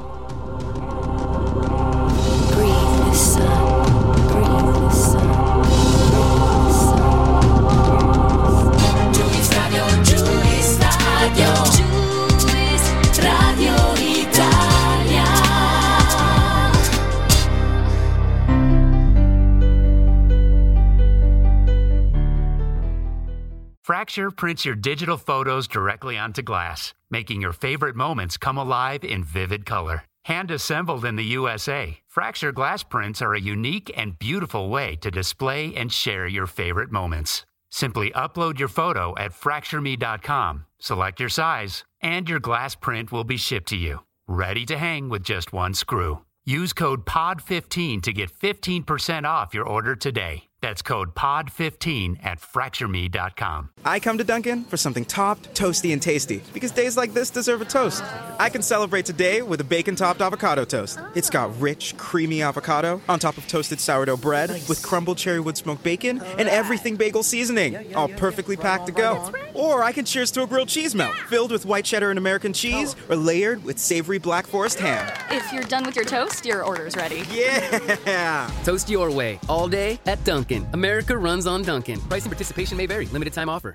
Speaker 17: Fracture prints your digital photos directly onto glass, making your favorite moments come alive in vivid color. Hand-assembled in the U S A, Fracture glass prints are a unique and beautiful way to display and share your favorite moments. Simply upload your photo at fracture me dot com, select your size, and your glass print will be shipped to you, ready to hang with just one screw. Use code P O D fifteen to get fifteen percent off your order today. That's code P O D fifteen at fracture me dot com.
Speaker 10: I come to Dunkin' for something topped, toasty, and tasty, because days like this deserve a toast. I can celebrate today with a bacon-topped avocado toast. It's got rich, creamy avocado on top of toasted sourdough bread with crumbled cherry wood smoked bacon and everything bagel seasoning, all perfectly packed to go. Or I can cheers to a grilled cheese melt filled with white cheddar and American cheese or layered with savory Black Forest ham.
Speaker 11: If you're done with your toast, your order's ready.
Speaker 10: Yeah!
Speaker 12: Toast your way all day at Dunkin'. America runs on Dunkin'. Price and participation may vary. Limited time offer.